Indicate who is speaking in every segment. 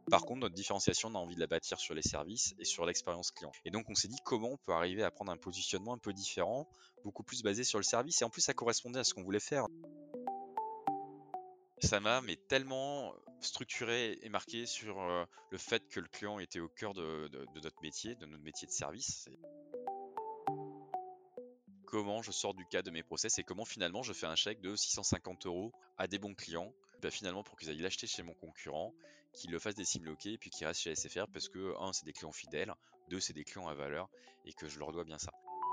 Speaker 1: Par contre, notre différenciation, on a envie de la bâtir sur les services et sur l'expérience client. Et donc, on s'est dit comment on peut arriver à prendre un positionnement un peu différent, beaucoup plus basé sur le service. Et en plus, ça correspondait à ce qu'on voulait faire. Ça m'a tellement structuré et marqué sur le fait que le client était au cœur de notre métier, de notre métier de service. Comment je sors du cadre de mes process et comment finalement je fais un chèque de 650 € à des bons clients, finalement pour qu'ils aillent l'acheter chez mon concurrent, qu'ils le fassent des simloqués et puis qu'ils restent chez SFR parce que, un, c'est des clients fidèles, deux, c'est des clients à valeur et que je leur dois bien ça.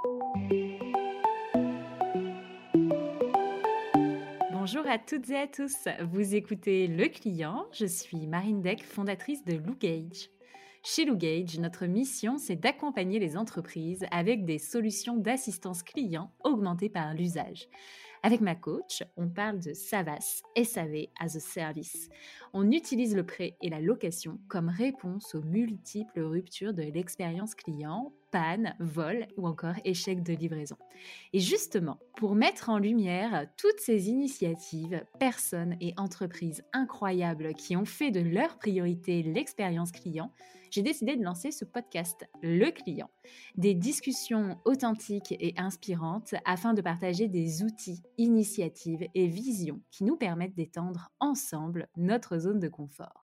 Speaker 2: Bonjour à toutes et à tous, vous écoutez Le Client, je suis Marine Deck, fondatrice de Lougage. Chez Lougage, notre mission, c'est d'accompagner les entreprises avec des solutions d'assistance client augmentées par l'usage. Avec ma coach, on parle de SaaS, SAV as a Service. On utilise le prêt et la location comme réponse aux multiples ruptures de l'expérience client, panne, vol ou encore échec de livraison. Et justement, pour mettre en lumière toutes ces initiatives, personnes et entreprises incroyables qui ont fait de leur priorité l'expérience client, j'ai décidé de lancer ce podcast, Le Client. Des discussions authentiques et inspirantes afin de partager des outils, initiatives et visions qui nous permettent d'étendre ensemble notre zone de confort.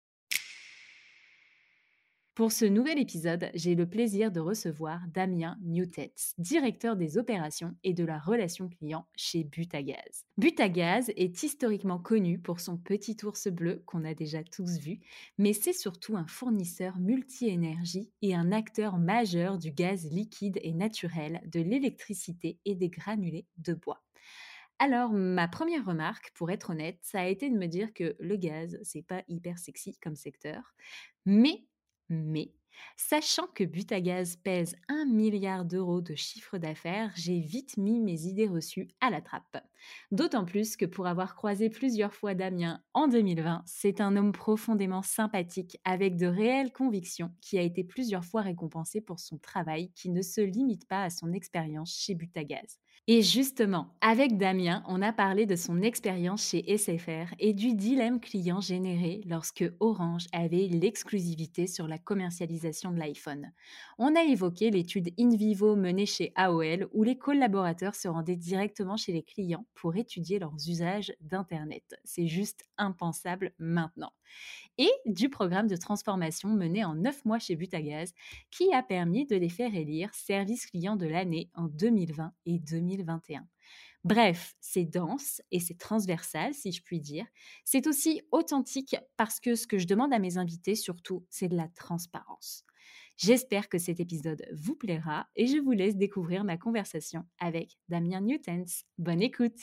Speaker 2: Pour ce nouvel épisode, j'ai le plaisir de recevoir Damien Newtens, directeur des opérations et de la relation client chez Butagaz. Butagaz est historiquement connu pour son petit ours bleu qu'on a déjà tous vu, mais c'est surtout un fournisseur multi-énergie et un acteur majeur du gaz liquide et naturel, de l'électricité et des granulés de bois. Alors, ma première remarque, pour être honnête, ça a été de me dire que le gaz, c'est pas hyper sexy comme secteur, mais, sachant que Butagaz pèse 1 milliard d'euros de chiffre d'affaires, j'ai vite mis mes idées reçues à la trappe. D'autant plus que pour avoir croisé plusieurs fois Damien en 2020, c'est un homme profondément sympathique avec de réelles convictions qui a été plusieurs fois récompensé pour son travail qui ne se limite pas à son expérience chez Butagaz. Et justement, avec Damien, on a parlé de son expérience chez SFR et du dilemme client généré lorsque Orange avait l'exclusivité sur la commercialisation de l'iPhone. On a évoqué l'étude in vivo menée chez AOL où les collaborateurs se rendaient directement chez les clients pour étudier leurs usages d'Internet. C'est juste impensable maintenant. Et du programme de transformation mené en 9 mois chez Butagaz qui a permis de les faire élire service client de l'année en 2020 et 2021. Bref, c'est dense et c'est transversal, si je puis dire. C'est aussi authentique parce que ce que je demande à mes invités, surtout, c'est de la transparence. J'espère que cet épisode vous plaira et je vous laisse découvrir ma conversation avec Damien Newtens. Bonne écoute!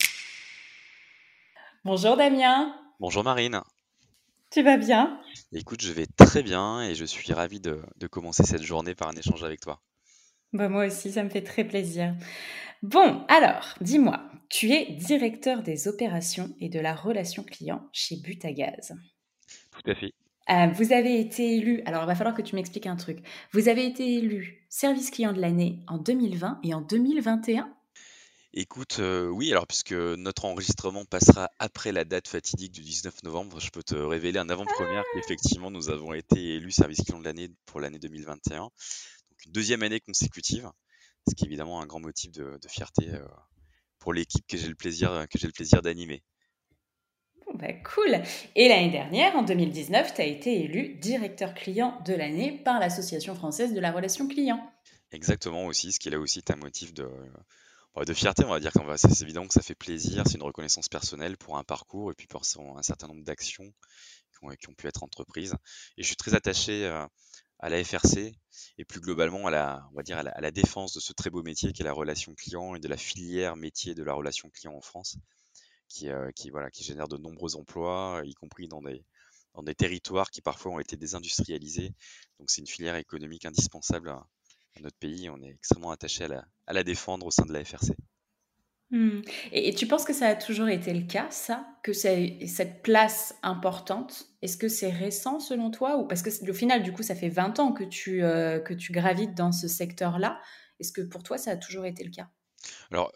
Speaker 2: Bonjour Damien,
Speaker 1: Bonjour Marine,
Speaker 2: tu vas bien?
Speaker 1: écoute, je vais très bien et je suis ravi de commencer cette journée par un échange avec toi.
Speaker 2: Bah moi aussi, ça me fait très plaisir. Bon, alors, dis-moi, tu es directeur des opérations et de la relation client chez Butagaz.
Speaker 1: Tout à fait.
Speaker 2: Vous avez été élu, alors il va falloir que tu m'expliques un truc. Vous avez été élu service client de l'année en 2020 et en 2021?
Speaker 1: Écoute, oui, alors puisque notre enregistrement passera après la date fatidique du 19 novembre, je peux te révéler en avant-première qu'effectivement nous avons été élus service client de l'année pour l'année 2021, donc une deuxième année consécutive, ce qui est évidemment un grand motif de fierté pour l'équipe que j'ai le plaisir d'animer.
Speaker 2: Bon, bah, cool. Et l'année dernière, en 2019, tu as été élu directeur client de l'année par l'Association française de la relation client.
Speaker 1: Exactement aussi, ce qui est là aussi est un motif de fierté, on va dire c'est évident que ça fait plaisir, c'est une reconnaissance personnelle pour un parcours et puis pour un certain nombre d'actions qui ont pu être entreprises. Et je suis très attaché à la FRC et plus globalement on va dire à la défense de ce très beau métier qui est la relation client et de la filière métier de la relation client en France, qui génère de nombreux emplois, y compris dans des territoires qui parfois ont été désindustrialisés. Donc c'est une filière économique indispensable à notre pays. On est extrêmement attaché à la défendre au sein de la FRC.
Speaker 2: Et tu penses que ça a toujours été le cas, ça? Que c'est cette place importante? Est-ce que c'est récent selon toi? Ou parce que au final, du coup, ça fait 20 ans que tu gravites dans ce secteur-là. Est-ce que pour toi, ça a toujours été le cas?
Speaker 1: Alors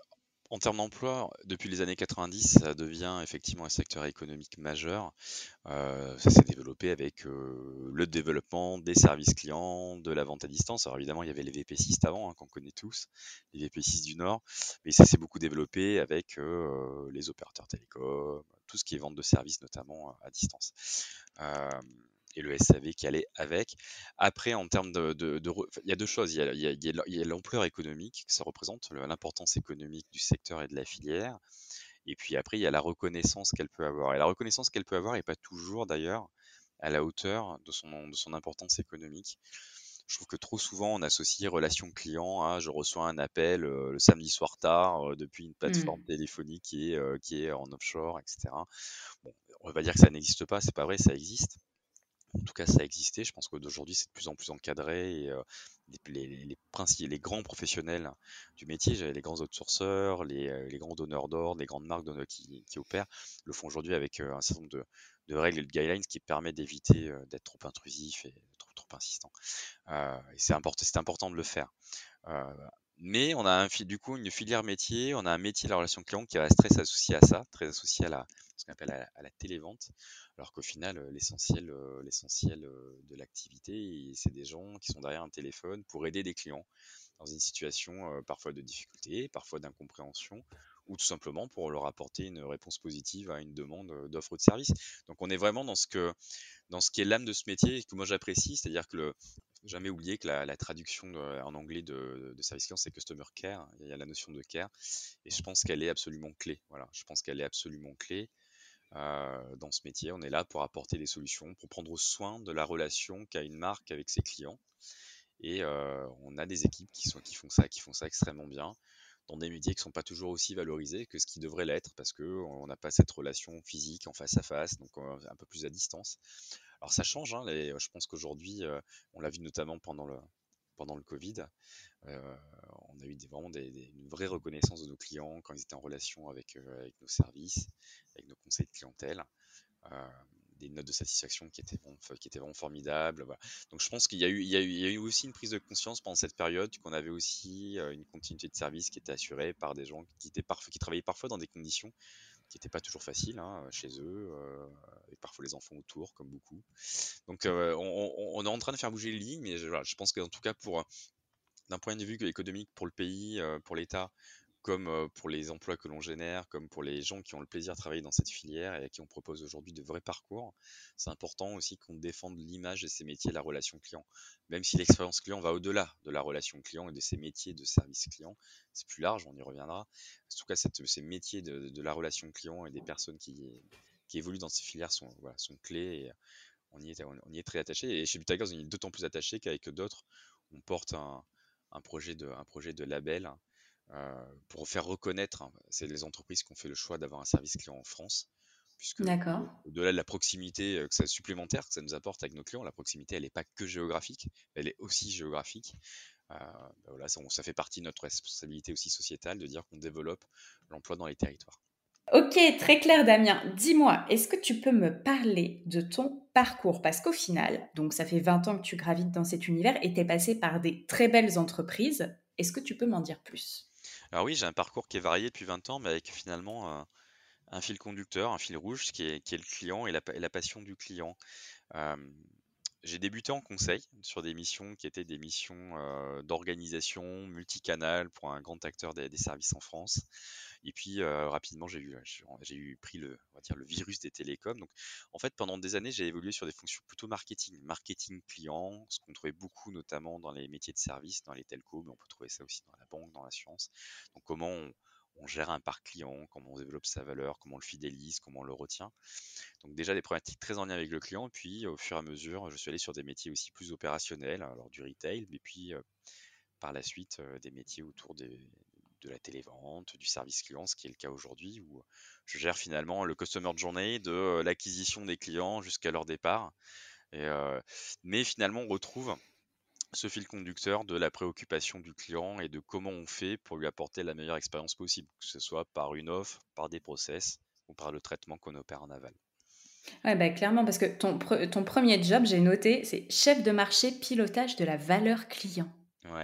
Speaker 1: En termes d'emploi, depuis les années 90, ça devient effectivement un secteur économique majeur. Ça s'est développé avec, le développement des services clients, de la vente à distance. Alors évidemment, il y avait les VP6 avant, hein, qu'on connaît tous, les VP6 du Nord, mais ça s'est beaucoup développé avec, les opérateurs télécoms, tout ce qui est vente de services, notamment, à distance. Hem et le SAV qui allait avec. Après, en termes de re enfin, il y a 2 choses. Il y a l'ampleur économique que ça représente, l'importance économique du secteur et de la filière, et puis après, il y a la reconnaissance qu'elle peut avoir. Et la reconnaissance qu'elle peut avoir est pas toujours d'ailleurs à la hauteur de son importance économique. Je trouve que trop souvent, on associe relation client à je reçois un appel le samedi soir tard depuis une plateforme
Speaker 2: Mmh.
Speaker 1: téléphonique qui est en offshore, etc. Bon, on va pas dire que ça n'existe pas, c'est pas vrai, ça existe. En tout cas, ça existait. Je pense qu'aujourd'hui, c'est de plus en plus encadré et les grands professionnels du métier, les grands outsourceurs, les grands donneurs d'ordre, les grandes marques qui opèrent, le font aujourd'hui avec un certain nombre de règles et de guidelines qui permettent d'éviter d'être trop intrusif et trop insistant. Et c'est important de le faire. Euh, mais on a du coup une filière métier, on a un métier de la relation client qui reste très associé à ça, très associé à ce qu'on appelle à la télévente, alors qu'au final, l'essentiel de l'activité, c'est des gens qui sont derrière un téléphone pour aider des clients dans une situation parfois de difficulté, parfois d'incompréhension, ou tout simplement pour leur apporter une réponse positive à une demande d'offre de service. Donc on est vraiment dans ce qui est l'âme de ce métier et que moi j'apprécie, c'est-à-dire que faut jamais oublier que la traduction en anglais de service client, c'est customer care. Il y a la notion de care et je pense qu'elle est absolument clé. Voilà, je pense qu'elle est absolument clé dans ce métier. On est là pour apporter des solutions, pour prendre soin de la relation qu'a une marque avec ses clients. Et on a des équipes qui font ça extrêmement bien, dans des métiers qui sont pas toujours aussi valorisés que ce qui devrait l'être, parce que on n'a pas cette relation physique en face à face, donc un peu plus à distance. Alors ça change, hein, je pense qu'aujourd'hui, on l'a vu notamment pendant le Covid, on a eu une vraie reconnaissance de nos clients quand ils étaient en relation avec nos services, avec nos conseils de clientèle. euh, des notes de satisfaction qui étaient vraiment formidables. Voilà. Donc je pense qu'il y a eu aussi une prise de conscience pendant cette période qu'on avait aussi une continuité de service qui était assurée par des gens qui travaillaient parfois dans des conditions qui n'étaient pas toujours faciles hein, chez eux, avec parfois les enfants autour, comme beaucoup. Donc on est en train de faire bouger les lignes, mais voilà, je pense qu'en tout cas d'un point de vue économique pour le pays, pour l'État, comme pour les emplois que l'on génère, comme pour les gens qui ont le plaisir de travailler dans cette filière et à qui on propose aujourd'hui de vrais parcours, c'est important aussi qu'on défende l'image de ces métiers, la relation client. Même si l'expérience client va au-delà de la relation client et de ces métiers de service client, c'est plus large, on y reviendra. En tout cas, ces métiers de la relation client et des personnes qui évoluent dans ces filières sont clés et on y est très attaché. Et chez Butagaz, on y est d'autant plus attaché qu'avec d'autres, on porte un projet de label pour faire reconnaître, hein, c'est les entreprises qui ont fait le choix d'avoir un service client en France, puisque
Speaker 2: D'accord.
Speaker 1: au-delà de la proximité supplémentaire que ça nous apporte avec nos clients, la proximité, elle n'est pas que géographique, elle est aussi géographique. Voilà, ça fait partie de notre responsabilité aussi sociétale de dire qu'on développe l'emploi dans les territoires.
Speaker 2: Ok, très clair Damien. Dis-moi, est-ce que tu peux me parler de ton parcours? Parce qu'au final, donc ça fait 20 ans que tu gravites dans cet univers et tu es passé par des très belles entreprises. Est-ce que tu peux m'en dire plus?
Speaker 1: Alors oui, j'ai un parcours qui est varié depuis 20 ans, mais avec finalement un fil conducteur, un fil rouge, qui est le client et la passion du client. Hem, j'ai débuté en conseil sur des missions qui étaient des missions, d'organisation multicanal pour un grand acteur des services en France. Et puis, rapidement, j'ai eu pris on va dire le virus des télécoms. Donc en fait, pendant des années, j'ai évolué sur des fonctions plutôt marketing client, ce qu'on trouvait beaucoup notamment dans les métiers de service, dans les telcos, mais on peut trouver ça aussi dans la banque, dans l'assurance. Donc comment on gère un parc client, comment on développe sa valeur, comment on le fidélise, comment on le retient. Donc déjà des problématiques très en lien avec le client, puis au fur et à mesure, je suis allé sur des métiers aussi plus opérationnels, alors du retail, mais puis par la suite des métiers de la télévente, du service client, ce qui est le cas aujourd'hui, où je gère finalement le customer journey de l'acquisition des clients jusqu'à leur départ. Et, mais finalement, on retrouve ce fil conducteur de la préoccupation du client et de comment on fait pour lui apporter la meilleure expérience possible, que ce soit par une offre, par des process ou par le traitement qu'on opère en aval.
Speaker 2: Ouais, bah, clairement, parce que ton premier job, j'ai noté, c'est chef de marché pilotage de la valeur client.
Speaker 1: Ouais.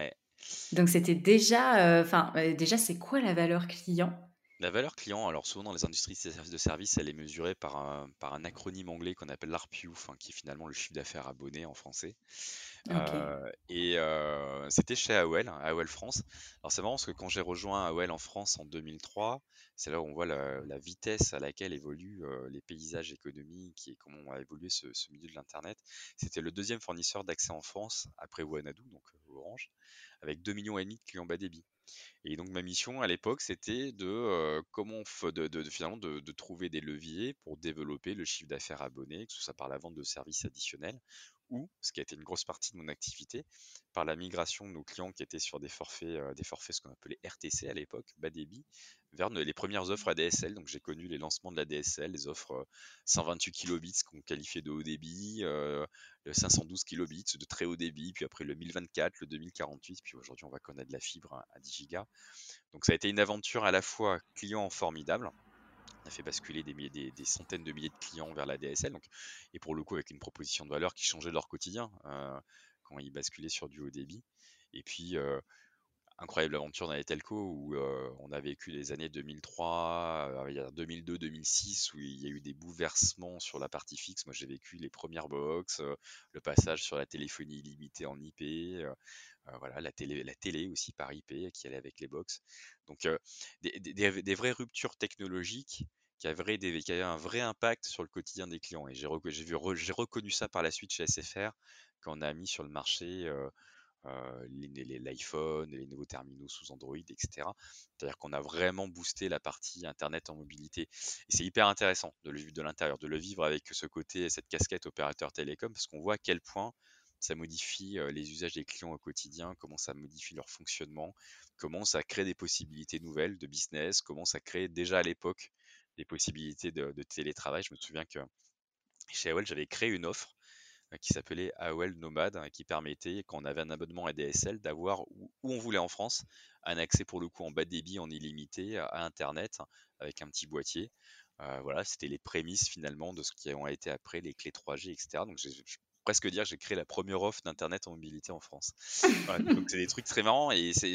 Speaker 2: Donc c'était déjà, déjà, c'est quoi la valeur client?
Speaker 1: La valeur client, alors souvent dans les industries de services, elle est mesurée par un acronyme anglais qu'on appelle l'ARPU, enfin, qui est finalement le chiffre d'affaires abonné en français.
Speaker 2: OK.
Speaker 1: C'était chez AOL, hein, AOL France. Alors c'est marrant parce que quand j'ai rejoint AOL en France en 2003, c'est là où on voit la vitesse à laquelle évoluent les paysages économiques et comment a évolué ce milieu de l'Internet. C'était le deuxième fournisseur d'accès en France après Wanadoo, donc Orange, avec 2,5 millions de clients bas débit. Et donc ma mission à l'époque, c'était finalement de trouver des leviers pour développer le chiffre d'affaires abonné, que ce soit par la vente de services additionnels ou, ce qui a été une grosse partie de mon activité, par la migration de nos clients qui étaient sur des forfaits ce qu'on appelait RTC à l'époque, bas débit, vers les premières offres ADSL. Donc j'ai connu les lancements de la DSL, les offres 128 kilobits qu'on qualifiait de haut débit, le 512 kilobits de très haut débit, puis après le 1024, le 2048, puis aujourd'hui on va connaître de la fibre à 10 gigas. Donc ça a été une aventure à la fois client formidable. On a fait basculer des centaines de milliers de clients vers la DSL, donc, et pour le coup avec une proposition de valeur qui changeait leur quotidien quand ils basculaient sur du haut débit. Et puis incroyable aventure dans les telcos où on a vécu les années 2003, il y a 2002-2006 où il y a eu des bouleversements sur la partie fixe. Moi, j'ai vécu les premières box, le passage sur la téléphonie illimitée en IP, voilà, la télé aussi par IP qui allait avec les box. Donc, des vraies ruptures technologiques qui avaient un vrai impact sur le quotidien des clients. Et j'ai reconnu ça par la suite chez SFR quand on a mis sur le marché l'iPhone, les nouveaux terminaux sous Android, etc. C'est-à-dire qu'on a vraiment boosté la partie Internet en mobilité. Et c'est hyper intéressant de le vivre de l'intérieur, de le vivre avec ce côté, cette casquette opérateur télécom, parce qu'on voit à quel point ça modifie les usages des clients au quotidien, comment ça modifie leur fonctionnement, comment ça crée des possibilités nouvelles de business, comment ça crée déjà à l'époque des possibilités de télétravail. Je me souviens que chez AOL, j'avais créé une offre qui s'appelait AOL Nomade, hein, qui permettait, quand on avait un abonnement ADSL, d'avoir où on voulait en France un accès pour le coup en bas débit, en illimité à Internet, avec un petit boîtier. Voilà, c'était les prémices finalement de ce qui ont été après les clés 3G, etc. Donc je peux presque dire que j'ai créé la première offre d'Internet en mobilité en France. Voilà, donc c'est des trucs très marrants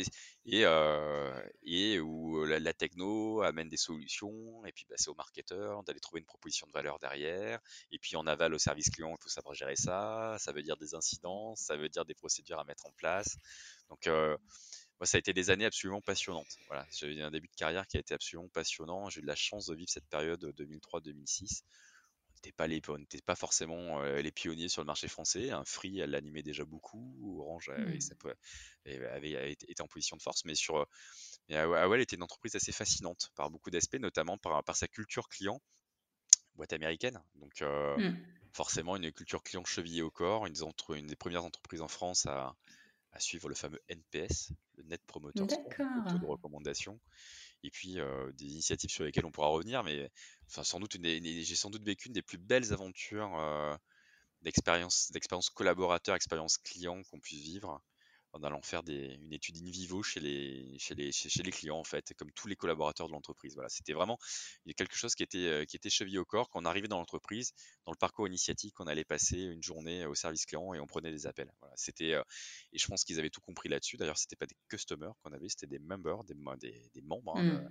Speaker 1: et où la techno amène des solutions et puis bah, c'est aux marketeurs d'aller trouver une proposition de valeur derrière et puis en aval au service client, il faut savoir gérer ça. Ça veut dire des incidences, ça veut dire des procédures à mettre en place. Donc moi, ça a été des années absolument passionnantes. Voilà, j'ai eu un début de carrière qui a été absolument passionnant. J'ai eu de la chance de vivre cette période 2003-2006. On n'était pas forcément les pionniers sur le marché français, hein. Free, elle l'animait déjà beaucoup. Orange
Speaker 2: Mmh.
Speaker 1: avait été en position de force, mais AOL était une entreprise assez fascinante par beaucoup d'aspects, notamment par sa culture client, boîte américaine. Donc
Speaker 2: Mmh.
Speaker 1: forcément une culture client chevillée au corps, une des premières entreprises en France à suivre le fameux NPS, le Net Promoter Score, donc le taux
Speaker 2: D'accord.
Speaker 1: de recommandation. Et puis des initiatives sur lesquelles on pourra revenir, mais enfin, j'ai sans doute vécu une des plus belles aventures d'expérience collaborateur, expérience client qu'on puisse vivre en allant faire une étude in vivo chez les clients, en fait, comme tous les collaborateurs de l'entreprise. Voilà, c'était vraiment quelque chose qui était chevillé au corps. Quand on arrivait dans l'entreprise, dans le parcours initiatique, on allait passer une journée au service client et on prenait des appels. Voilà, et je pense qu'ils avaient tout compris là-dessus. D'ailleurs, c'était pas des customers qu'on avait, c'était des members, des membres, hein.
Speaker 2: Mmh.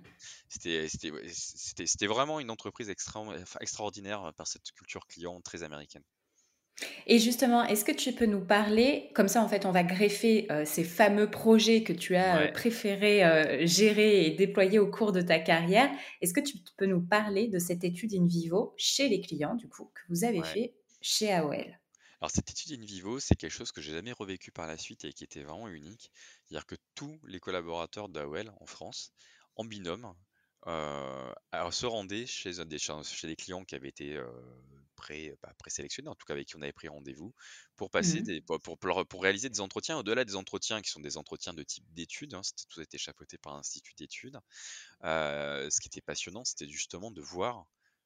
Speaker 1: C'était vraiment une entreprise extraordinaire par cette culture client très américaine.
Speaker 2: Et justement, est-ce que tu peux nous parler comme ça, en fait, on va greffer, ces fameux projets que tu as,
Speaker 1: Ouais,
Speaker 2: préféré, gérer et déployer au cours de ta carrière. Est-ce que tu peux nous parler de cette étude in vivo chez les clients, du coup, que vous avez
Speaker 1: ouais.
Speaker 2: fait chez AOL?
Speaker 1: Alors cette étude in vivo, c'est quelque chose que j'ai jamais revécu par la suite et qui était vraiment unique. C'est-à-dire que tous les collaborateurs d'AOL en France, en binôme, alors, se rendaient chez des clients qui avaient été pas présélectionnés, en tout cas avec qui on avait pris rendez-vous, pour passer
Speaker 2: Mmh.
Speaker 1: pour réaliser des entretiens, au-delà des entretiens qui sont des entretiens de type d'études, hein, tout a été chapeauté par un institut d'études. Ce qui était passionnant, c'était justement de voir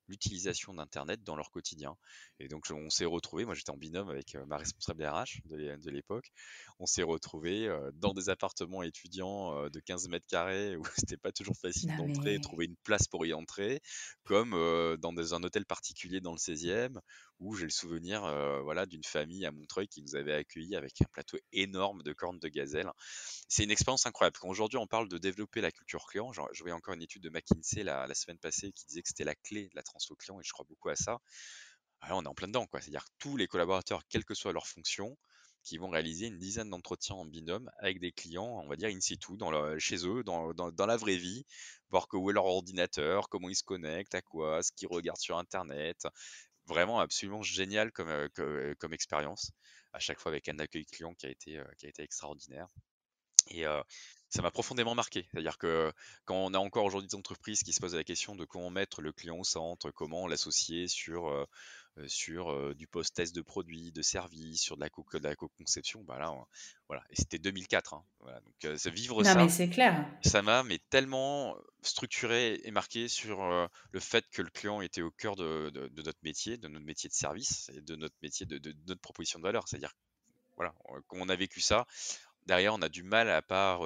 Speaker 1: l'utilisation d'internet dans leur quotidien. Et donc on s'est retrouvé, moi j'étais en binôme avec ma responsable RH de l'époque, on s'est retrouvé dans des appartements étudiants de 15 mètres carrés où c'était pas toujours facile
Speaker 2: Non
Speaker 1: d'entrer,
Speaker 2: mais
Speaker 1: trouver une place pour y entrer, comme un hôtel particulier dans le 16e, où j'ai le souvenir voilà, d'une famille à Montreuil qui nous avait accueillis avec un plateau énorme de cornes de gazelle. C'est une expérience incroyable. Quand aujourd'hui on parle de développer la culture client, genre, je voyais encore une étude de McKinsey la semaine passée qui disait que c'était la clé de la transfo client et je crois beaucoup à ça. Alors on est en plein dedans, quoi. C'est-à-dire que tous les collaborateurs, quelle que soit leur fonction, qui vont réaliser une dizaine d'entretiens en binôme avec des clients, on va dire in situ, chez eux, dans la vraie vie, voir où est leur ordinateur, comment ils se connectent, à quoi, ce qu'ils regardent sur Internet. Vraiment absolument génial comme expérience, à chaque fois avec un accueil client qui a été extraordinaire. Et ça m'a profondément marqué. C'est-à-dire que quand on a encore aujourd'hui des entreprises qui se posent la question de comment mettre le client au centre, comment l'associer sur du post-test de produits, de services, sur de la co-conception, bah là, voilà. Et c'était 2004, hein. Voilà. Donc, vivre
Speaker 2: non mais
Speaker 1: ça,
Speaker 2: c'est clair.
Speaker 1: ça m'a mais tellement structuré et marqué sur le fait que le client était au cœur de notre métier, de notre métier de service et de notre métier de notre proposition de valeur. C'est-à-dire, voilà, quand on a vécu ça, derrière, on a du mal à part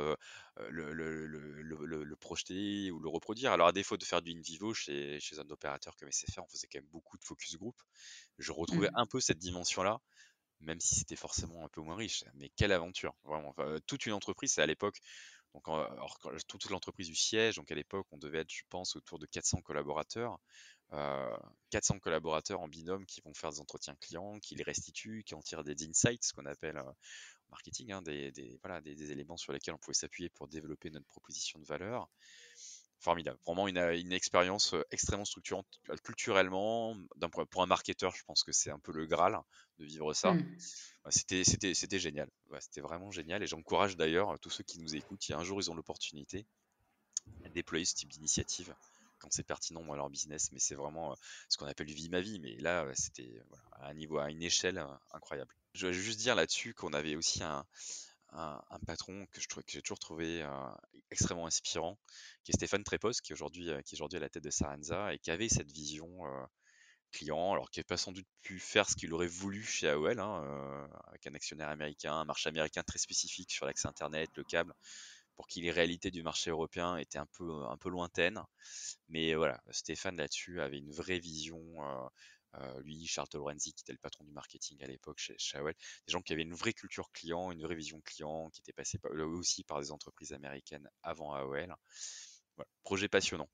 Speaker 1: le projeter ou le reproduire. Alors, à défaut de faire du in vivo chez un opérateur comme SFR, on faisait quand même beaucoup de focus group. Je retrouvais
Speaker 2: Mm.
Speaker 1: un peu cette dimension-là, même si c'était forcément un peu moins riche. Mais quelle aventure, vraiment. Enfin, toute une entreprise, c'est à l'époque, donc, toute l'entreprise du siège, donc à l'époque, on devait être, je pense, autour de 400 collaborateurs. Euh, 400 collaborateurs en binôme qui vont faire des entretiens clients, qui les restituent, qui en tirent des insights, ce qu'on appelle marketing, hein, voilà, des éléments sur lesquels on pouvait s'appuyer pour développer notre proposition de valeur. Formidable, vraiment une expérience extrêmement structurante culturellement. Pour un marketeur, je pense que c'est un peu le Graal de vivre ça.
Speaker 2: Mm.
Speaker 1: Ouais, c'était génial. Ouais, c'était vraiment génial. Et j'encourage d'ailleurs tous ceux qui nous écoutent, si un jour ils ont l'opportunité, à déployer ce type d'initiative quand c'est pertinent dans leur business. Mais c'est vraiment ce qu'on appelle vie ma vie. Mais là, c'était voilà, à un niveau, à une échelle incroyable. Je vais juste dire là-dessus qu'on avait aussi un patron que j'ai toujours trouvé extrêmement inspirant, qui est Stéphane Trépos, qui est aujourd'hui à la tête de Sarenza et qui avait cette vision client, alors qui n'a pas sans doute pu faire ce qu'il aurait voulu chez AOL, hein, avec un actionnaire américain, un marché américain très spécifique sur l'accès Internet, le câble, pour qui les réalités du marché européen étaient un peu lointaines. Mais voilà, Stéphane là-dessus avait une vraie vision. Lui, Charles Lorenzi, qui était le patron du marketing à l'époque chez AOL, des gens qui avaient une vraie culture client, une vraie vision client, qui étaient passés eux aussi par des entreprises américaines avant AOL. Voilà, projet passionnant.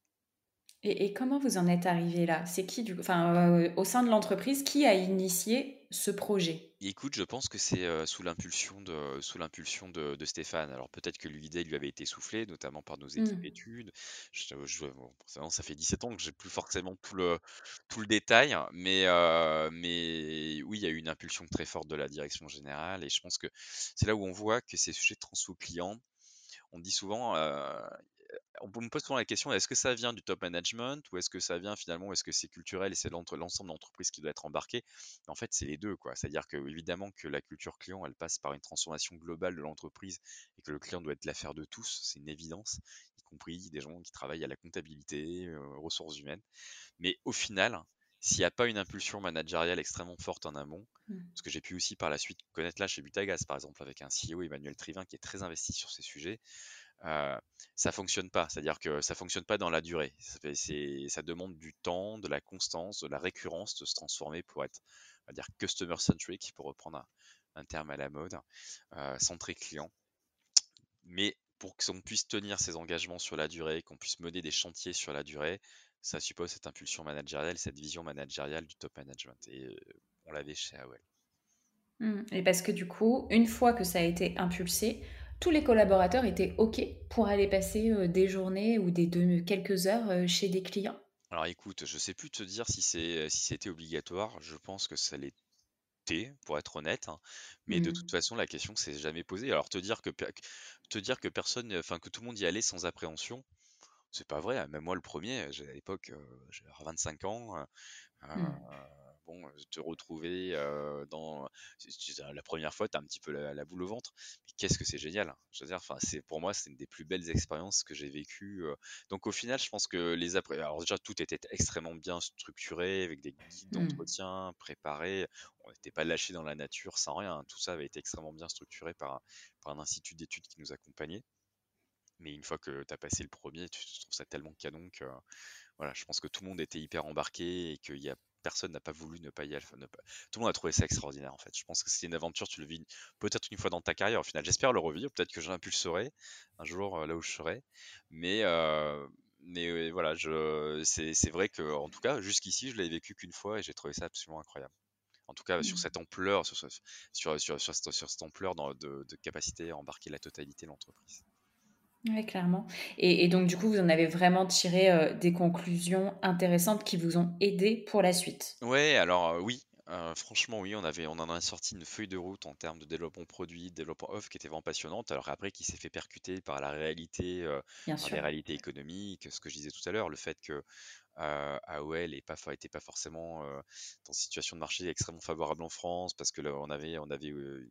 Speaker 2: Et comment vous en êtes arrivé là? C'est qui enfin, au sein de l'entreprise, qui a initié ce projet?
Speaker 1: Et écoute, je pense que c'est sous l'impulsion de Stéphane. Alors peut-être que l'idée lui avait été soufflée, notamment par nos équipes
Speaker 2: Mm.
Speaker 1: études. Bon, forcément, ça fait 17 ans que j'ai plus forcément tout le détail, hein, mais oui, il y a eu une impulsion très forte de la direction générale, et je pense que c'est là où on voit que ces sujets de transfo client, on dit souvent, on me pose souvent la question, est-ce que ça vient du top management ou est-ce que ça vient finalement, est-ce que c'est culturel et c'est l'ensemble de l'entreprise qui doit être embarqué? En fait, c'est les deux, quoi. C'est-à-dire que évidemment que la culture client, elle passe par une transformation globale de l'entreprise et que le client doit être l'affaire de tous, c'est une évidence, y compris des gens qui travaillent à la comptabilité, aux ressources humaines. Mais au final, s'il n'y a pas une impulsion managériale extrêmement forte en amont,
Speaker 2: Mm.
Speaker 1: ce que j'ai pu aussi par la suite connaître là chez Butagaz, par exemple, avec un CEO, Emmanuel Trivin, qui est très investi sur ces sujets, euh, ça fonctionne pas. C'est-à-dire que ça fonctionne pas dans la durée. Ça demande du temps, de la constance, de la récurrence de se transformer pour être, on va dire, customer centric, pour reprendre un terme à la mode, centré client. Mais pour qu'on puisse tenir ses engagements sur la durée, qu'on puisse mener des chantiers sur la durée, ça suppose cette impulsion managériale, cette vision managériale du top management. Et on l'avait chez AOL.
Speaker 2: Mm. Et parce que du coup, une fois que ça a été impulsé, tous les collaborateurs étaient OK pour aller passer des journées ou quelques heures chez des clients.
Speaker 1: Alors écoute, je sais plus te dire si c'était obligatoire. Je pense que ça l'est pour être honnête, hein. Mais de toute
Speaker 2: Mm.
Speaker 1: façon, la question s'est jamais posée. Alors te dire que personne, enfin que tout le monde y allait sans appréhension, c'est pas vrai, hein. Même moi le premier, à l'époque, j'avais 25 ans,
Speaker 2: Mm.
Speaker 1: bon, te retrouver dans la première fois, tu as un petit peu la boule au ventre, mais qu'est-ce que c'est génial, hein. Je veux dire, enfin, pour moi, c'est une des plus belles expériences que j'ai vécues. Donc au final, je pense que les après, alors déjà tout était extrêmement bien structuré avec des guides
Speaker 2: Mmh.
Speaker 1: d'entretien préparés. On n'était pas lâché dans la nature sans rien, hein. Tout ça avait été extrêmement bien structuré par un institut d'études qui nous accompagnait. Mais une fois que tu as passé le premier, tu trouves ça tellement canon que voilà, je pense que tout le monde était hyper embarqué et qu'il y a personne n'a pas voulu ne pas y aller. Tout le monde a trouvé ça extraordinaire en fait. Je pense que c'était une aventure, tu le vis peut-être une fois dans ta carrière au final. J'espère le revivre, peut-être que j'impulserai un jour là où je serai. Mais, voilà, c'est vrai que en tout cas, jusqu'ici, je l'avais vécu qu'une fois et j'ai trouvé ça absolument incroyable. En tout cas, sur
Speaker 2: Mmh.
Speaker 1: cette ampleur, sur cette ampleur de capacité à embarquer la totalité de l'entreprise.
Speaker 2: Ouais, clairement. Et donc, du coup, vous en avez vraiment tiré des conclusions intéressantes qui vous ont aidé pour la suite.
Speaker 1: Ouais, alors, oui, franchement oui, on en a sorti une feuille de route en termes de développement produit, développement offre qui était vraiment passionnante. Alors après qui s'est fait percuter par la réalité,
Speaker 2: Bien
Speaker 1: par
Speaker 2: sûr.
Speaker 1: des réalités économiques, ce que je disais tout à l'heure, le fait que, AOL était pas forcément, dans une situation de marché extrêmement favorable en France parce que là on avait,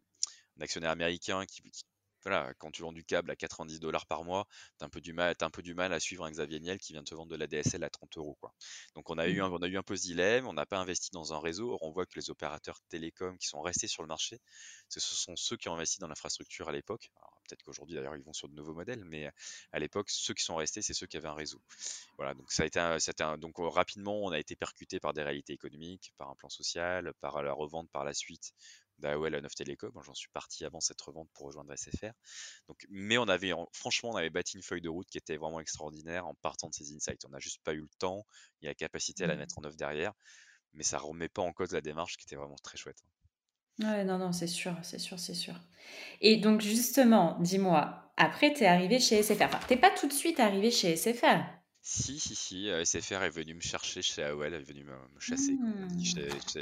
Speaker 1: un actionnaire américain qui voilà, quand tu vends du câble à 90 par mois, t'as un peu du mal à suivre un Xavier Niel qui vient de te vendre de la DSL à 30 euros, quoi. Donc
Speaker 2: Mmh.
Speaker 1: on a eu un peu ce dilemme, on n'a pas investi dans un réseau. Or, on voit que les opérateurs télécoms qui sont restés sur le marché, ce sont ceux qui ont investi dans l'infrastructure à l'époque. Alors, peut-être qu'aujourd'hui, d'ailleurs, ils vont sur de nouveaux modèles, mais à l'époque, ceux qui sont restés, c'est ceux qui avaient un réseau. Voilà, donc donc rapidement, on a été percuté par des réalités économiques, par un plan social, par la revente par la suite d'AOL à Neuf Télécom. Moi, j'en suis parti avant cette revente pour rejoindre SFR. Donc, mais franchement, on avait bâti une feuille de route qui était vraiment extraordinaire en partant de ces insights. On n'a juste pas eu le temps et la capacité à la
Speaker 2: Mmh.
Speaker 1: mettre en œuvre derrière, mais ça remet pas en cause la démarche qui était vraiment très chouette.
Speaker 2: Ouais, non, non, c'est sûr, c'est sûr, c'est sûr. Et donc, justement, dis-moi, après, tu es arrivée chez SFR. Enfin, tu pas tout de suite arrivée chez SFR.
Speaker 1: Si, SFR est venu me chercher chez AOL, est venu me chasser, comme on dit,
Speaker 2: Mmh.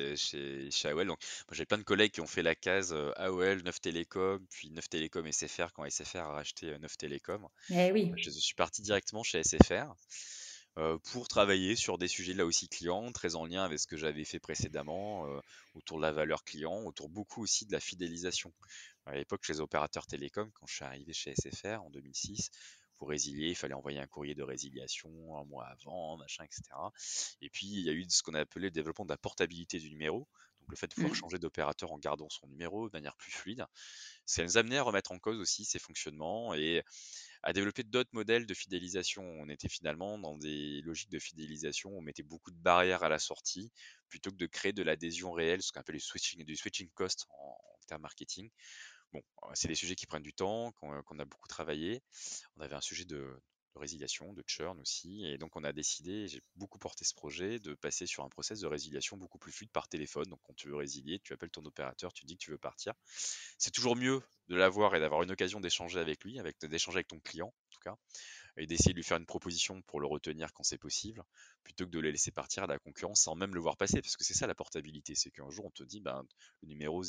Speaker 1: chez AOL. Donc, moi, j'ai plein de collègues qui ont fait la case AOL, Neuf Télécom, puis Neuf Télécom SFR quand SFR a racheté Neuf Télécom.
Speaker 2: Eh oui.
Speaker 1: Je suis parti directement chez SFR pour travailler sur des sujets là aussi clients, très en lien avec ce que j'avais fait précédemment, autour de la valeur client, autour beaucoup aussi de la fidélisation. À l'époque, chez les opérateurs télécoms, quand je suis arrivé chez SFR en 2006, pour résilier, il fallait envoyer un courrier de résiliation un mois avant, machin, etc. Et puis, il y a eu ce qu'on a appelé le développement de la portabilité du numéro. Donc, le fait de pouvoir
Speaker 2: Mmh.
Speaker 1: changer d'opérateur en gardant son numéro de manière plus fluide. Ça nous amenait à remettre en cause aussi ces fonctionnements et à développer d'autres modèles de fidélisation. On était finalement dans des logiques de fidélisation, on mettait beaucoup de barrières à la sortie plutôt que de créer de l'adhésion réelle, ce qu'on appelle du switching cost en termes marketing. Bon, c'est des sujets qui prennent du temps, qu'on a beaucoup travaillé. On avait un sujet de résiliation, de churn aussi, et donc on a décidé, j'ai beaucoup porté ce projet, de passer sur un process de résiliation beaucoup plus fluide par téléphone. Donc quand tu veux résilier, tu appelles ton opérateur, tu dis que tu veux partir. C'est toujours mieux de l'avoir et d'avoir une occasion d'échanger avec lui, d'échanger avec ton client en tout cas, et d'essayer de lui faire une proposition pour le retenir quand c'est possible, plutôt que de le laisser partir à la concurrence sans même le voir passer, parce que c'est ça la portabilité, c'est qu'un jour on te dit, ben, le numéro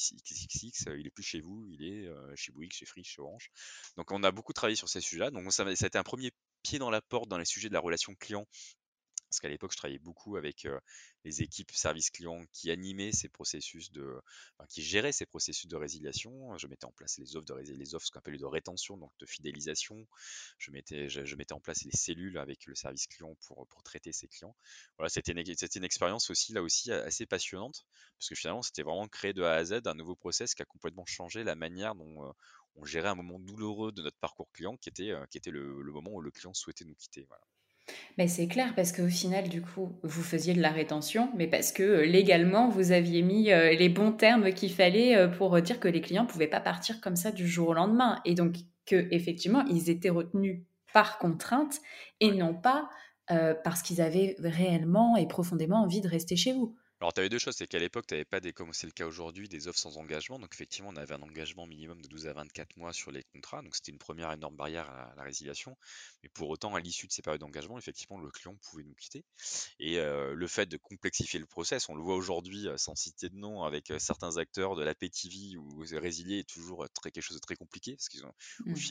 Speaker 1: 06XXX, il est plus chez vous, il est chez Bouygues, chez Free, chez Orange. Donc on a beaucoup travaillé sur ces sujets-là, donc ça a été un premier pied dans la porte dans les sujets de la relation client parce qu'à l'époque, je travaillais beaucoup avec les équipes service client qui animaient ces qui géraient ces processus de résiliation. Je mettais en place les offres les offres, ce qu'on appelle de rétention, donc de fidélisation. Je mettais en place les cellules avec le service client pour traiter ces clients. Voilà, c'était une expérience aussi, là aussi, assez passionnante, parce que finalement, c'était vraiment créer de A à Z un nouveau process qui a complètement changé la manière dont on gérait un moment douloureux de notre parcours client, qui était le moment où le client souhaitait nous quitter. Voilà.
Speaker 2: Mais c'est clair parce qu'au final, du coup, vous faisiez de la rétention, mais parce que légalement, vous aviez mis les bons termes qu'il fallait pour dire que les clients ne pouvaient pas partir comme ça du jour au lendemain. Et donc, que effectivement, ils étaient retenus par contrainte et non pas parce qu'ils avaient réellement et profondément envie de rester chez vous.
Speaker 1: Alors, tu avais 2 choses, c'est qu'à l'époque, tu avais pas comme c'est le cas aujourd'hui, des offres sans engagement. Donc effectivement, on avait un engagement minimum de 12 à 24 mois sur les contrats. Donc c'était une première énorme barrière à la résiliation. Mais pour autant, à l'issue de ces périodes d'engagement, effectivement, le client pouvait nous quitter. Et le fait de complexifier le process, on le voit aujourd'hui, sans citer de nom, avec certains acteurs de la pay TV où résilier est toujours quelque chose de très compliqué, parce qu'ils ont,
Speaker 2: Mm.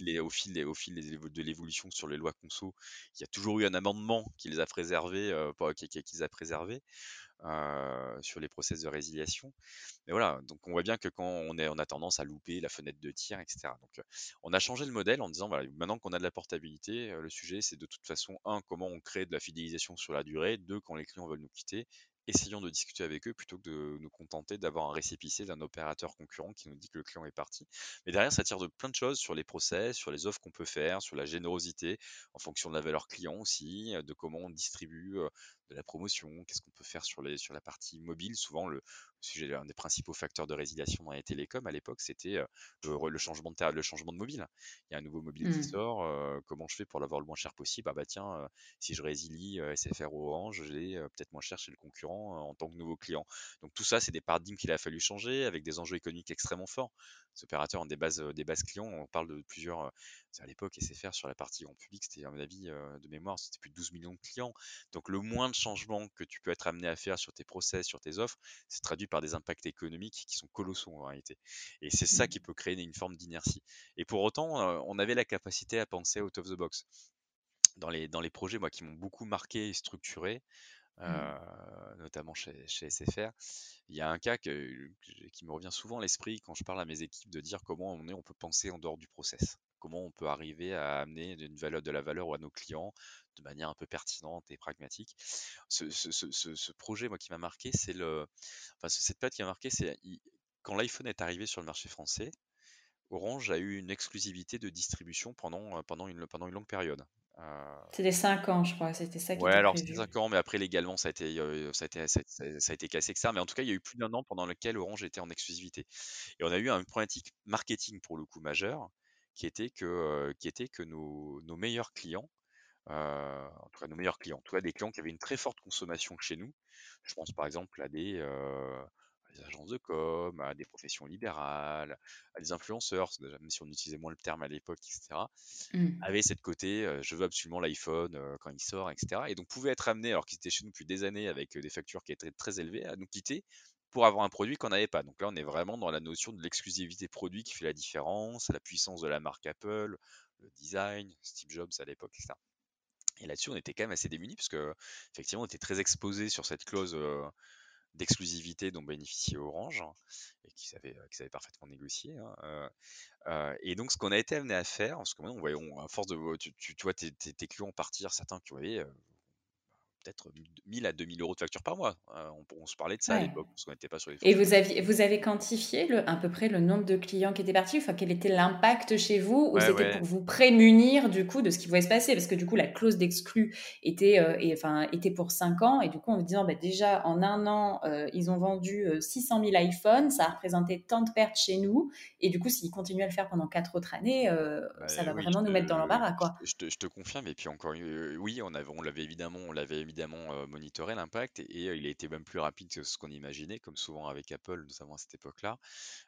Speaker 1: de l'évolution sur les lois conso, il y a toujours eu un amendement qui les a préservés, qui les a préservés. sur les process de résiliation. Mais voilà, donc on voit bien que quand on a tendance à louper la fenêtre de tir, etc. Donc on a changé le modèle en disant, voilà, maintenant qu'on a de la portabilité, le sujet c'est de toute façon, un, comment on crée de la fidélisation sur la durée, deux, quand les clients veulent nous quitter, essayons de discuter avec eux plutôt que de nous contenter d'avoir un récépissé d'un opérateur concurrent qui nous dit que le client est parti. Mais derrière, ça tire de plein de choses sur les process, sur les offres qu'on peut faire, sur la générosité, en fonction de la valeur client aussi, de comment on distribue de la promotion, qu'est-ce qu'on peut faire sur la partie mobile. Souvent, le sujet, un des principaux facteurs de résiliation dans les télécoms à l'époque, c'était le changement de mobile. Il y a un nouveau mobile qui
Speaker 2: Mmh.
Speaker 1: sort, comment je fais pour l'avoir le moins cher possible? Ah bah tiens, si je résilie SFR ou Orange, je l'ai peut-être moins cher chez le concurrent en tant que nouveau client. Donc tout ça, c'est des paradigmes qu'il a fallu changer avec des enjeux économiques extrêmement forts. Les opérateurs ont des bases clients, on parle de plusieurs, à l'époque SFR sur la partie grand public, c'était à mon avis de mémoire, c'était plus de 12 millions de clients. Donc le moins de changements que tu peux être amené à faire sur tes process, sur tes offres, c'est traduit par des impacts économiques qui sont colossaux en réalité. Et c'est ça qui
Speaker 2: Mmh.
Speaker 1: peut créer une forme d'inertie. Et pour autant, on avait la capacité à penser out of the box. Dans les projets moi, qui m'ont beaucoup marqué et structuré,
Speaker 2: Mmh.
Speaker 1: notamment chez SFR, il y a un cas qui me revient souvent à l'esprit quand je parle à mes équipes de dire comment on peut penser en dehors du process. Comment on peut arriver à amener de la valeur à nos clients de manière un peu pertinente et pragmatique. Ce projet, moi, qui m'a marqué, cette période qui m'a marqué, quand l'iPhone est arrivé sur le marché français, Orange a eu une exclusivité de distribution pendant une longue période. Euh,
Speaker 2: C'était 5 ans, je crois, c'était ça qui
Speaker 1: Ouais,
Speaker 2: était
Speaker 1: alors c'était
Speaker 2: prévu.
Speaker 1: 5 ans, mais après légalement ça a été cassé que ça. Mais en tout cas, il y a eu plus d'un an pendant lequel Orange était en exclusivité. Et on a eu une problématique marketing pour le coup majeure, qui était que nos meilleurs clients, en tout cas nos meilleurs clients, en tout cas des clients qui avaient une très forte consommation chez nous. Je pense par exemple à des agences de com, à des professions libérales, à des influenceurs, déjà, même si on utilisait moins le terme à l'époque, etc.,
Speaker 2: Mmh.
Speaker 1: avait cette côté, je veux absolument l'iPhone quand il sort, etc. Et donc pouvait être amené, alors qu'ils étaient chez nous depuis des années avec des factures qui étaient très élevées, à nous quitter pour avoir un produit qu'on n'avait pas. Donc là, on est vraiment dans la notion de l'exclusivité produit qui fait la différence, la puissance de la marque Apple, le design, Steve Jobs à l'époque, etc. Et là-dessus, on était quand même assez démunis parce que effectivement, on était très exposé sur cette clause d'exclusivité dont bénéficiait Orange et qu'ils avaient parfaitement négocié, hein. Et donc, ce qu'on a été amené à faire, parce que maintenant, à force tu vois tes clients partir, certains qui avaient peut-être 1000 à 2000 euros de facture par mois. On se parlait de ça à
Speaker 2: Ouais.
Speaker 1: l'époque, parce qu'on n'était pas sur les
Speaker 2: Et
Speaker 1: fourchettes.
Speaker 2: vous avez quantifié à peu près le nombre de clients qui étaient partis? Enfin, quel était l'impact chez vous? Ou
Speaker 1: Ouais,
Speaker 2: c'était
Speaker 1: ouais.
Speaker 2: pour vous prémunir du coup de ce qui pouvait se passer? Parce que du coup, la clause d'exclus était pour 5 ans. Et du coup, en vous disant, bah, déjà, en un an, ils ont vendu 600 000 iPhones, ça a représenté tant de pertes chez nous. Et du coup, s'ils continuent à le faire pendant 4 autres années,
Speaker 1: Bah,
Speaker 2: ça va
Speaker 1: oui,
Speaker 2: vraiment nous mettre dans l'embarras, quoi.
Speaker 1: je te confirme. Et puis encore, oui, on l'avait évidemment monitoré l'impact, et il a été même plus rapide que ce qu'on imaginait, comme souvent avec Apple, notamment à cette époque-là.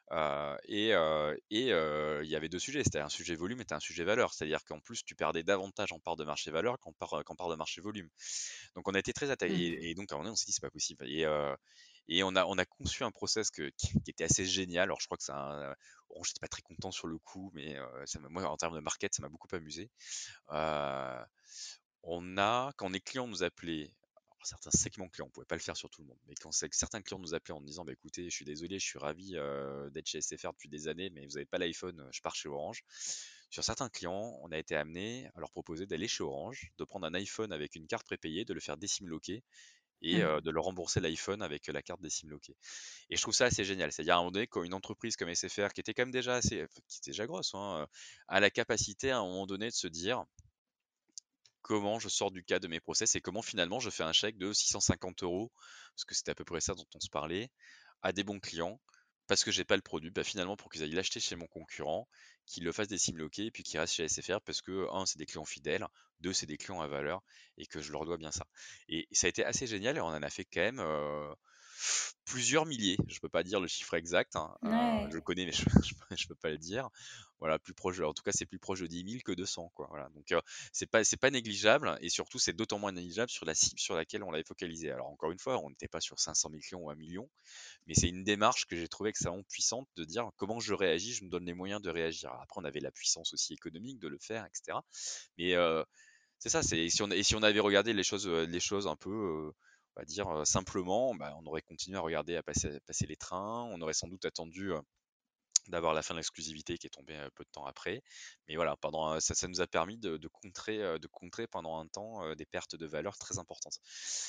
Speaker 1: Il y avait deux sujets, c'était un sujet volume et un sujet valeur. C'est-à-dire qu'en plus, tu perdais davantage en part de marché valeur qu'en part de marché volume. Donc on a été très attaqué,
Speaker 2: Mmh.
Speaker 1: et donc à un moment donné, on s'est dit c'est pas possible. Et on a conçu un process qui était assez génial. Alors je crois que Orange n'était pas très content sur le coup, mais moi en termes de market, ça m'a beaucoup amusé. Euh, quand les clients nous appelaient, alors certains segments clients, on pouvait pas le faire sur tout le monde, mais quand certains clients nous appelaient en nous disant, bah écoutez, je suis désolé, je suis ravi d'être chez SFR depuis des années, mais vous n'avez pas l'iPhone, je pars chez Orange. Sur certains clients, on a été amené à leur proposer d'aller chez Orange, de prendre un iPhone avec une carte prépayée, de le faire décimloquer et
Speaker 2: Mmh.
Speaker 1: de leur rembourser l'iPhone avec la carte décimloquée. Et je trouve ça assez génial. C'est-à-dire à un moment donné, quand une entreprise comme SFR, qui était quand même déjà qui était déjà grosse, hein, a la capacité à un moment donné de se dire comment je sors du cadre de mes process et comment finalement je fais un chèque de 650 euros, parce que c'était à peu près ça dont on se parlait, à des bons clients, parce que j'ai pas le produit, bah finalement pour qu'ils aillent l'acheter chez mon concurrent, qu'ils le fassent des simloqués et puis qu'ils restent chez SFR parce que, un, c'est des clients fidèles, deux, c'est des clients à valeur et que je leur dois bien ça. Et ça a été assez génial et on en a fait quand même plusieurs milliers. Je peux pas dire le chiffre exact, hein, je
Speaker 2: Ouais.
Speaker 1: le connais mais je peux pas le dire. Voilà, en tout cas c'est plus proche de 10 000 que 200 quoi. Voilà, donc c'est pas négligeable et surtout c'est d'autant moins négligeable sur la cible sur laquelle on l'avait focalisé. Alors encore une fois, on n'était pas sur 500 000 clients ou 1 million, mais c'est une démarche que j'ai trouvé extrêmement puissante de dire comment je réagis, je me donne les moyens de réagir. Alors après, on avait la puissance aussi économique de le faire, etc. Mais c'est ça, et si on avait regardé les choses un peu on va dire, simplement, bah, on aurait continué à regarder à passer les trains, on aurait sans doute attendu, d'avoir la fin de l'exclusivité qui est tombée, peu de temps après. Mais voilà, pendant, ça nous a permis de contrer pendant un temps, des pertes de valeur très importantes.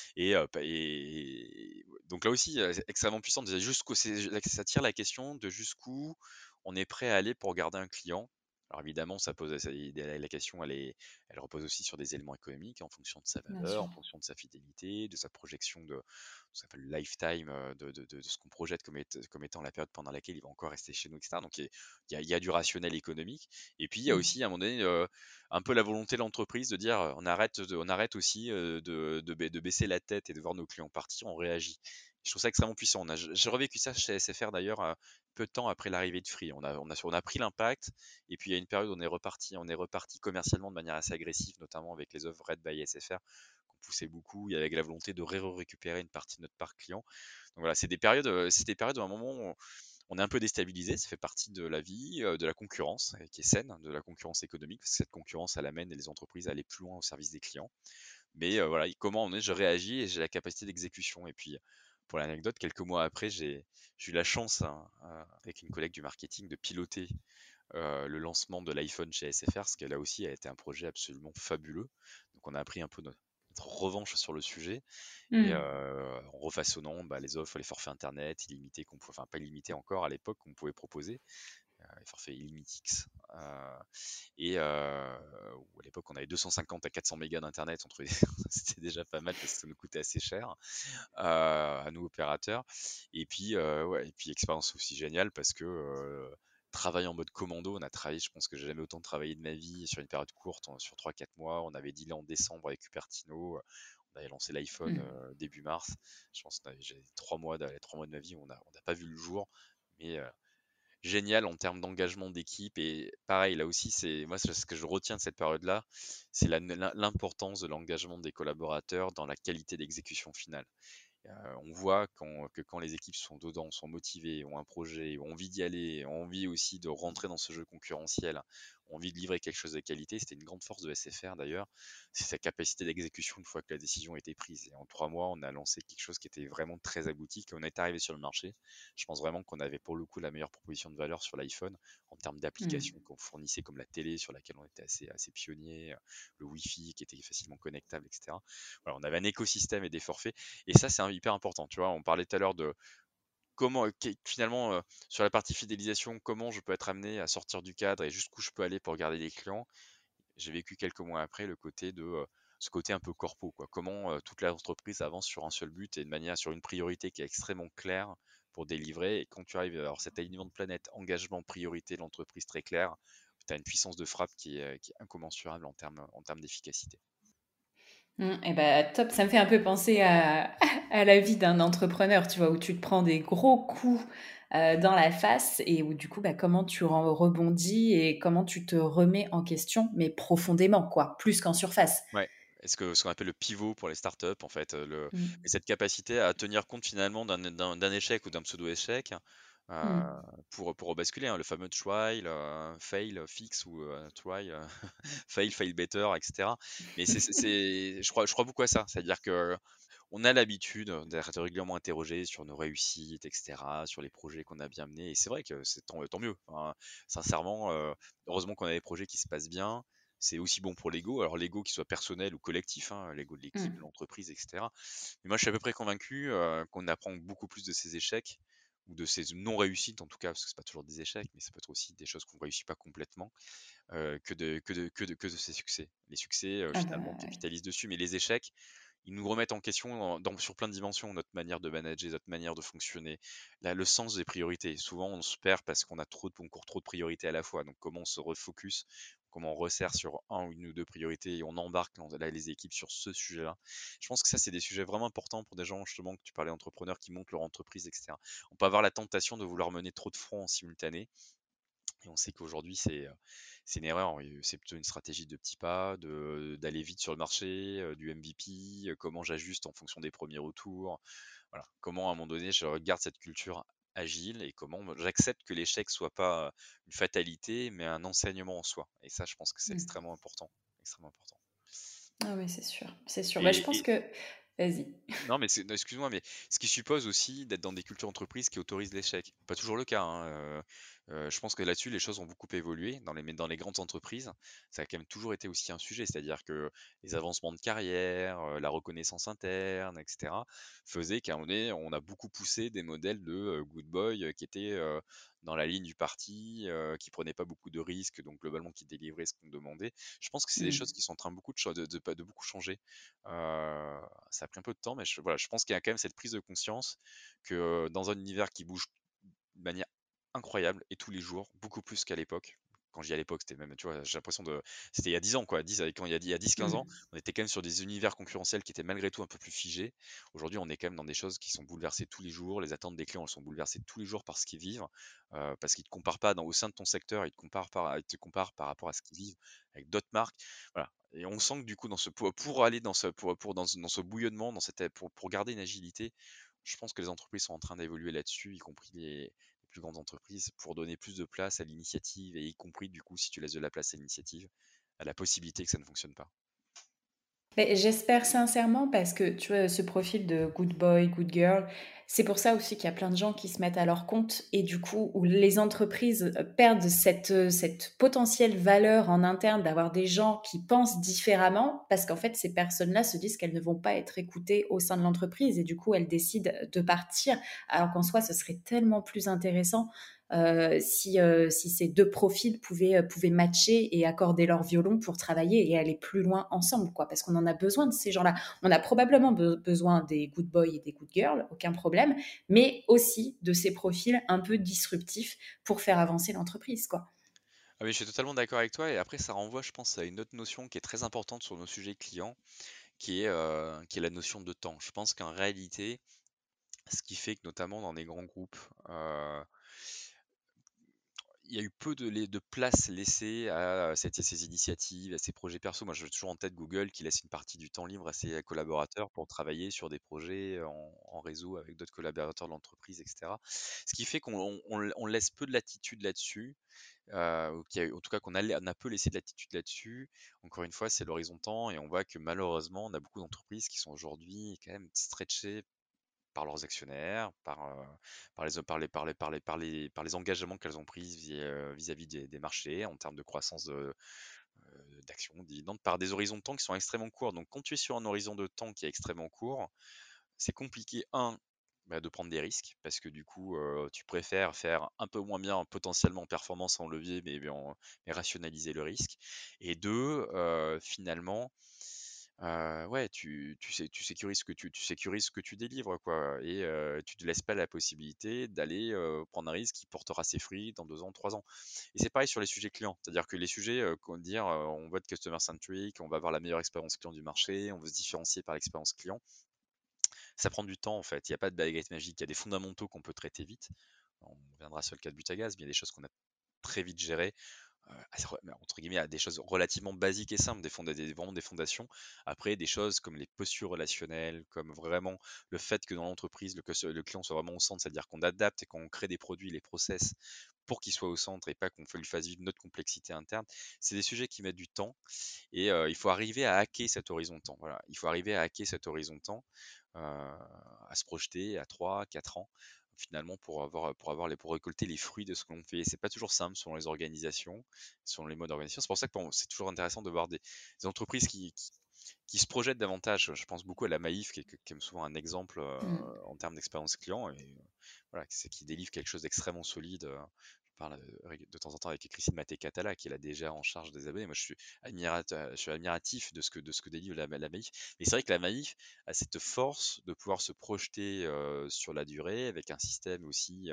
Speaker 1: Et donc là aussi, c'est extrêmement puissant de jusqu'où ça tire la question de jusqu'où on est prêt à aller pour garder un client. Alors évidemment, ça pose la question, elle repose aussi sur des éléments économiques en fonction de sa
Speaker 2: Bien
Speaker 1: valeur,
Speaker 2: sûr.
Speaker 1: en fonction de sa fidélité, de sa projection de ce qu'on appelle le lifetime, de ce qu'on projette comme étant la période pendant laquelle il va encore rester chez nous, etc. Donc il y a du rationnel économique. Et puis il y a
Speaker 2: Mmh.
Speaker 1: aussi à un moment donné, un peu la volonté de l'entreprise de dire, on arrête aussi, de baisser la tête et de voir nos clients partir, on réagit. Je trouve ça extrêmement puissant. J'ai revécu ça chez SFR d'ailleurs, peu de temps après l'arrivée de Free. On a pris l'impact et puis il y a une période où on est reparti commercialement de manière assez agressive, notamment avec les offres Red by SFR qu'on poussait beaucoup et avec la volonté de récupérer une partie de notre parc client. Donc voilà, c'est des périodes où à un moment on est un peu déstabilisé, ça fait partie de la vie, de la concurrence qui est saine, de la concurrence économique, parce que cette concurrence, elle amène les entreprises à aller plus loin au service des clients. Mais voilà, comment je réagis et j'ai la capacité d'exécution. Et puis, pour l'anecdote, quelques mois après, j'ai eu la chance, hein, avec une collègue du marketing, de piloter le lancement de l'iPhone chez SFR, ce qui là aussi a été un projet absolument fabuleux. Donc on a pris un peu notre revanche sur le sujet et
Speaker 2: Mmh.
Speaker 1: en refaçonnant les offres, les forfaits internet illimités enfin pas illimités encore à l'époque qu'on pouvait proposer, les forfaits illimitix. Où à l'époque on avait 250 à 400 mégas d'internet entre les c'était déjà pas mal parce que ça nous coûtait assez cher à nous opérateurs. Et puis ouais, et puis expérience aussi géniale parce que travail en mode commando, on a travaillé, je pense que j'ai jamais autant travaillé de ma vie sur une période courte, sur 3-4 mois. On avait dealé en décembre avec Cupertino, on avait lancé l'iPhone
Speaker 2: Mmh.
Speaker 1: début mars. Je pense que j'ai 3 mois de ma vie où on n'a pas vu le jour, mais génial en termes d'engagement d'équipe. Et pareil, là aussi, c'est moi ce que je retiens de cette période-là, c'est l'importance de l'engagement des collaborateurs dans la qualité d'exécution finale. On voit que quand les équipes sont dedans, sont motivées, ont un projet, ont envie d'y aller, ont envie aussi de rentrer dans ce jeu concurrentiel, ont envie de livrer quelque chose de qualité. C'était une grande force de SFR d'ailleurs, c'est sa capacité d'exécution une fois que la décision a été prise. Et en 3 mois, on a lancé quelque chose qui était vraiment très abouti, qu'on est arrivé sur le marché. Je pense vraiment qu'on avait pour le coup la meilleure proposition de valeur sur l'iPhone en termes
Speaker 2: Mmh.
Speaker 1: d'applications qu'on fournissait, comme la télé sur laquelle on était assez pionnier, le Wi-Fi qui était facilement connectable, etc. Voilà, on avait un écosystème et des forfaits. Et ça, c'est hyper important. Tu vois, on parlait tout à l'heure de comment, finalement, sur la partie fidélisation, comment je peux être amené à sortir du cadre et jusqu'où je peux aller pour garder les clients. J'ai vécu quelques mois après ce côté un peu corpo, quoi. Comment toute l'entreprise avance sur un seul but et de manière sur une priorité qui est extrêmement claire pour délivrer. Et quand tu arrives, alors cet alignement de planète, engagement, priorité de l'entreprise très clair, tu as une puissance de frappe qui est incommensurable en termes d'efficacité.
Speaker 2: Mmh et bah, top, ça me fait un peu penser à à la vie d'un entrepreneur, tu vois? Où tu te prends des gros coups, dans la face et où du coup, bah, comment tu rebondis et comment tu te remets en question, mais profondément quoi, plus qu'en surface.
Speaker 1: Ouais, ce qu'on appelle le pivot pour les startups, en fait, et
Speaker 2: Mmh.
Speaker 1: cette capacité à tenir compte finalement d'un échec ou d'un pseudo-échec, heu,
Speaker 2: Mmh.
Speaker 1: pour rebasculer, hein, le fameux try, fail, fix ou try, fail, fail better, et cetera. Mais je crois beaucoup à ça. C'est-à-dire que on a l'habitude d'être régulièrement interrogé sur nos réussites, et cetera, sur les projets qu'on a bien menés. Et c'est vrai que c'est tant mieux. Enfin, sincèrement, heureusement qu'on a des projets qui se passent bien. C'est aussi bon pour l'ego. Alors l'ego qui soit personnel ou collectif, hein, l'ego de l'équipe, de
Speaker 2: Mmh.
Speaker 1: l'entreprise, etc. Mais moi, je suis à peu près convaincu qu'on apprend beaucoup plus de ces échecs ou de ces non-réussites en tout cas, parce que c'est pas toujours des échecs, mais ça peut être aussi des choses qu'on ne réussit pas complètement, que de ces succès. Les succès,
Speaker 2: Ah
Speaker 1: finalement, on
Speaker 2: bah, ouais.
Speaker 1: capitalise dessus, mais les échecs, ils nous remettent en question sur plein de dimensions, notre manière de manager, notre manière de fonctionner, le sens des priorités. Souvent, on se perd parce on court trop de priorités à la fois. Donc, comment on se refocus, comment on resserre sur un ou une ou deux priorités et on embarque les équipes sur ce sujet-là. Je pense que ça, c'est des sujets vraiment importants pour des gens, justement, que tu parlais d'entrepreneurs qui montent leur entreprise, etc. On peut avoir la tentation de vouloir mener trop de fronts en simultané. Et on sait qu'aujourd'hui, c'est une erreur. C'est plutôt une stratégie de petits pas, d'aller vite sur le marché, du MVP, comment j'ajuste en fonction des premiers retours. Voilà. Comment, à un moment donné, je regarde cette culture agile et comment j'accepte que l'échec soit pas une fatalité, mais un enseignement en soi. Et ça, je pense que c'est
Speaker 2: Mmh.
Speaker 1: extrêmement important. Extrêmement important.
Speaker 2: Ah oui, c'est sûr, c'est sûr. Bah, je
Speaker 1: Et,
Speaker 2: pense
Speaker 1: et-
Speaker 2: que Vas-y.
Speaker 1: Non, mais non, excuse-moi, mais ce qui suppose aussi d'être dans des cultures entreprises qui autorisent l'échec. Pas toujours le cas, hein, je pense que là-dessus, les choses ont beaucoup évolué mais dans les grandes entreprises, ça a quand même toujours été aussi un sujet. C'est-à-dire que les avancements de carrière, la reconnaissance interne, et cetera, faisaient qu'à un moment donné, on a beaucoup poussé des modèles de, good boy, qui étaient, dans la ligne du parti, qui prenaient pas beaucoup de risques, donc globalement qui délivraient ce qu'on demandait. Je pense que c'est des choses
Speaker 2: Mmh.
Speaker 1: qui sont en train beaucoup de beaucoup changer. Ça a pris un peu de temps, mais voilà, je pense qu'il y a quand même cette prise de conscience que dans un univers qui bouge de manière incroyable et tous les jours, beaucoup plus qu'à l'époque. Quand je dis à l'époque, c'était même, tu vois, j'ai l'impression de. C'était il y a 10 ans, quoi. 10, quand il y a 10-15 ans,
Speaker 2: Mmh.
Speaker 1: on était quand même sur des univers concurrentiels qui étaient malgré tout un peu plus figés. Aujourd'hui, on est quand même dans des choses qui sont bouleversées tous les jours. Les attentes des clients, elles sont bouleversées tous les jours par ce qu'ils vivent. Parce qu'ils ne te comparent pas au sein de ton secteur, ils te comparent par rapport à ce qu'ils vivent avec d'autres marques. Voilà. Et on sent que du coup, pour aller dans ce bouillonnement, pour garder une agilité, je pense que les entreprises sont en train d'évoluer là-dessus, y compris les plus grandes entreprises, pour donner plus de place à l'initiative, et y compris du coup, si tu laisses de la place à l'initiative, à la possibilité que ça ne fonctionne pas.
Speaker 2: Mais j'espère sincèrement parce que, tu vois, ce profil de good boy, good girl, c'est pour ça aussi qu'il y a plein de gens qui se mettent à leur compte et du coup, où les entreprises perdent cette potentielle valeur en interne d'avoir des gens qui pensent différemment parce qu'en fait, ces personnes-là se disent qu'elles ne vont pas être écoutées au sein de l'entreprise et du coup, elles décident de partir alors qu'en soi, ce serait tellement plus intéressant si ces deux profils pouvaient matcher et accorder leur violon pour travailler et aller plus loin ensemble, quoi. Parce qu'on en a besoin de ces gens-là. On a probablement besoin des good boys et des good girls, aucun problème, mais aussi de ces profils un peu disruptifs pour faire avancer l'entreprise, quoi.
Speaker 1: Ah oui, je suis totalement d'accord avec toi, et après ça renvoie, je pense, à une autre notion qui est très importante sur nos sujets clients, qui est la notion de temps. Je pense qu'en réalité, ce qui fait que notamment dans des grands groupes, il y a eu peu de place laissée à ces initiatives, à ces projets perso. Moi, j'ai toujours en tête Google qui laisse une partie du temps libre à ses collaborateurs pour travailler sur des projets en réseau avec d'autres collaborateurs de l'entreprise, etc. Ce qui fait qu'on laisse peu de latitude là-dessus, ou en tout cas on a peu laissé de latitude là-dessus. Encore une fois, c'est l'horizon temps, et on voit que malheureusement, on a beaucoup d'entreprises qui sont aujourd'hui quand même stretchées par leurs actionnaires, par les engagements qu'elles ont pris vis-à-vis des marchés en termes de croissance d'actions, de dividendes, par des horizons de temps qui sont extrêmement courts. Donc, quand tu es sur un horizon de temps qui est extrêmement court, c'est compliqué, de prendre des risques, parce que du coup, tu préfères faire un peu moins bien potentiellement en performance en levier, mais rationaliser le risque. Et deux, finalement, ouais, tu sécurises tu sécurises ce que tu délivres, quoi, et tu te laisses pas la possibilité d'aller, prendre un risque qui portera ses fruits dans 2 ans, 3 ans. Et c'est pareil sur les sujets clients. C'est-à-dire que les sujets, on veut être customer centric, on va avoir la meilleure expérience client du marché, on veut se différencier par l'expérience client. Ça prend du temps, en fait. Il y a pas de baguette magique. Il y a des fondamentaux qu'on peut traiter vite. On reviendra sur le cas de Butagaz, mais il y a des choses qu'on a très vite gérées, entre guillemets, à des choses relativement basiques et simples, vraiment des fondations. Après, des choses comme les postures relationnelles, comme vraiment le fait que dans l'entreprise, le client soit vraiment au centre, c'est-à-dire qu'on adapte et qu'on crée des produits, les process, pour qu'il soit au centre et pas qu'on lui fasse vivre notre complexité interne. C'est des sujets qui mettent du temps, et il faut arriver à hacker cet horizon de temps. Voilà, il faut arriver à hacker cet horizon de temps, à se projeter à 3, 4 ans finalement pour récolter les fruits de ce qu'on fait. C'est pas toujours simple selon les organisations, selon les modes d'organisation. C'est pour ça que c'est toujours intéressant de voir des entreprises qui se projettent davantage. Je pense beaucoup à la Maïf, qui est souvent un exemple
Speaker 2: Mm.
Speaker 1: en termes d'expérience client, et voilà, qui délivre quelque chose d'extrêmement solide. Je parle de temps en temps avec Christine Maté-Catala, qui est la DG en charge des abonnés. Moi, je suis admiratif de ce que délivre la Maïf. Mais c'est vrai que la Maïf a cette force de pouvoir se projeter sur la durée, avec un système aussi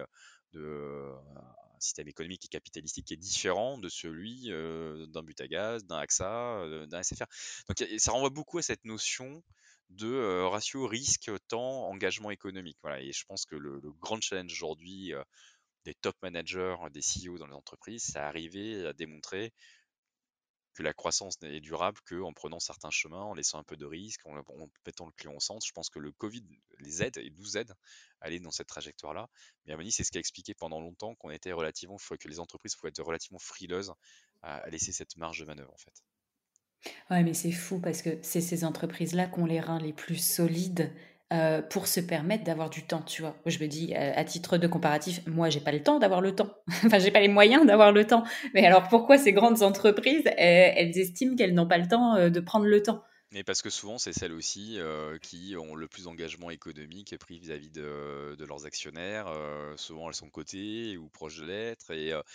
Speaker 1: un système économique et capitalistique qui est différent de celui d'un Butagaz, d'un AXA, d'un SFR. Donc ça renvoie beaucoup à cette notion de ratio risque, temps, engagement économique. Voilà. Et je pense que le grand challenge aujourd'hui des top managers, des CEO dans les entreprises, c'est arriver à démontrer que la croissance n'est durable qu'en prenant certains chemins, en laissant un peu de risque, en mettant le client au centre. Je pense que le Covid les aide et nous aide à aller dans cette trajectoire-là. Mais à mon avis, c'est ce qui a expliqué pendant longtemps que les entreprises pouvaient être relativement frileuses à laisser cette marge de manœuvre, en fait.
Speaker 2: Ouais, mais c'est fou parce que c'est ces entreprises-là qui ont les reins les plus solides, pour se permettre d'avoir du temps, tu vois? Je me dis, à titre de comparatif, moi, j'ai pas le temps d'avoir le temps. Enfin, j'ai pas les moyens d'avoir le temps. Mais alors pourquoi ces grandes entreprises, elles estiment qu'elles n'ont pas le temps, de prendre le temps?
Speaker 1: Mais parce que souvent, c'est celles aussi qui ont le plus d'engagement économique pris vis-à-vis de leurs actionnaires. Souvent, elles sont cotées ou proches de l'être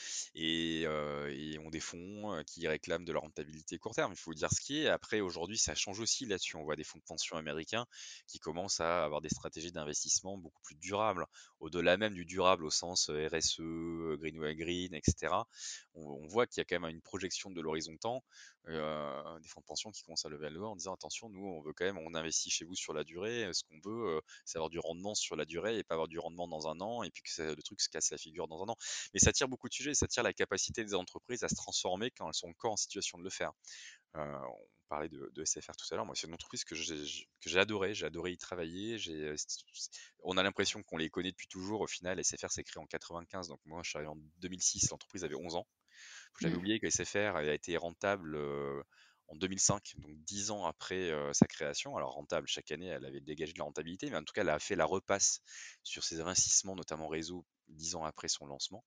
Speaker 1: et ont des fonds qui réclament de la rentabilité court terme. Il faut dire ce qui est. Après, aujourd'hui, ça change aussi là-dessus. On voit des fonds de pension américains qui commencent à avoir des stratégies d'investissement beaucoup plus durables, au-delà même du durable au sens RSE, Green, Green, etc. On voit qu'il y a quand même une projection de l'horizon temps des fonds de pension qui commencent à lever le doigt en disant attention, nous on veut quand même, on investit chez vous sur la durée. Ce qu'on veut, c'est avoir du rendement sur la durée et pas avoir du rendement dans un an et puis que le truc se casse la figure dans un an. Mais ça tire beaucoup de sujets, ça tire la capacité des entreprises à se transformer quand elles sont encore en situation de le faire. On parlait de SFR tout à l'heure. Moi, c'est une entreprise que j'ai adoré. J'ai adoré y travailler. On a l'impression qu'on les connaît depuis toujours. Au final, SFR s'est créé en 95. Donc, moi, je suis arrivé en 2006. L'entreprise avait 11 ans. J'avais
Speaker 2: Mmh.
Speaker 1: oublié que SFR a été rentable en 2005, donc 10 ans après sa création. Alors rentable, chaque année, elle avait dégagé de la rentabilité, mais en tout cas, elle a fait la repasse sur ses investissements, notamment réseau, 10 ans après son lancement.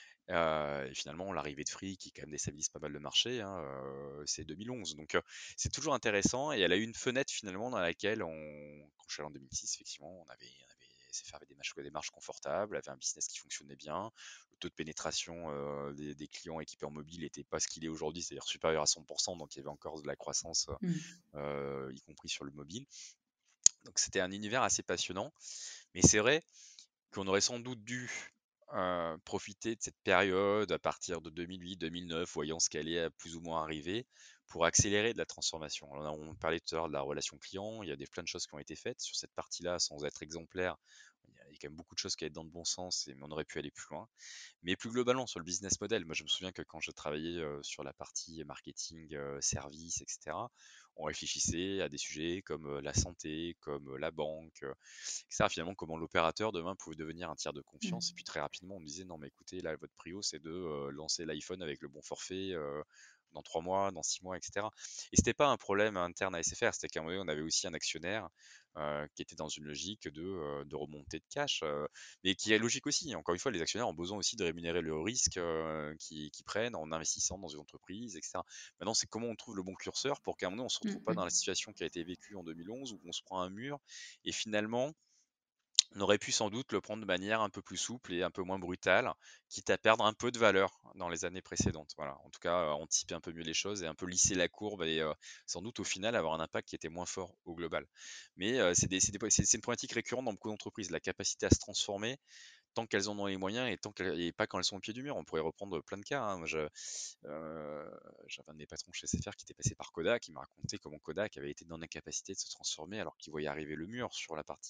Speaker 1: Et finalement, l'arrivée de Free, qui quand même déstabilise pas mal le marché, hein, c'est 2011. Donc c'est toujours intéressant, et elle a eu une fenêtre finalement dans laquelle, quand je suis allé en 2006, effectivement, SFR avait des marges confortables, avait un business qui fonctionnait bien, le taux de pénétration des clients équipés en mobile n'était pas ce qu'il est aujourd'hui, c'est-à-dire supérieur à 100%, donc il y avait encore de la croissance,
Speaker 2: Mmh.
Speaker 1: y compris sur le mobile. Donc c'était un univers assez passionnant, mais c'est vrai qu'on aurait sans doute dû profiter de cette période à partir de 2008-2009, voyant ce qu'elle est plus ou moins arriver, pour accélérer de la transformation. Alors, on parlait tout à l'heure de la relation client, il y a plein de choses qui ont été faites sur cette partie-là sans être exemplaire. Il y a quand même beaucoup de choses qui allaient dans le bon sens, mais on aurait pu aller plus loin. Mais plus globalement, sur le business model, moi je me souviens que quand je travaillais sur la partie marketing, service, etc., on réfléchissait à des sujets comme la santé, comme la banque, etc. Finalement, comment l'opérateur demain pouvait devenir un tiers de confiance. Et
Speaker 2: Mmh.
Speaker 1: puis très rapidement, on me disait non, mais écoutez, là, votre prio, c'est de lancer l'iPhone avec le bon forfait dans 3 mois, dans 6 mois, etc. Et c'était pas un problème interne à SFR, c'était qu'à un moment donné, on avait aussi un actionnaire qui était dans une logique de remontée de cash, mais qui est logique aussi. Encore une fois, les actionnaires ont besoin aussi de rémunérer le risque qu'ils prennent en investissant dans une entreprise, etc. Maintenant, c'est comment on trouve le bon curseur pour qu'à un moment donné, on ne se retrouve
Speaker 2: Mmh
Speaker 1: pas dans la
Speaker 2: mh.
Speaker 1: situation qui a été vécue en 2011 où on se prend un mur et finalement, on aurait pu sans doute le prendre de manière un peu plus souple et un peu moins brutale, quitte à perdre un peu de valeur dans les années précédentes. Voilà. En tout cas, anticiper un peu mieux les choses et un peu lisser la courbe et sans doute au final avoir un impact qui était moins fort au global. Mais c'est une problématique récurrente dans beaucoup d'entreprises, la capacité à se transformer tant qu'elles en ont les moyens et pas quand elles sont au pied du mur. On pourrait reprendre plein de cas, hein. J'avais un de mes patrons chez SFR qui était passé par Kodak, qui m'a raconté comment Kodak avait été dans l'incapacité de se transformer alors qu'il voyait arriver le mur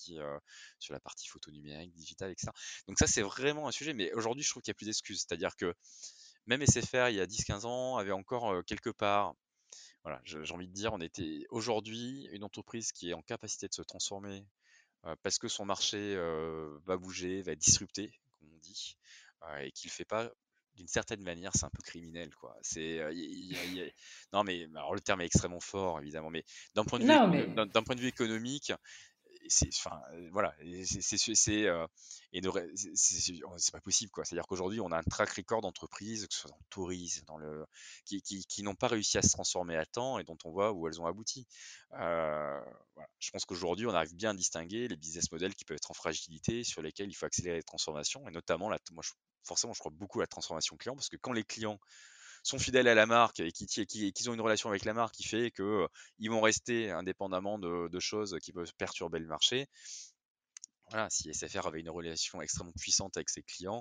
Speaker 1: sur la partie photo numérique, digitale, etc. Donc ça, c'est vraiment un sujet. Mais aujourd'hui, je trouve qu'il y a plus d'excuses. C'est-à-dire que même SFR, il y a 10-15 ans, avait encore quelque part, voilà, j'ai envie de dire, on était aujourd'hui une entreprise qui est en capacité de se transformer parce que son marché va bouger, va être disrupté, comme on dit, et qu'il ne fait pas d'une certaine manière, c'est un peu criminel, quoi. Non, mais alors le terme est extrêmement fort, évidemment, mais
Speaker 2: Non, mais
Speaker 1: d'un point de vue économique, enfin, voilà, et c'est pas possible, quoi. C'est-à-dire qu'aujourd'hui, on a un track record d'entreprises, que ce soit dans le tourisme, qui n'ont pas réussi à se transformer à temps et dont on voit où elles ont abouti. Voilà. Je pense qu'aujourd'hui, on arrive bien à distinguer les business models qui peuvent être en fragilité, sur lesquels il faut accélérer les transformations, et notamment, forcément, je crois beaucoup à la transformation client, parce que quand les clients sont fidèles à la marque et qu'ils ont une relation avec la marque qui fait que ils vont rester indépendamment de choses qui peuvent perturber le marché. Voilà, si SFR avait une relation extrêmement puissante avec ses clients,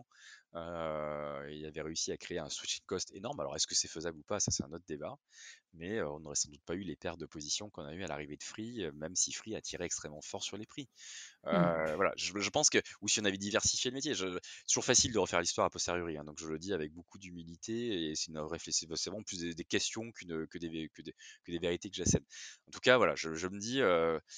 Speaker 1: il avait réussi à créer un switching cost énorme. Alors, est-ce que c'est faisable ou pas? Ça, c'est un autre débat. Mais on n'aurait sans doute pas eu les pertes de position qu'on a eu à l'arrivée de Free, même si Free a tiré extrêmement fort sur les prix.
Speaker 2: mmh.
Speaker 1: Voilà, je pense que, ou si on avait diversifié le métier, c'est toujours facile de refaire l'histoire a posteriori, hein, donc je le dis avec beaucoup d'humilité et c'est une réflexion, c'est vraiment plus des questions que des vérités que j'assène. En tout cas, voilà, je me dis,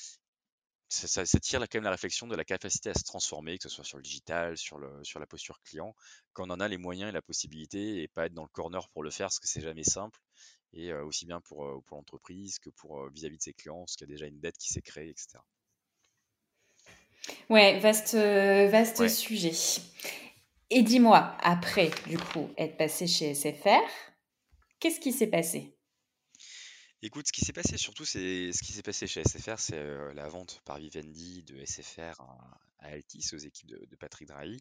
Speaker 1: ça tire quand même la réflexion de la capacité à se transformer, que ce soit sur le digital, sur la posture client, quand on en a les moyens et la possibilité, et pas être dans le corner pour le faire, parce que c'est jamais simple. et aussi bien pour l'entreprise que pour vis-à-vis de ses clients, parce qu'il y a déjà une dette qui s'est créée, etc.
Speaker 2: Ouais, vaste
Speaker 1: Ouais.
Speaker 2: sujet. Et dis-moi, après, du coup, être passé chez SFR, qu'est-ce qui s'est passé?
Speaker 1: Écoute, ce qui s'est passé surtout, c'est ce qui s'est passé chez SFR, c'est la vente par Vivendi de SFR à Altis, aux équipes de Patrick Drahi.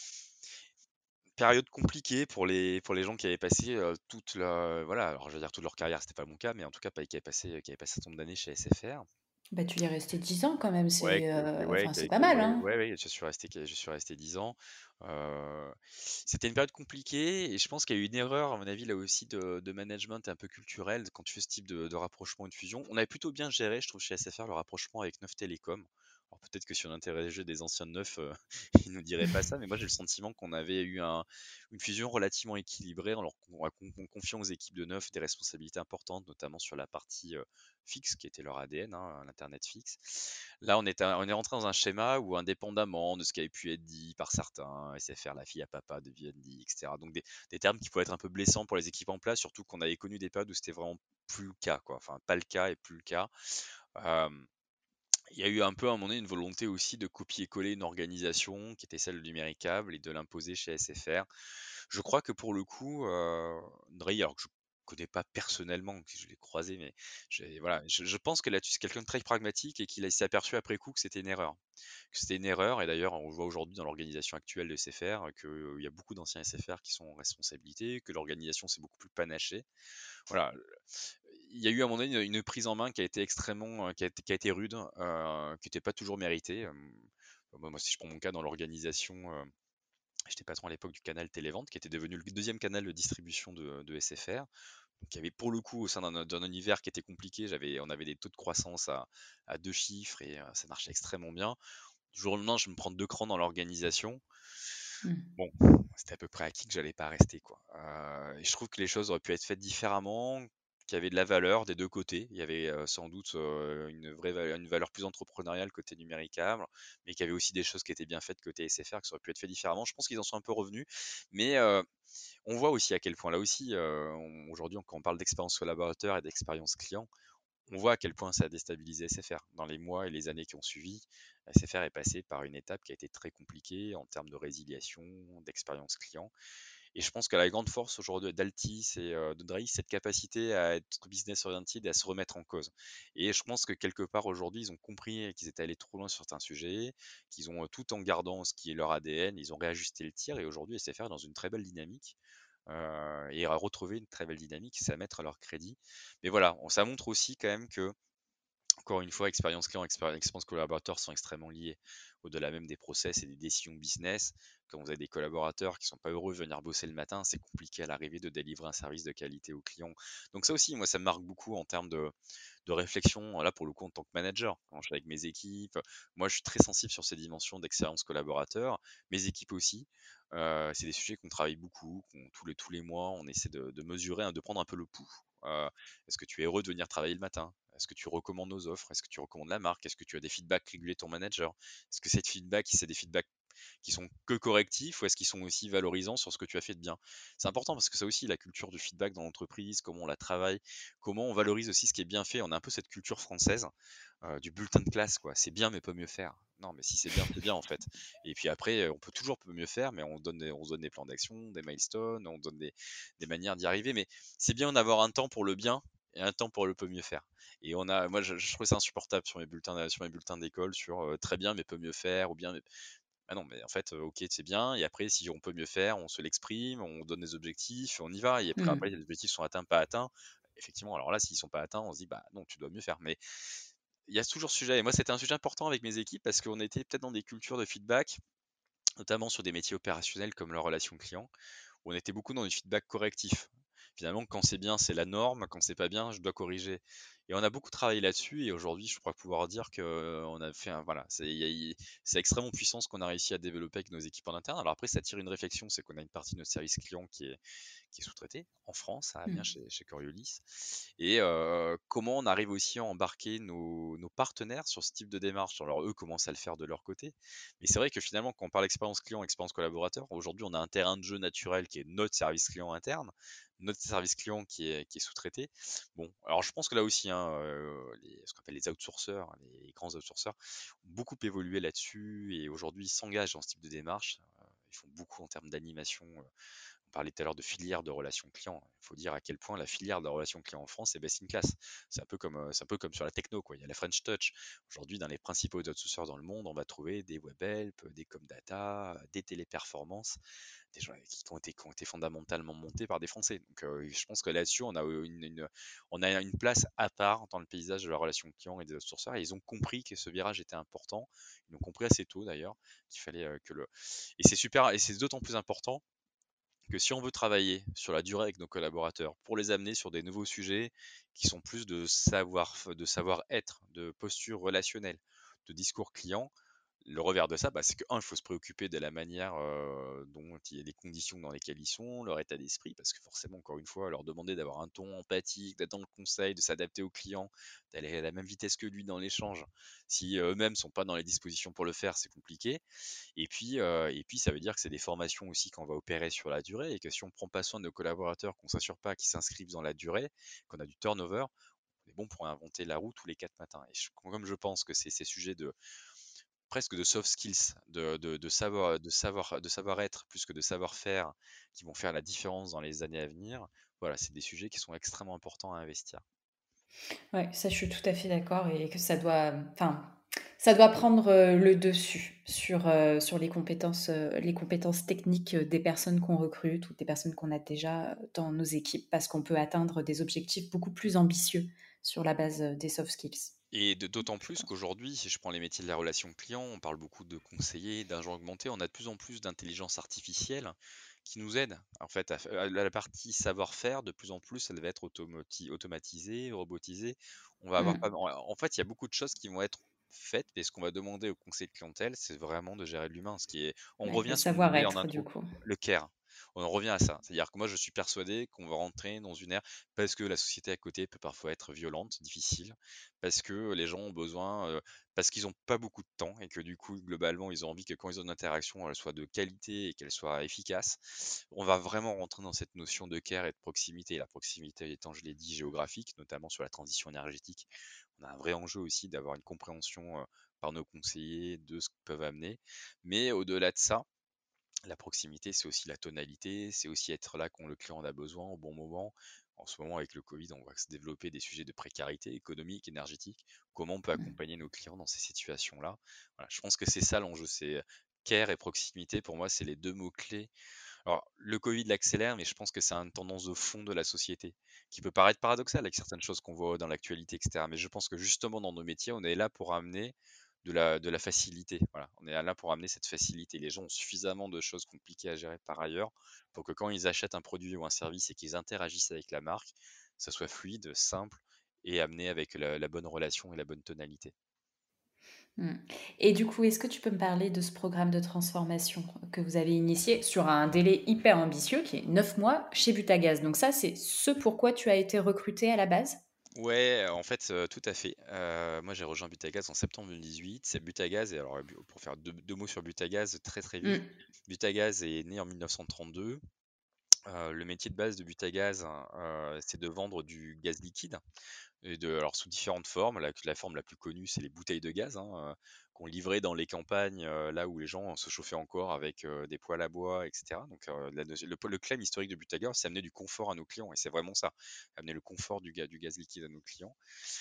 Speaker 1: Période compliquée pour les gens qui avaient passé toute leur, voilà, alors je veux dire toute leur carrière, c'était pas mon cas, mais en tout cas qui avaient passé un certain nombre d'années chez SFR.
Speaker 2: Bah, tu y es resté 10 ans quand même,
Speaker 1: Ouais,
Speaker 2: c'est,
Speaker 1: ouais,
Speaker 2: enfin, c'est pas mal, hein?
Speaker 1: ouais, ouais, je suis resté 10 ans. C'était une période compliquée et je pense qu'il y a eu une erreur, à mon avis, là aussi, de management un peu culturel quand tu fais ce type de rapprochement et de fusion. On avait plutôt bien géré, je trouve, chez SFR, le rapprochement avec Neuf Télécom. Alors peut-être que si on interrogeait des anciens de Neuf, ils nous diraient pas ça, mais moi j'ai le sentiment qu'on avait eu une fusion relativement équilibrée en confiant aux équipes de Neuf des responsabilités importantes, notamment sur la partie fixe, qui était leur ADN, hein, l'Internet fixe. Là, on est rentré dans un schéma où, indépendamment de ce qui avait pu être dit par certains, SFR, la fille à papa de Vivendi, etc., donc des termes qui pouvaient être un peu blessants pour les équipes en place, surtout qu'on avait connu des périodes où c'était vraiment plus le cas, quoi. Enfin, pas le cas et plus le cas. Euh, il y a eu un peu à un moment donné une volonté aussi de copier-coller une organisation qui était celle de Numéricable et de l'imposer chez SFR. Je crois que pour le coup, Drey, alors que je connais pas personnellement, que je l'ai croisé, mais voilà, je pense que là-dessus, c'est quelqu'un de très pragmatique et qu'il s'est aperçu après coup que c'était une erreur. Que c'était une erreur, et d'ailleurs, on le voit aujourd'hui dans l'organisation actuelle de SFR, qu'il y a beaucoup d'anciens SFR qui sont en responsabilité, que l'organisation s'est beaucoup plus panachée. Voilà, il y a eu à un moment donné une prise en main qui a été extrêmement, qui a été rude, qui n'était pas toujours méritée. Moi, si je prends mon cas dans l'organisation, j'étais patron à l'époque du canal Télévente, qui était devenu le deuxième canal de distribution de SFR. Donc, il y avait pour le coup, au sein d'un univers qui était compliqué, on avait des taux de croissance à deux chiffres et ça marchait extrêmement bien. Du jour au lendemain, je me prends deux crans dans l'organisation.
Speaker 2: Mmh.
Speaker 1: Bon, c'était à peu près acquis que j'allais pas rester, quoi. Et je trouve que les choses auraient pu être faites différemment, qu'il y avait de la valeur des deux côtés. Il y avait sans doute une valeur plus entrepreneuriale côté Numéricable, mais qu'il y avait aussi des choses qui étaient bien faites côté SFR, qui auraient pu être faites différemment. Je pense qu'ils en sont un peu revenus, mais on voit aussi à quel point, là aussi, aujourd'hui, quand on parle d'expérience collaborateur et d'expérience client, on voit à quel point ça a déstabilisé SFR. Dans les mois et les années qui ont suivi, SFR est passé par une étape qui a été très compliquée en termes de résiliation, d'expérience client. Et je pense que la grande force aujourd'hui d'Altis et de Drahi, c'est cette capacité à être business oriented et à se remettre en cause. Et je pense que quelque part aujourd'hui, ils ont compris qu'ils étaient allés trop loin sur certains sujets, qu'ils ont tout en gardant ce qui est leur ADN, ils ont réajusté le tir et aujourd'hui SFR est dans une très belle dynamique. Et à retrouver une très belle dynamique, c'est à mettre à leur crédit. Mais voilà, ça montre aussi quand même que, encore une fois, expérience client, expérience collaborateur sont extrêmement liés. Au-delà même des process et des décisions business, quand vous avez des collaborateurs qui sont pas heureux de venir bosser le matin, c'est compliqué à l'arrivée de délivrer un service de qualité aux clients. Donc ça aussi, moi, ça me marque beaucoup en termes de réflexion, là pour le coup en tant que manager, quand je suis avec mes équipes, moi je suis très sensible sur ces dimensions d'expérience collaborateur, mes équipes aussi. C'est des sujets qu'on travaille beaucoup, tous les mois, on essaie de mesurer, hein, de prendre un peu le pouls. Est-ce que tu es heureux de venir travailler le matin? Est-ce que tu recommandes nos offres? Est-ce que tu recommandes la marque? Est-ce que tu as des feedbacks réguliers de ton manager? Est-ce que c'est des feedbacks qui sont que correctifs ou est-ce qu'ils sont aussi valorisants sur ce que tu as fait de bien? C'est important parce que ça aussi, la culture du feedback dans l'entreprise, comment on la travaille, comment on valorise aussi ce qui est bien fait. On a un peu cette culture française du bulletin de classe, quoi. C'est bien, mais peut mieux faire. Non, mais si c'est bien en fait. Et puis après, on peut toujours peut mieux faire, mais on se donne des plans d'action, des milestones, on donne des manières d'y arriver. Mais c'est bien d'avoir un temps pour le bien et un temps pour le peut mieux faire. Et moi, je trouve ça insupportable sur mes bulletins d'école, sur très bien, mais peut mieux faire, ou bien, mais ah non, mais en fait, OK, c'est bien et après si on peut mieux faire, on se l'exprime, on donne des objectifs, on y va et après
Speaker 2: Mmh.
Speaker 1: les objectifs sont atteints, pas atteints. Effectivement, alors là, s'ils sont pas atteints, on se dit: «Bah non, tu dois mieux faire». Mais il y a toujours ce sujet et moi, c'était un sujet important avec mes équipes parce qu'on était peut-être dans des cultures de feedback, notamment sur des métiers opérationnels comme la relation client, où on était beaucoup dans du feedback correctif. Finalement, quand c'est bien, c'est la norme, quand c'est pas bien, je dois corriger. Et on a beaucoup travaillé là-dessus et aujourd'hui, je crois pouvoir dire qu'on a fait un voilà, c'est extrêmement puissant ce qu'on a réussi à développer avec nos équipes en interne. Alors après, ça tire une réflexion, c'est qu'on a une partie de notre service client qui est sous-traité en France, à Amiens,
Speaker 2: Mmh.
Speaker 1: chez Coriolis. Et comment on arrive aussi à embarquer nos partenaires sur ce type de démarche. Alors eux commencent à le faire de leur côté. Mais c'est vrai que finalement, quand on parle expérience client, expérience collaborateur, aujourd'hui, on a un terrain de jeu naturel qui est notre service client interne, notre service client qui est sous-traité. Bon, alors je pense que là aussi, hein, ce qu'on appelle les outsourceurs, les grands outsourceurs, ont beaucoup évolué là-dessus et aujourd'hui, ils s'engagent dans ce type de démarche. Ils font beaucoup en termes d'animation. On parlait tout à l'heure de filière de relations clients. Il faut dire à quel point la filière de la relation client en France est best in class. C'est un peu comme sur la techno, quoi. Il y a la French Touch. Aujourd'hui, dans les principaux outsourceurs dans le monde, on va trouver des web help, des Comdata, des téléperformances, des gens qui ont été fondamentalement montés par des Français. Donc, je pense que là-dessus, on a une place à part dans le paysage de la relation client et des outsourceurs. Et ils ont compris que ce virage était important. Ils l'ont compris assez tôt d'ailleurs, qu'il fallait que le. Et c'est super, et c'est d'autant plus important que si on veut travailler sur la durée avec nos collaborateurs pour les amener sur des nouveaux sujets qui sont plus de savoir-être, de posture relationnelle, de discours client, le revers de ça, bah, c'est que, un, il faut se préoccuper de la manière dont il y a les conditions dans lesquelles ils sont, leur état d'esprit, parce que forcément, encore une fois, leur demander d'avoir un ton empathique, d'être dans le conseil, de s'adapter au client, d'aller à la même vitesse que lui dans l'échange, si eux-mêmes sont pas dans les dispositions pour le faire, c'est compliqué. Et puis ça veut dire que c'est des formations aussi qu'on va opérer sur la durée et que si on prend pas soin de nos collaborateurs, qu'on s'assure pas qu'ils s'inscrivent dans la durée, qu'on a du turnover, on est bon pour inventer la roue tous les 4 matins. Et comme je pense que c'est ces sujets de presque de soft skills, de savoir-être plus que de savoir-faire qui vont faire la différence dans les années à venir, voilà, c'est des sujets qui sont extrêmement importants à investir.
Speaker 2: Ouais, ça, je suis tout à fait d'accord et que ça doit prendre, le dessus sur les compétences techniques, des personnes qu'on recrute ou des personnes qu'on a déjà, dans nos équipes parce qu'on peut atteindre des objectifs beaucoup plus ambitieux sur la base, des soft skills,
Speaker 1: Et d'autant
Speaker 2: je
Speaker 1: plus
Speaker 2: pense.
Speaker 1: qu'aujourd'hui, si je prends les métiers de la relation client, on parle beaucoup de conseillers, d'agents augmentés, on a de plus en plus d'intelligence artificielle qui nous aide en fait à la partie savoir-faire, de plus en plus, elle va être automatisée, robotisée. On va avoir
Speaker 2: Mmh.
Speaker 1: pas, en fait, il y a beaucoup de choses qui vont être faites, mais ce qu'on va demander au conseil de clientèle, c'est vraiment de gérer de l'humain, ce qui est, on
Speaker 2: Ouais,
Speaker 1: revient
Speaker 2: le
Speaker 1: à ce qu'on disait en
Speaker 2: savoir-être du
Speaker 1: intro,
Speaker 2: coup.
Speaker 1: le care. On en revient à ça. C'est-à-dire que moi, je suis persuadé qu'on va rentrer dans une ère, parce que la société à côté peut parfois être violente, difficile, parce que les gens ont besoin, parce qu'ils ont pas beaucoup de temps et que du coup, globalement, ils ont envie que quand ils ont une interaction, elle soit de qualité et qu'elle soit efficace. On va vraiment rentrer dans cette notion de care et de proximité. La proximité étant, je l'ai dit, géographique, notamment sur la transition énergétique. On a un vrai enjeu aussi d'avoir une compréhension par nos conseillers de ce qu'ils peuvent amener. Mais au-delà de ça, la proximité, c'est aussi la tonalité, c'est aussi être là quand le client en a besoin au bon moment. En ce moment, avec le Covid, on voit se développer des sujets de précarité économique, énergétique. Comment on peut
Speaker 2: Mmh.
Speaker 1: accompagner nos clients dans ces situations-là? Voilà, je pense que c'est ça l'enjeu, c'est care et proximité. Pour moi, c'est les deux mots-clés. Alors, le Covid l'accélère, mais je pense que c'est une tendance de fond de la société qui peut paraître paradoxale avec certaines choses qu'on voit dans l'actualité, etc. Mais je pense que justement, dans nos métiers, on est là pour amener de la facilité. Voilà, on est là pour amener cette facilité. Les gens ont suffisamment de choses compliquées à gérer par ailleurs pour que quand ils achètent un produit ou un service et qu'ils interagissent avec la marque, ça soit fluide, simple et amené avec la bonne relation et la bonne tonalité.
Speaker 2: Mmh. Et du coup, est-ce que tu peux me parler de ce programme de transformation que vous avez initié sur un délai hyper ambitieux qui est 9 mois chez Butagaz? Donc ça, c'est ce pourquoi tu as été recruté à la base?
Speaker 1: Ouais, en fait, tout à fait. Moi, j'ai rejoint Butagaz en septembre 2018. C'est Butagaz et alors, pour faire deux mots sur Butagaz très, très vite.
Speaker 2: Mmh.
Speaker 1: Butagaz est né en 1932. Le métier de base de Butagaz, hein, c'est de vendre du gaz liquide alors sous différentes formes. La forme la plus connue, c'est les bouteilles de gaz, hein, qu'on livrait dans les campagnes, là où les gens se chauffaient encore avec des poêles à bois, etc. Donc le claim historique de Butagaz, c'est amener du confort à nos clients, et c'est vraiment ça, amener le confort du gaz liquide à nos clients,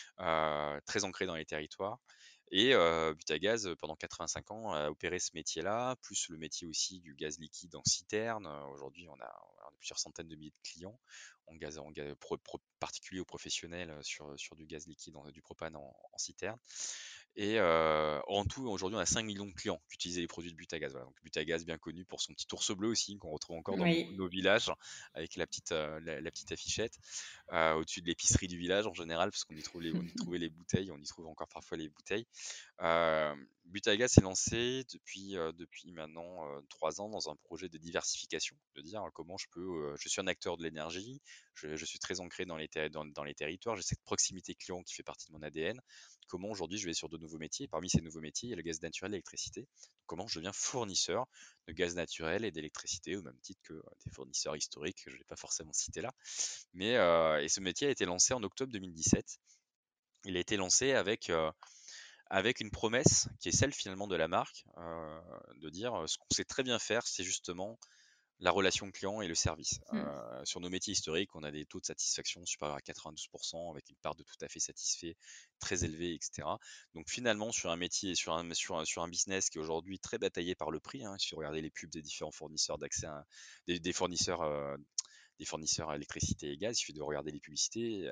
Speaker 1: très ancré dans les territoires. Et Butagaz, pendant 85 ans, a opéré ce métier-là, plus le métier aussi du gaz liquide en citerne. Aujourd'hui, on a plusieurs centaines de milliers de clients en gaz particulier ou professionnel sur du gaz liquide, du propane en citerne. Et en tout, aujourd'hui, on a 5 millions de clients qui utilisent les produits de Butagaz. Voilà. Donc Butagaz, bien connu pour son petit ours bleu aussi, qu'on retrouve encore dans beaucoup de
Speaker 2: Oui.
Speaker 1: nos villages, avec la petite affichette au-dessus de l'épicerie du village en général, parce on y trouvait les bouteilles, on y trouve encore parfois les bouteilles. Butagaz s'est lancé depuis maintenant 3 ans dans un projet de diversification, de dire comment je suis un acteur de l'énergie, je suis très ancré dans les territoires, j'ai cette proximité client qui fait partie de mon ADN. Comment aujourd'hui je vais sur de nouveaux métiers? Parmi ces nouveaux métiers, il y a le gaz naturel et l'électricité. Comment je deviens fournisseur de gaz naturel et d'électricité, au même titre que des fournisseurs historiques que je ne vais pas forcément citer là. Et ce métier a été lancé en octobre 2017. Il a été lancé avec une promesse qui est celle finalement de la marque, de dire ce qu'on sait très bien faire, c'est justement la relation client et le service.
Speaker 2: Mm.
Speaker 1: Sur nos métiers historiques, on a des taux de satisfaction supérieurs à 92%, avec une part de tout à fait satisfait très élevée, etc. Donc finalement, sur un métier, sur un business qui est aujourd'hui très bataillé par le prix, hein, si vous regardez les pubs des différents fournisseurs d'accès, des fournisseurs des fournisseurs à électricité et gaz, il suffit de regarder les publicités.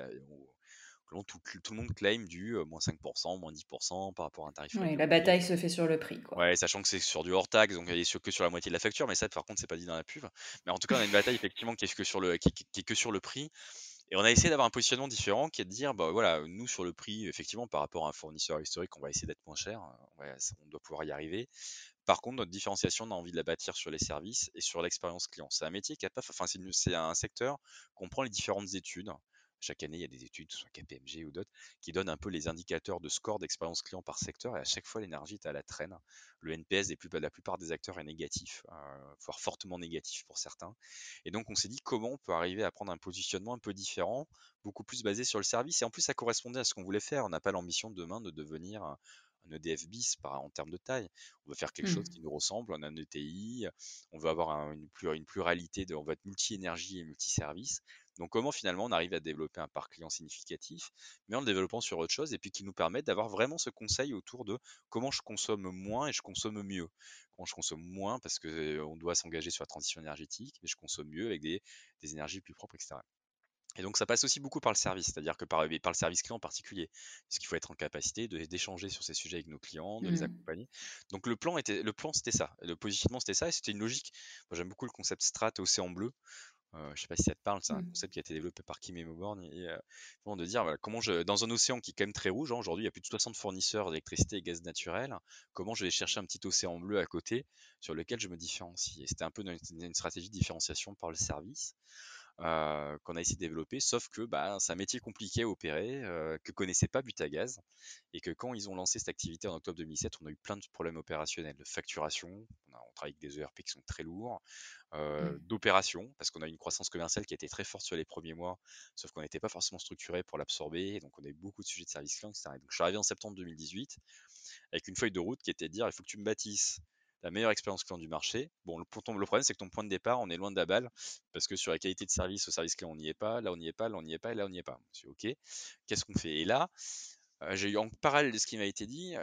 Speaker 1: Tout le monde claim du moins 5%, moins 10% par rapport à un tarif
Speaker 2: Oui, la
Speaker 1: réglementé.
Speaker 2: bataille se fait sur le prix, quoi.
Speaker 1: Ouais, sachant que c'est sur du hors taxe, donc elle est que sur la moitié de la facture, mais ça, par contre, c'est pas dit dans la pub. Mais en tout cas, on a une bataille effectivement qui est que sur le prix. Et on a essayé d'avoir un positionnement différent qui est de dire, bah voilà, nous sur le prix, effectivement, par rapport à un fournisseur historique, on va essayer d'être moins cher. On doit pouvoir y arriver. Par contre, notre différenciation, on a envie de la bâtir sur les services et sur l'expérience client. C'est un métier qui a pas, enfin, c'est un secteur qu'on prend les différentes études. Chaque année, il y a des études, que ce soit KPMG ou d'autres, qui donnent un peu les indicateurs de score d'expérience client par secteur. Et à chaque fois, l'énergie est à la traîne. Le NPS de la plupart des acteurs est négatif, voire fortement négatif pour certains. Et donc, on s'est dit comment on peut arriver à prendre un positionnement un peu différent, beaucoup plus basé sur le service. Et en plus, ça correspondait à ce qu'on voulait faire. On n'a pas l'ambition demain de devenir un EDF bis en termes de taille. On veut faire quelque chose qui
Speaker 2: Mm.
Speaker 1: nous ressemble, on a un ETI, on veut avoir une pluralité, on veut être multi-énergie et multi-service. Donc comment finalement on arrive à développer un parc client significatif, mais en le développant sur autre chose, et puis qui nous permettent d'avoir vraiment ce conseil autour de comment je consomme moins et je consomme mieux. Comment je consomme moins parce qu'on doit s'engager sur la transition énergétique, mais je consomme mieux avec des énergies plus propres, etc. Et donc ça passe aussi beaucoup par le service, c'est-à-dire que par le service client en particulier, parce qu'il faut être en capacité d'échanger sur ces sujets avec nos clients, de les
Speaker 2: Mm.
Speaker 1: accompagner. Donc le plan c'était ça, le positionnement c'était ça, et c'était une logique. Moi j'aime beaucoup le concept Strat Océan Bleu. Je sais pas si ça te parle, c'est un
Speaker 2: Mm.
Speaker 1: concept qui a été développé par Kim et Moborn, et vraiment de dire voilà, dans un océan qui est quand même très rouge, hein, aujourd'hui il y a plus de 60 fournisseurs d'électricité et gaz naturel, comment je vais chercher un petit océan bleu à côté sur lequel je me différencie. Et c'était un peu une stratégie de différenciation par le service qu'on a essayé de développer, sauf que bah, c'est un métier compliqué à opérer, que connaissait pas Butagaz, et que quand ils ont lancé cette activité en octobre 2007, on a eu plein de problèmes opérationnels, de facturation, on travaille avec des ERP qui sont très lourds,
Speaker 2: Mm.
Speaker 1: d'opération, parce qu'on a eu une croissance commerciale qui a été très forte sur les premiers mois, sauf qu'on n'était pas forcément structuré pour l'absorber, donc on a eu beaucoup de sujets de service client, etc. Et donc je suis arrivé en septembre 2018 avec une feuille de route qui était de dire il faut que tu me bâtisses la meilleure expérience client du marché. Bon, le problème, c'est que ton point de départ, on est loin de la balle, parce que sur la qualité de service, au service client, on n'y est pas, là, on n'y est pas, là, on n'y est pas, et là, on n'y est pas. Je suis OK, qu'est-ce qu'on fait? Et là, j'ai eu en parallèle de ce qui m'a été dit,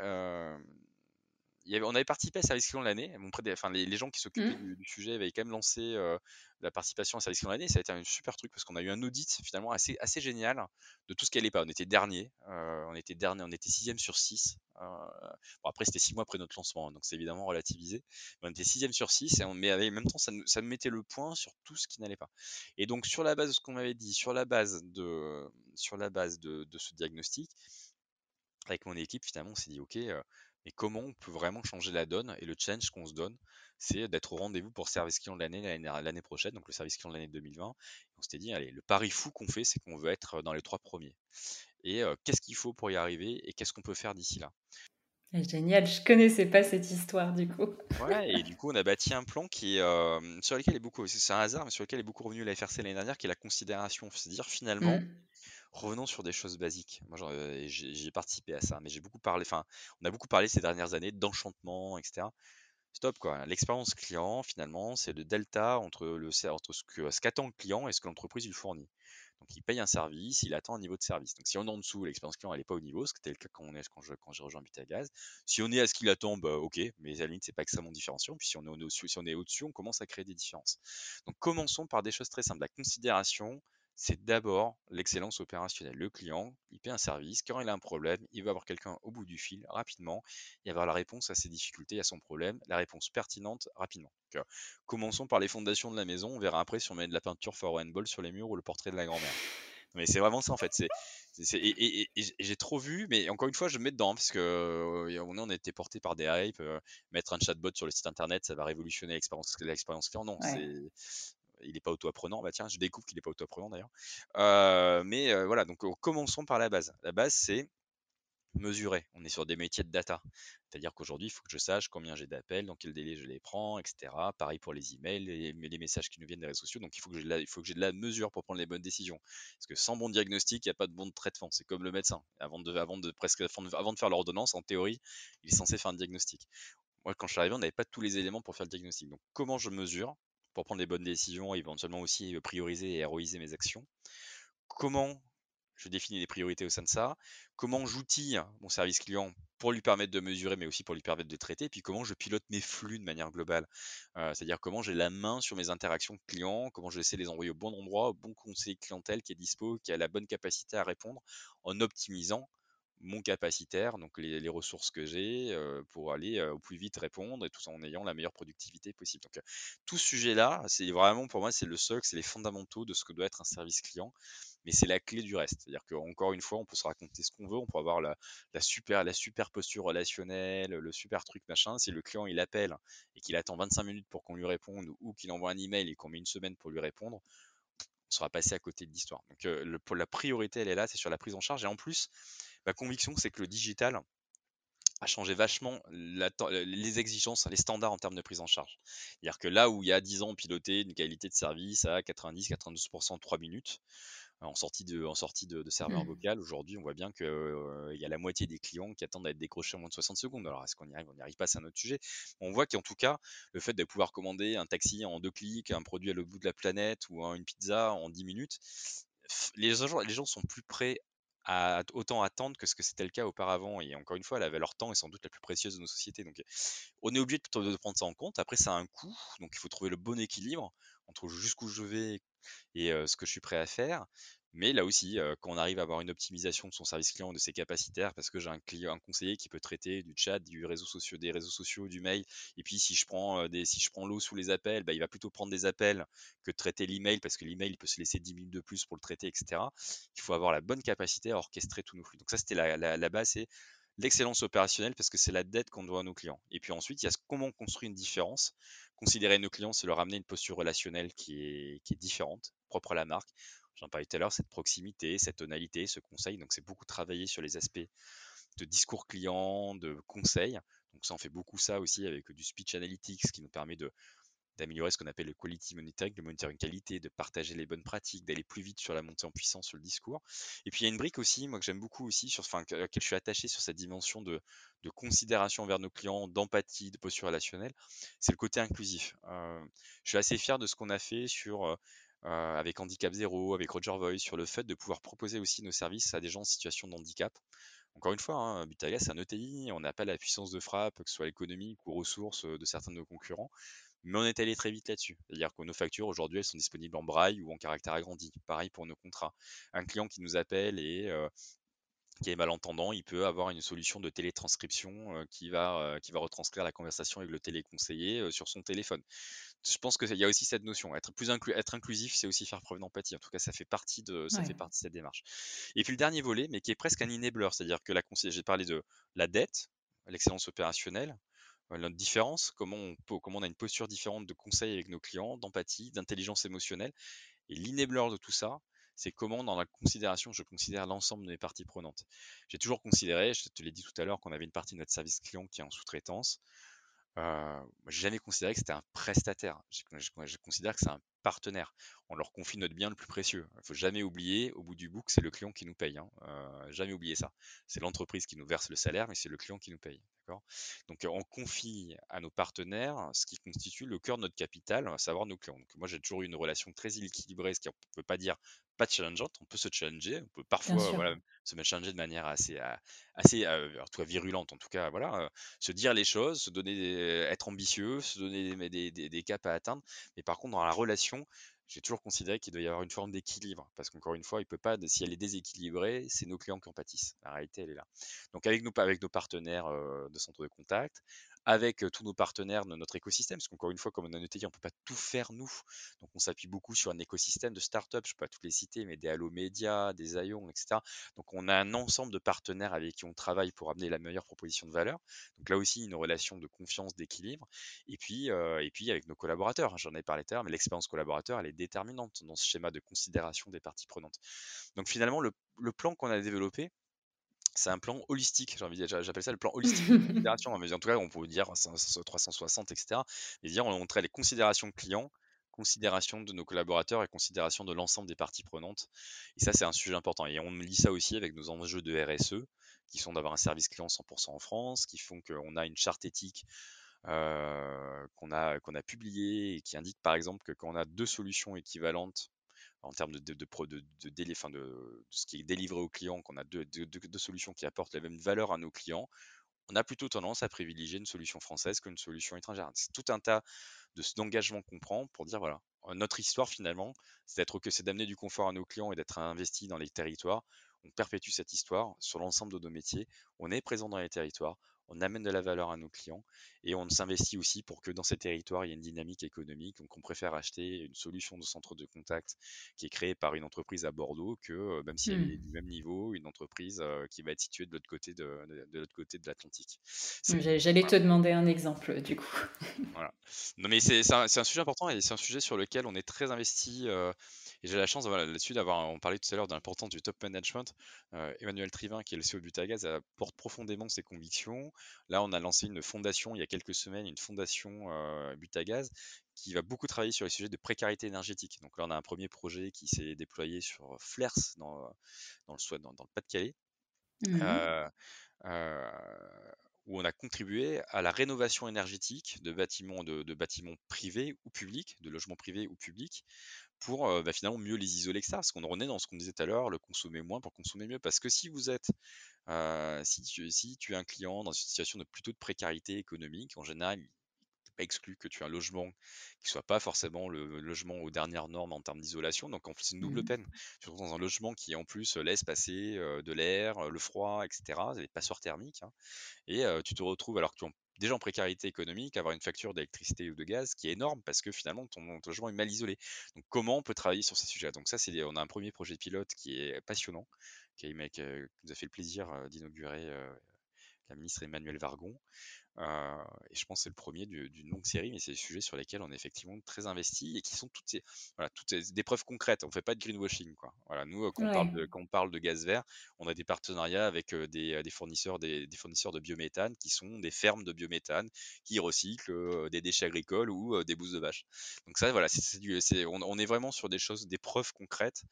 Speaker 1: on avait participé à Service Client de l'année. Enfin, les gens qui s'occupaient
Speaker 2: Mm.
Speaker 1: du sujet avaient quand même lancé la participation à Service Client de l'année. Ça a été un super truc parce qu'on a eu un audit finalement assez génial de tout ce qui allait pas. On était dernier, on était sixième sur 6. Bon, après, c'était 6 mois après notre lancement, hein, donc c'est évidemment relativisé. Mais on était sixième sur 6, mais en même temps, ça nous mettait le point sur tout ce qui n'allait pas. Et donc, sur la base de ce qu'on m'avait dit, sur la base de ce diagnostic, avec mon équipe, finalement, on s'est dit, OK, mais comment on peut vraiment changer la donne? Et le challenge qu'on se donne, c'est d'être au rendez-vous pour service client de l'année prochaine, donc le service client de l'année 2020. Et on s'était dit, allez, le pari fou qu'on fait, c'est qu'on veut être dans les 3 premiers. Et qu'est-ce qu'il faut pour y arriver et qu'est-ce qu'on peut faire d'ici là?
Speaker 2: Génial, je connaissais pas cette histoire du coup.
Speaker 1: Ouais, et du coup, on a bâti un plan sur lequel est beaucoup, c'est un hasard, mais sur lequel est beaucoup revenu la FRC l'année dernière, qui est la considération. C'est-à-dire, finalement,
Speaker 2: Mm.
Speaker 1: revenons sur des choses basiques. Moi, j'ai participé à ça, mais on a beaucoup parlé ces dernières années d'enchantement, etc. Stop, quoi. L'expérience client, finalement, c'est le delta entre ce qu'attend le client et ce que l'entreprise lui fournit. Donc, il paye un service, il attend un niveau de service. Donc, si on est en dessous, l'expérience client, elle n'est pas au niveau, ce qui était le cas quand j'ai rejoint Butagaz. Si on est à ce qu'il attend, bah, ok, mais à la limite, c'est pas extrêmement différenciant. Puis, si on est au-dessus, on commence à créer des différences. Donc, commençons par des choses très simples. La considération, c'est d'abord l'excellence opérationnelle. Le client, il paie un service, quand il a un problème, il va avoir quelqu'un au bout du fil rapidement et avoir la réponse à ses difficultés, à son problème, la réponse pertinente rapidement. Donc, commençons par les fondations de la maison, on verra après si on met de la peinture for Ball sur les murs ou le portrait de la grand-mère. Mais c'est vraiment ça en fait. Et j'ai trop vu, mais encore une fois, je me mets dedans parce que on a été porté par des hypes. Mettre un chatbot sur le site internet, ça va révolutionner l'expérience client. Non,
Speaker 2: Ouais.
Speaker 1: il n'est pas auto-apprenant. Bah tiens, je découvre qu'il n'est pas auto-apprenant d'ailleurs. Mais voilà, donc commençons par la base. La base, c'est mesurer. On est sur des métiers de data. C'est-à-dire qu'aujourd'hui, il faut que je sache combien j'ai d'appels, dans quel délai je les prends, etc. Pareil pour les emails, les messages qui nous viennent des réseaux sociaux. Donc, il faut que j'ai de la mesure pour prendre les bonnes décisions. Parce que sans bon diagnostic, il n'y a pas de bon traitement. C'est comme le médecin. Avant de faire l'ordonnance, en théorie, il est censé faire un diagnostic. Moi, quand je suis arrivé, on n'avait pas tous les éléments pour faire le diagnostic. Donc, comment je mesure pour prendre les bonnes décisions, éventuellement aussi prioriser et héroïser mes actions? Comment je définis les priorités au sein de ça, comment j'outille mon service client pour lui permettre de mesurer, mais aussi pour lui permettre de traiter, et puis comment je pilote mes flux de manière globale. C'est-à-dire comment j'ai la main sur mes interactions clients, comment je sais les envoyer au bon endroit, au bon conseiller clientèle qui est dispo, qui a la bonne capacité à répondre, en optimisant mon capacitaire, donc les ressources que j'ai pour aller au plus vite répondre et tout en ayant la meilleure productivité possible. Donc tout ce sujet-là, c'est vraiment pour moi, c'est le socle, c'est les fondamentaux de ce que doit être un service client, mais c'est la clé du reste. C'est-à-dire qu'encore une fois, on peut se raconter ce qu'on veut, on peut avoir la super posture relationnelle, le super truc machin. Si le client il appelle et qu'il attend 25 minutes pour qu'on lui réponde ou qu'il envoie un email et qu'on met une semaine pour lui répondre, on sera passé à côté de l'histoire. Donc pour la priorité, elle est là, c'est sur la prise en charge. Et en plus, ma conviction, c'est que le digital a changé vachement les exigences, les standards en termes de prise en charge. C'est-à-dire que là où il y a 10 ans, on pilotait une qualité de service à 90-92% en 3 minutes, en sortie de serveur
Speaker 2: Hmm.
Speaker 1: vocal, aujourd'hui, on voit bien qu'il y a la moitié des clients qui attendent à être décrochés en moins de 60 secondes. Alors, est-ce qu'on y arrive? On n'y arrive pas, c'est un autre sujet. On voit qu'en tout cas, le fait de pouvoir commander un taxi en 2 clics, un produit à l'autre bout de la planète ou une pizza en 10 minutes, les gens sont plus prêts à autant attendre que ce que c'était le cas auparavant. Et encore une fois, la valeur temps est sans doute la plus précieuse de nos sociétés. Donc, on est obligé de prendre ça en compte. Après, ça a un coût, donc il faut trouver le bon équilibre entre jusqu'où je vais et ce que je suis prêt à faire. Mais là aussi, quand on arrive à avoir une optimisation de son service client, de ses capacitaires, parce que j'ai un conseiller qui peut traiter du chat, des réseaux sociaux, du mail, et puis si je prends l'eau sous les appels, bah, il va plutôt prendre des appels que de traiter l'email, parce que l'email il peut se laisser 10 minutes de plus pour le traiter, etc. Il faut avoir la bonne capacité à orchestrer tous nos flux. Donc ça, c'était la base, c'est l'excellence opérationnelle, parce que c'est la dette qu'on doit à nos clients. Et puis ensuite, il y a comment on construit une différence. Considérer nos clients, c'est leur amener une posture relationnelle qui est différente, propre à la marque. J'en parlais tout à l'heure, cette proximité, cette tonalité, ce conseil. Donc, c'est beaucoup travailler sur les aspects de discours client, de conseil. Donc, ça, on fait beaucoup ça aussi avec du speech analytics, qui nous permet d'améliorer ce qu'on appelle le quality monitoring, le monitoring qualité, de partager les bonnes pratiques, d'aller plus vite sur la montée en puissance sur le discours. Et puis il y a une brique aussi, moi que j'aime beaucoup aussi, à laquelle je suis attaché sur cette dimension de considération envers nos clients, d'empathie, de posture relationnelle, c'est le côté inclusif. Je suis assez fier de ce qu'on a fait avec Handicap Zero, avec Roger Voice, sur le fait de pouvoir proposer aussi nos services à des gens en situation de handicap. Encore une fois, Butaga, c'est un ETI, on n'a pas la puissance de frappe, que ce soit économique ou ressources de certains de nos concurrents. Mais on est allé très vite là-dessus. C'est-à-dire que nos factures, aujourd'hui, elles sont disponibles en braille ou en caractère agrandi. Pareil pour nos contrats. Un client qui nous appelle et qui est malentendant, il peut avoir une solution de télétranscription qui va retranscrire la conversation avec le téléconseiller sur son téléphone. Je pense qu'il y a aussi cette notion. Être inclusif, c'est aussi faire preuve d'empathie. En tout cas, ça fait
Speaker 2: Ouais.
Speaker 1: partie de cette démarche. Et puis le dernier volet, mais qui est presque un enabler, c'est-à-dire que j'ai parlé de la dette, l'excellence opérationnelle, notre différence, comment on a une posture différente de conseil avec nos clients, d'empathie, d'intelligence émotionnelle. Et l'enabler de tout ça, c'est comment dans la considération, je considère l'ensemble de mes parties prenantes. J'ai toujours considéré, je te l'ai dit tout à l'heure, qu'on avait une partie de notre service client qui est en sous-traitance. J'ai jamais considéré que c'était un prestataire. Je considère que c'est un partenaire. On leur confie notre bien le plus précieux. Il faut jamais oublier, au bout du bout, que c'est le client qui nous paye, hein. Jamais oublier ça. C'est l'entreprise qui nous verse le salaire, mais c'est le client qui nous paye. D'accord. Donc, on confie à nos partenaires ce qui constitue le cœur de notre capital, à savoir nos clients. Donc, moi, j'ai toujours eu une relation très équilibrée, ce qui ne peut pas dire pas challengeante. On peut se challenger, on peut
Speaker 2: Bien
Speaker 1: parfois
Speaker 2: sûr.
Speaker 1: voilà, se mettre challenger de manière assez en tout cas virulente. En tout cas, voilà, se dire les choses, être ambitieux, se donner des caps à atteindre. Mais par contre, dans la relation, j'ai toujours considéré qu'il doit y avoir une forme d'équilibre, parce qu'encore une fois, il peut pas, si elle est déséquilibrée, c'est nos clients qui en pâtissent. La réalité, elle est là. Donc avec nos partenaires de centre de contact, avec tous nos partenaires de notre écosystème, parce qu'encore une fois, comme on a noté, on ne peut pas tout faire nous. Donc on s'appuie beaucoup sur un écosystème de startups, je ne peux pas toutes les citer, mais des Allo Media, des Ion, etc. Donc on a un ensemble de partenaires avec qui on travaille pour amener la meilleure proposition de valeur. Donc là aussi, une relation de confiance, d'équilibre. Et puis avec nos collaborateurs, hein, j'en ai parlé tout à l'heure, mais l'expérience collaborateur, elle est déterminante dans ce schéma de considération des parties prenantes. Donc finalement, le plan qu'on a développé, c'est un plan holistique, j'ai envie de dire, j'appelle ça le plan holistique de considération, hein, mais en tout cas, on peut dire 360, etc. Et dire, on traite les considérations clients, considération de nos collaborateurs et considération de l'ensemble des parties prenantes. Et ça, c'est un sujet important. Et on lit ça aussi avec nos enjeux de RSE, qui sont d'avoir un service client 100% en France, qui font qu'on a une charte éthique qu'on a publiée et qui indique par exemple que quand on a deux solutions équivalentes en termes de ce qui est délivré aux clients, qu'on a deux solutions qui apportent la même valeur à nos clients, on a plutôt tendance à privilégier une solution française qu'une solution étrangère. C'est tout un tas d'engagements qu'on prend pour dire voilà, notre histoire finalement, c'est d'amener du confort à nos clients et d'être investi dans les territoires. On perpétue cette histoire sur l'ensemble de nos métiers. On est présent dans les territoires. On amène de la valeur à nos clients et on s'investit aussi pour que dans ces territoires, il y ait une dynamique économique. Donc, on préfère acheter une solution de centre de contact qui est créée par une entreprise à Bordeaux que, même si elle est
Speaker 2: Hmm.
Speaker 1: du même niveau, une entreprise qui va être située de l'autre côté de l'autre côté de l'Atlantique. C'est
Speaker 2: J'allais te demander un exemple, du coup.
Speaker 1: voilà. Non, mais c'est un sujet important et c'est un sujet sur lequel on est très investi. Et j'ai la chance, voilà, là-dessus, on parlait tout à l'heure de l'importance du top management. Emmanuel Trivin, qui est le CEO de Butagaz, porte profondément ses convictions. Là, on a lancé une fondation il y a quelques semaines, une fondation Butagaz, qui va beaucoup travailler sur les sujets de précarité énergétique. Donc là, on a un premier projet qui s'est déployé sur Flers, dans le Pas-de-Calais.
Speaker 2: Mhm.
Speaker 1: Euh, euh, où on a contribué à la rénovation énergétique de bâtiments privés ou publics, de logements privés ou publics, pour finalement mieux les isoler que ça. Parce qu'on en est dans ce qu'on disait tout à l'heure, le consommer moins pour consommer mieux. Parce que si tu es un client dans une situation plutôt de précarité économique, en général, il n'est pas exclu que tu aies un logement qui soit pas forcément le logement aux dernières normes en termes d'isolation. Donc en fait, c'est une double
Speaker 2: Mhm.
Speaker 1: peine. Surtout dans un logement qui en plus laisse passer de l'air, le froid, etc. Des passoires thermiques, hein. Et tu te retrouves, alors que tu es déjà en précarité économique, avoir une facture d'électricité ou de gaz qui est énorme parce que finalement ton logement est mal isolé. Donc comment on peut travailler sur ces sujets? Donc ça, on a un premier projet pilote qui est passionnant, qui nous a fait le plaisir d'inaugurer la ministre Emmanuelle Vargon. Et je pense que c'est le premier d'une longue série, mais c'est des sujets sur lesquels on est effectivement très investi et qui sont des preuves concrètes. On ne fait pas de greenwashing, quoi. Voilà, nous,
Speaker 2: Ouais.
Speaker 1: quand on parle de gaz vert, on a des partenariats avec des fournisseurs de biométhane qui sont des fermes de biométhane qui recyclent des déchets agricoles ou des bousses de vache. Donc ça, voilà, on est vraiment sur des choses, des preuves concrètes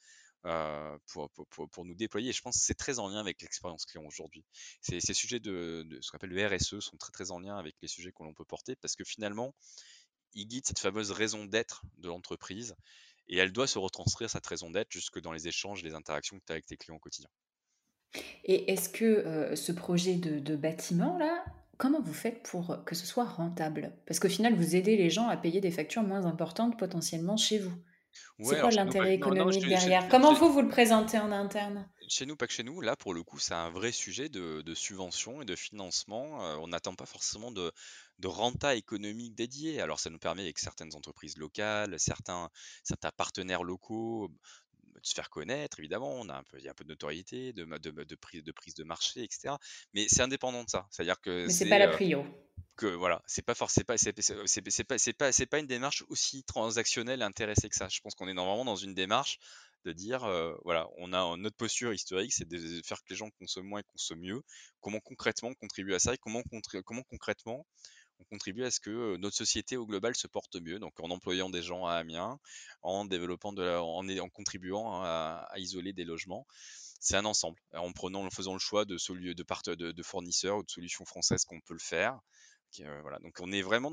Speaker 1: pour nous déployer. Et je pense que c'est très en lien avec l'expérience client aujourd'hui. Ces sujets de ce qu'on appelle le RSE sont très très en lien avec les sujets que l'on peut porter parce que finalement, ils guident cette fameuse raison d'être de l'entreprise et elle doit se retranscrire cette raison d'être jusque dans les échanges, les interactions que tu as avec tes clients au quotidien.
Speaker 2: Et est-ce que ce projet de bâtiment, là, comment vous faites pour que ce soit rentable? Parce qu'au final, vous aidez les gens à payer des factures moins importantes potentiellement chez vous. C'est
Speaker 1: Ouais,
Speaker 2: quoi
Speaker 1: alors chez nous,
Speaker 2: l'intérêt
Speaker 1: non, non,
Speaker 2: économique derrière? Comment vous le présentez en interne?
Speaker 1: chez nous, pas que chez nous, là pour le coup, c'est un vrai sujet de subvention et de financement. On n'attend pas forcément de renta économique dédié. Alors ça nous permet avec certaines entreprises locales, certains partenaires locaux de se faire connaître, évidemment. Il y a un peu de notoriété, de prise de marché, etc. Mais c'est indépendant de ça. C'est-à-dire que
Speaker 2: Mais c'est pas la prio.
Speaker 1: voilà, c'est pas forcément, c'est pas une démarche aussi transactionnelle et intéressée que ça. Je pense qu'on est vraiment dans une démarche de dire, voilà, notre posture historique, c'est de faire que les gens consomment moins et consomment mieux. Comment concrètement on contribue à ça et comment concrètement on contribue à ce que notre société au global se porte mieux. Donc en employant des gens à Amiens, en développant en contribuant à isoler des logements. C'est un ensemble. En faisant le choix de fournisseurs ou de solutions françaises qu'on peut le faire. Voilà. Donc on est vraiment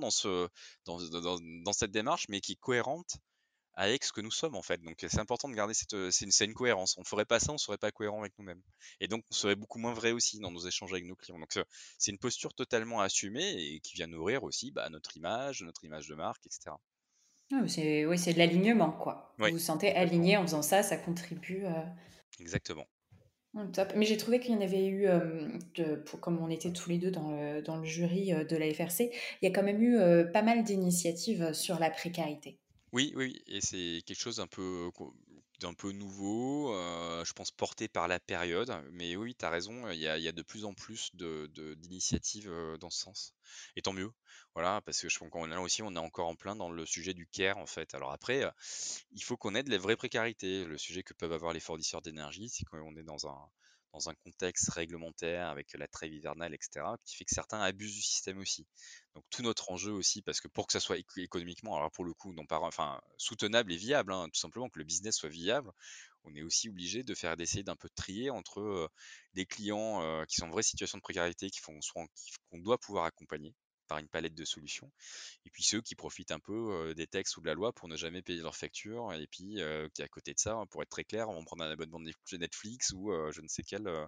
Speaker 1: dans cette démarche, mais qui est cohérente avec ce que nous sommes en fait. Donc c'est important de garder c'est une cohérence. On ne ferait pas ça, on ne serait pas cohérent avec nous-mêmes. Et donc on serait beaucoup moins vrai aussi dans nos échanges avec nos clients. Donc c'est une posture totalement assumée et qui vient nourrir aussi notre image de marque, etc.
Speaker 2: Ah, mais c'est oui, c'est de l'alignement, quoi. Vous
Speaker 1: Ouais,
Speaker 2: vous sentez
Speaker 1: complètement,
Speaker 2: aligné en faisant ça, ça contribue,
Speaker 1: exactement.
Speaker 2: top. Mais j'ai trouvé qu'il y en avait eu, de pour comme on était tous les 2 dans le jury, de la FRC, il y a quand même eu, pas mal d'initiatives, sur la précarité.
Speaker 1: Oui, oui, oui, et c'est quelque chose d'un peu nouveau, je pense porté par la période, mais oui, tu as raison, il y a de plus en plus d'initiatives, dans ce sens, et tant mieux. Voilà, parce que je pense qu'on est là aussi, on est encore en plein dans le sujet du care, en fait. Alors après, il faut qu'on aide les vraies précarités. Le sujet que peuvent avoir les fournisseurs d'énergie, c'est qu'on est dans un contexte réglementaire avec la trêve hivernale, etc., qui fait que certains abusent du système aussi. Donc tout notre enjeu aussi, parce que pour que ça soit économiquement, alors pour le coup, non pas, enfin, soutenable et viable, hein, tout simplement que le business soit viable, on est aussi obligé de faire d'essayer d'un peu trier entre des clients qui sont en vraie situation de précarité, qu'on doit pouvoir accompagner par une palette de solutions, et puis ceux qui profitent un peu des textes ou de la loi pour ne jamais payer leurs factures, et puis qui à côté de ça, pour être très clair, vont prendre un abonnement de Netflix ou je ne sais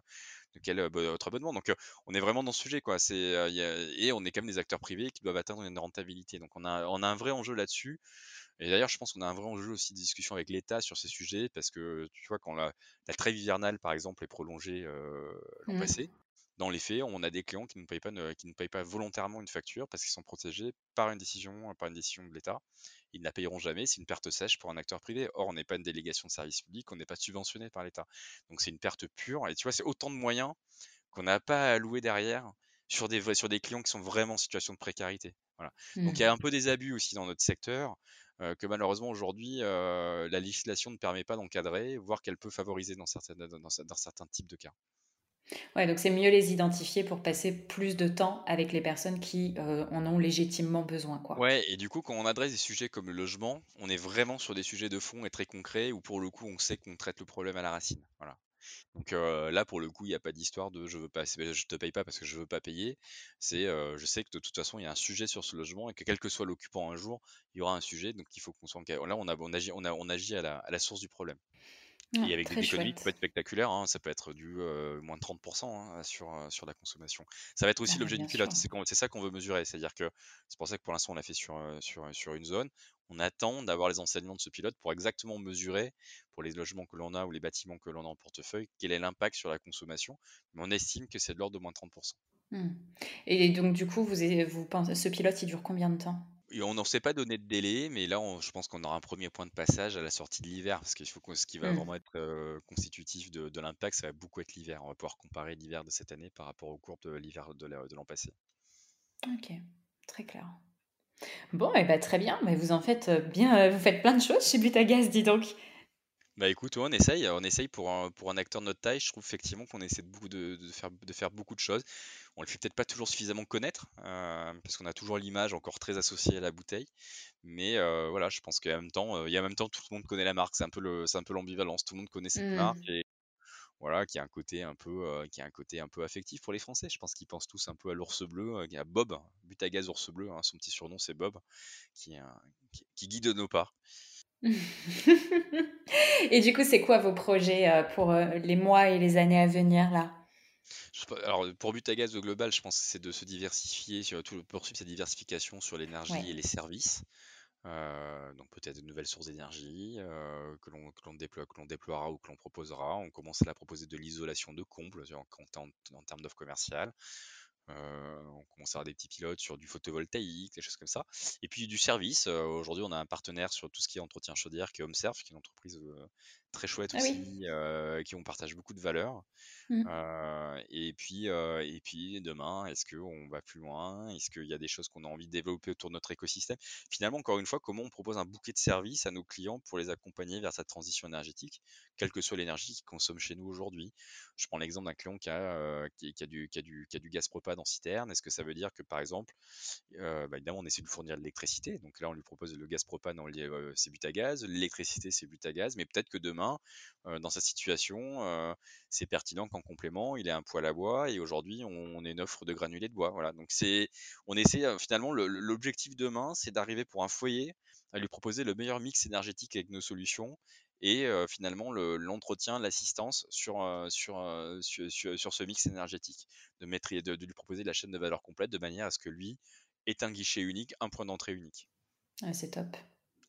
Speaker 1: quel autre abonnement. Donc on est vraiment dans ce sujet, quoi. Et on est quand même des acteurs privés qui doivent atteindre une rentabilité. Donc on a un vrai enjeu là-dessus. Et d'ailleurs, je pense qu'on a un vrai enjeu aussi de discussion avec l'État sur ces sujets, parce que tu vois, quand la trêve hivernale, par exemple, est prolongée l'an
Speaker 2: Mmh.
Speaker 1: passé, dans les faits, on a des clients qui ne payent pas volontairement une facture parce qu'ils sont protégés par une décision de l'État. Ils ne la payeront jamais, c'est une perte sèche pour un acteur privé. Or, on n'est pas une délégation de service public, on n'est pas subventionné par l'État. Donc c'est une perte pure. Et tu vois, c'est autant de moyens qu'on n'a pas à allouer derrière sur des clients qui sont vraiment en situation de précarité. Voilà. Donc il y a un
Speaker 2: Mmh.
Speaker 1: peu des abus aussi dans notre secteur, que malheureusement aujourd'hui la législation ne permet pas d'encadrer, voire qu'elle peut favoriser dans certains types de cas.
Speaker 2: Ouais, donc c'est mieux les identifier pour passer plus de temps avec les personnes qui, en ont légitimement besoin, quoi.
Speaker 1: Ouais, et du coup, quand on adresse des sujets comme le logement, on est vraiment sur des sujets de fond et très concrets, où pour le coup, on sait qu'on traite le problème à la racine. Voilà. Donc là, pour le coup, il y a pas d'histoire de je te paye pas parce que je veux pas payer. Je sais que de toute façon, il y a un sujet sur ce logement et que quel que soit l'occupant un jour, il y aura un sujet, donc il faut qu'on soit là, on agit à la source du problème.
Speaker 2: Ouais,
Speaker 1: Et avec des
Speaker 2: très
Speaker 1: économies qui peuvent
Speaker 2: chouette.
Speaker 1: être spectaculaires, hein, ça peut être du moins 30% hein, sur la consommation. Ça va être
Speaker 2: Ah
Speaker 1: aussi
Speaker 2: bah,
Speaker 1: l'objet du
Speaker 2: bien
Speaker 1: pilote,
Speaker 2: sûr.
Speaker 1: c'est ça qu'on veut mesurer. C'est-à-dire que c'est pour ça que pour l'instant on l'a fait sur une zone. On attend d'avoir les enseignements de ce pilote pour exactement mesurer, pour les logements que l'on a ou les bâtiments que l'on a en portefeuille, quel est l'impact sur la consommation. Mais on estime que c'est de l'ordre de moins 30%.
Speaker 2: Mmh. Et donc du coup, vous pensez ce pilote, il dure combien de temps?
Speaker 1: Et on n'en s'est pas donné de délai, mais là, je pense qu'on aura un premier point de passage à la sortie de l'hiver, parce ce qui va vraiment
Speaker 2: Mmh.
Speaker 1: être constitutif de l'impact, ça va beaucoup être l'hiver. On va pouvoir comparer l'hiver de cette année par rapport au cours de l'hiver de l'an passé.
Speaker 2: OK, très clair. Bon et bah, très bien, mais vous en faites, bien, vous faites plein de choses chez Butagaz, dis donc.
Speaker 1: Bah écoute, ouais, on essaye pour un acteur de notre taille. Je trouve effectivement qu'on essaie de faire beaucoup de choses. On le fait peut-être pas toujours suffisamment connaître, parce qu'on a toujours l'image encore très associée à la bouteille. Mais voilà, je pense qu'en même temps, en même temps, tout le monde connaît la marque. C'est un peu l'ambivalence. Tout le monde connaît cette marque,
Speaker 2: Mmh.
Speaker 1: et voilà, qui a un côté un peu affectif pour les Français. Je pense qu'ils pensent tous un peu à l'ours bleu, à Bob, Butagaz ours bleu, hein, son petit surnom c'est Bob, qui guide nos pas.
Speaker 2: Et du coup, c'est quoi vos projets, pour, les mois et les années à venir là?
Speaker 1: Alors pour Butagaz au global, je pense que c'est de se diversifier, poursuivre sa diversification sur
Speaker 2: Ouais.
Speaker 1: l'énergie et les services. Donc peut-être de nouvelles sources d'énergie que l'on déploiera ou que l'on proposera. On commence à la proposer de l'isolation de combles en termes d'offres commerciales. On commence à avoir des petits pilotes sur du photovoltaïque, des choses comme ça. Et puis du service. Aujourd'hui, on a un partenaire sur tout ce qui est entretien chaudière, qui est HomeServe, qui est une entreprise très chouette
Speaker 2: Ah oui.
Speaker 1: aussi, qui on partage beaucoup de valeurs.
Speaker 2: Mmh.
Speaker 1: Et puis demain, est-ce qu'on va plus loin? Est-ce qu'il y a des choses qu'on a envie de développer autour de notre écosystème? Finalement, encore une fois, comment on propose un bouquet de services à nos clients pour les accompagner vers cette transition énergétique, quelle que soit l'énergie qu'ils consomment chez nous aujourd'hui? Je prends l'exemple d'un client qui a du gaz propane en citerne. Est-ce que ça veut dire que, par exemple, évidemment, on essaie de lui fournir de l'électricité. Donc là, on lui propose le gaz propane, c'est Butagaz. L'électricité, c'est Butagaz. Mais peut-être que demain, dans sa situation, c'est pertinent qu'en complément, il ait un poêle à bois. Et aujourd'hui, on ait une offre de granulés de bois. Voilà. Donc on essaie finalement, l'objectif demain, c'est d'arriver pour un foyer à lui proposer le meilleur mix énergétique avec nos solutions. Et finalement, l'entretien, l'assistance sur ce mix énergétique, de lui proposer la chaîne de valeur complète de manière à ce que lui est un guichet unique, un point d'entrée unique.
Speaker 2: Ah, c'est top.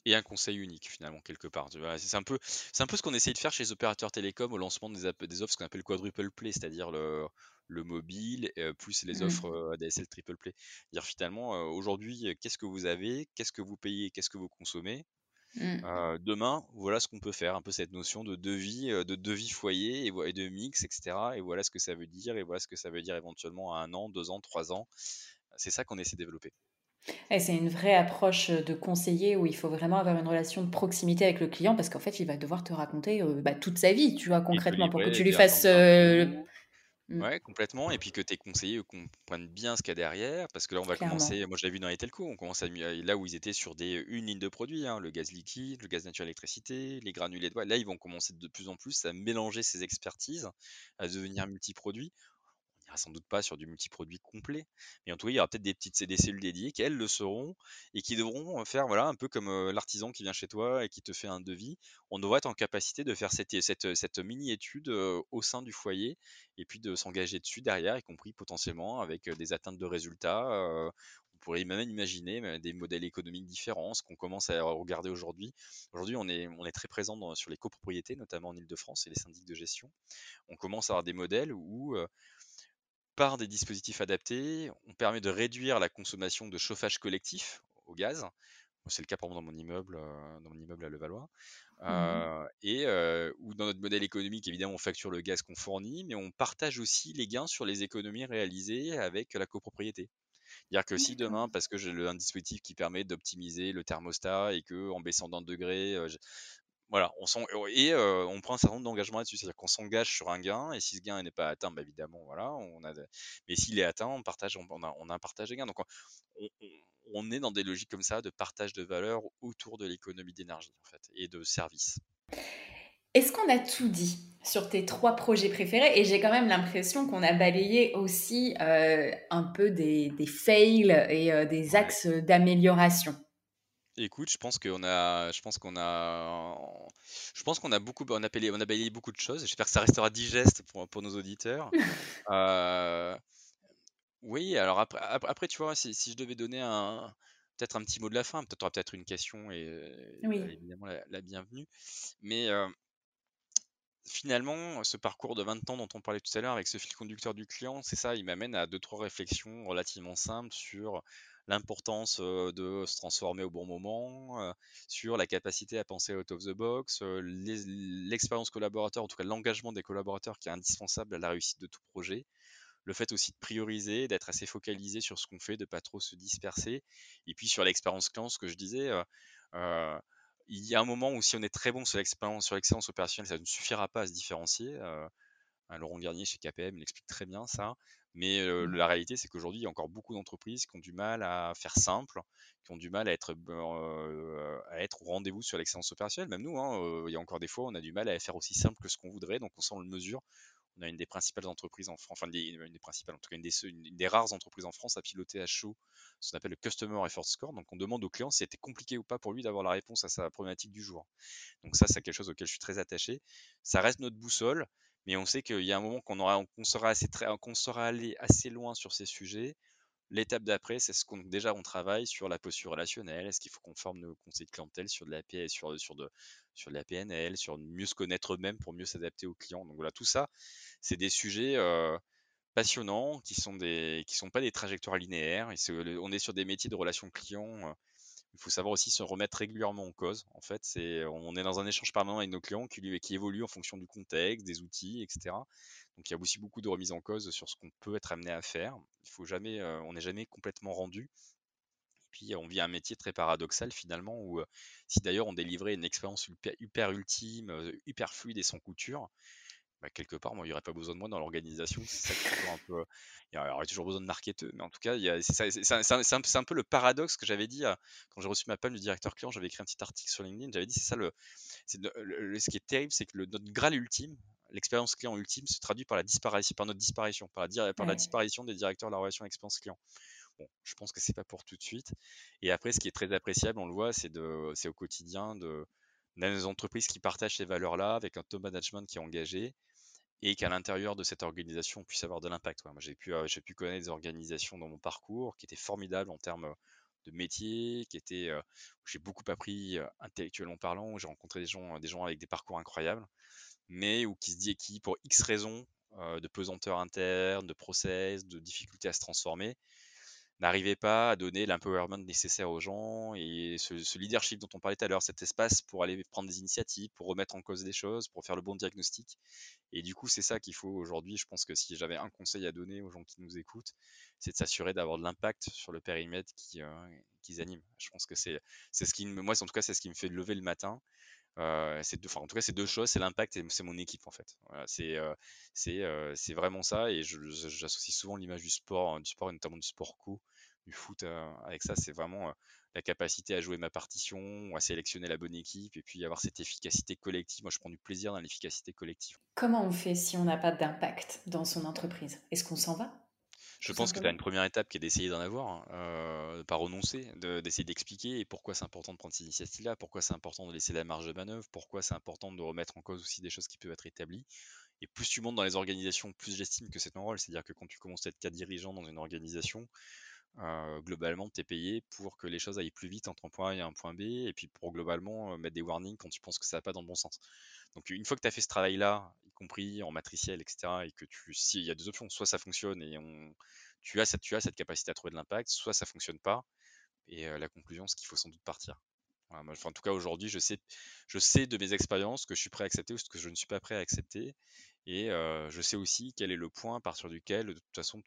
Speaker 1: et un conseil unique finalement quelque part. Tu vois? C'est un peu ce qu'on essaye de faire chez les opérateurs télécoms au lancement des offres, ce qu'on appelle le quadruple play, c'est-à-dire le mobile, plus les offres
Speaker 2: Mmh.
Speaker 1: ADSL triple play. Dire finalement, aujourd'hui, qu'est-ce que vous avez? Qu'est-ce que vous payez? Qu'est-ce que vous consommez?
Speaker 2: Mmh.
Speaker 1: Demain, voilà ce qu'on peut faire, un peu cette notion de devis foyer et de mix, etc. Et voilà ce que ça veut dire, et voilà ce que ça veut dire éventuellement à 1 an, 2 ans, 3 ans. C'est ça qu'on essaie de développer.
Speaker 2: Et c'est une vraie approche, de conseiller où il faut vraiment avoir une relation de proximité avec le client parce qu'en fait, il va devoir te raconter, bah, toute sa vie, tu vois,
Speaker 1: Et te
Speaker 2: concrètement pour que
Speaker 1: livrer
Speaker 2: tu lui
Speaker 1: des
Speaker 2: fasses,
Speaker 1: certain infos.
Speaker 2: mmh,
Speaker 1: Ouais, complètement. Et puis que tes conseillers comprennent bien ce qu'il y a derrière, parce que là, on va
Speaker 2: clairement.
Speaker 1: commencer. Moi, je l'ai vu dans les telcos, on commence là où ils étaient sur une ligne de produits, hein, le gaz liquide, le gaz naturel, l'électricité, les granulés de bois. Là, ils vont commencer de plus en plus à mélanger ces expertises, à devenir multi-produits. Il n'y aura sans doute pas sur du multiproduit complet, mais en tout cas, il y aura peut-être des cellules dédiées qui, elles, le seront et qui devront faire, voilà, un peu comme l'artisan qui vient chez toi et qui te fait un devis. On devrait être en capacité de faire cette mini-étude au sein du foyer et puis de s'engager dessus derrière, y compris potentiellement avec des atteintes de résultats. On pourrait même imaginer des modèles économiques différents, ce qu'on commence à regarder aujourd'hui. Aujourd'hui, on est très présent sur les copropriétés, notamment en Ile-de-France et les syndics de gestion. On commence à avoir des modèles où par des dispositifs adaptés, on permet de réduire la consommation de chauffage collectif au gaz. Moi, c'est le cas, par exemple, dans mon immeuble à Levallois.
Speaker 2: Mmh.
Speaker 1: Ou dans notre modèle économique, évidemment, on facture le gaz qu'on fournit, mais on partage aussi les gains sur les économies réalisées avec la copropriété. C'est-à-dire que si
Speaker 2: D'accord.
Speaker 1: demain, parce que j'ai un dispositif qui permet d'optimiser le thermostat et que en baissant d'un degré, voilà, on prend un certain nombre d'engagements là-dessus. C'est-à-dire qu'on s'engage sur un gain et si ce gain n'est pas atteint, bah, évidemment, voilà, mais s'il est atteint, on a un partage des gains. Donc on est dans des logiques comme ça de partage de valeur autour de l'économie d'énergie, en fait, et de services.
Speaker 2: Est-ce qu'on a tout dit sur tes 3 projets préférés? Et j'ai quand même l'impression qu'on a balayé aussi, un peu des fails et des
Speaker 1: Ouais.
Speaker 2: axes d'amélioration.
Speaker 1: Écoute, je pense qu'on a beaucoup, on a balayé beaucoup de choses. J'espère que ça restera digeste pour nos auditeurs. Euh, Oui, alors après, tu vois, si je devais donner peut-être un petit mot de la fin, peut-être tu auras peut-être une question et
Speaker 2: Oui.
Speaker 1: évidemment la bienvenue. Mais finalement, ce parcours de 20 ans dont on parlait tout à l'heure avec ce fil conducteur du client, c'est ça, il m'amène à deux, trois réflexions relativement simples sur l'importance de se transformer au bon moment, sur la capacité à penser out of the box, l'expérience collaborateur, en tout cas l'engagement des collaborateurs qui est indispensable à la réussite de tout projet, le fait aussi de prioriser, d'être assez focalisé sur ce qu'on fait, de pas trop se disperser. Et puis sur l'expérience client, ce que je disais, euh, il y a un moment où si on est très bon sur l'excellence opérationnelle, ça ne suffira pas à se différencier. Laurent Garnier chez KPM l'explique très bien ça. Mais la réalité, c'est qu'aujourd'hui, il y a encore beaucoup d'entreprises qui ont du mal à faire simple, qui ont du mal à être au rendez-vous sur l'excellence opérationnelle. Même nous, hein, il y a encore des fois, on a du mal à faire aussi simple que ce qu'on voudrait. Donc, on le mesure. On a une des principales entreprises en France, enfin une des principales, en tout cas une des rares entreprises en France à piloter à chaud ce qu'on appelle le Customer Effort Score. Donc on demande au client si c'était compliqué ou pas pour lui d'avoir la réponse à sa problématique du jour. Donc ça, c'est quelque chose auquel je suis très attaché. Ça reste notre boussole, mais on sait qu'il y a un moment qu'on sera allé assez loin sur ces sujets. L'étape d'après, c'est déjà on travaille sur la posture relationnelle. Est-ce qu'il faut qu'on forme nos conseils de clientèle sur de la P- sur de la PNL, sur mieux se connaître eux-mêmes pour mieux s'adapter aux clients. Donc voilà, tout ça, c'est des sujets passionnants qui sont pas des trajectoires linéaires. On est sur des métiers de relations clients. Il faut savoir aussi se remettre régulièrement en cause. En fait, on est dans un échange permanent avec nos clients qui évolue en fonction du contexte, des outils, etc. Donc il y a aussi beaucoup de remise en cause sur ce qu'on peut être amené à faire. On n'est jamais complètement rendu. Et puis on vit un métier très paradoxal finalement où si d'ailleurs on délivrait une expérience hyper, hyper ultime, hyper fluide et sans couture, bah, quelque part, moi, il n'y aurait pas besoin de moi dans l'organisation. C'est ça qui est toujours un peu. Il y aurait toujours besoin de marketeux. Mais en tout cas, c'est un peu le paradoxe que j'avais dit quand j'ai reçu ma palme du directeur client. J'avais écrit un petit article sur LinkedIn. J'avais dit, c'est ça ce qui est terrible, c'est que notre Graal ultime, l'expérience client ultime, se traduit par notre disparition, par la
Speaker 2: Ouais.
Speaker 1: disparition des directeurs de la relation expérience client. Bon, je pense que c'est pas pour tout de suite. Et après, ce qui est très appréciable, on le voit, c'est au quotidien des entreprises qui partagent ces valeurs-là avec un top management qui est engagé et qu'à l'intérieur de cette organisation, on puisse avoir de l'impact. Ouais. Moi, j'ai pu connaître des organisations dans mon parcours qui étaient formidables en termes de métier, où j'ai beaucoup appris intellectuellement parlant, où j'ai rencontré des gens avec des parcours incroyables, mais où qui pour X raisons, de pesanteur interne, de process, de difficulté à se transformer, n'arrivait pas à donner l'empowerment nécessaire aux gens et ce leadership dont on parlait tout à l'heure, cet espace pour aller prendre des initiatives, pour remettre en cause des choses, pour faire le bon diagnostic. Et du coup, c'est ça qu'il faut aujourd'hui. Je pense que si j'avais un conseil à donner aux gens qui nous écoutent, c'est de s'assurer d'avoir de l'impact sur le périmètre qu'ils animent. Je pense que c'est ce qui moi, en tout cas, c'est ce qui me fait lever le matin. En tout cas, c'est deux choses, c'est l'impact et c'est mon équipe en fait. Voilà, c'est vraiment ça et j'associe souvent l'image du sport et notamment du sport co, du foot avec ça. C'est vraiment la capacité à jouer ma partition, à sélectionner la bonne équipe et puis avoir cette efficacité collective. Moi, je prends du plaisir dans l'efficacité collective.
Speaker 2: Comment on fait si on n'a pas d'impact dans son entreprise? Est-ce qu'on s'en va,
Speaker 1: Je
Speaker 2: tout
Speaker 1: pense que tu as
Speaker 2: simplement?
Speaker 1: une première étape qui est d'essayer d'en avoir, hein, de pas renoncer, d'essayer d'expliquer pourquoi c'est important de prendre ces initiatives-là, pourquoi c'est important de laisser la marge de manœuvre, pourquoi c'est important de remettre en cause aussi des choses qui peuvent être établies. Et plus tu montes dans les organisations, plus j'estime que c'est ton rôle. C'est-à-dire que quand tu commences à être cadre dirigeant dans une organisation, globalement, tu es payé pour que les choses aillent plus vite entre un point A et un point B, et puis pour globalement mettre des warnings quand tu penses que ça va pas dans le bon sens. Donc une fois que tu as fait ce travail-là, y compris en matriciel, etc., et que s'il y a deux options, soit ça fonctionne et tu as cette capacité à trouver de l'impact, soit ça fonctionne pas, et la conclusion, c'est qu'il faut sans doute partir. Voilà, en tout cas, aujourd'hui, je sais de mes expériences ce que je suis prêt à accepter ou ce que je ne suis pas prêt à accepter. Et je sais aussi quel est le point à partir duquel, de toute façon,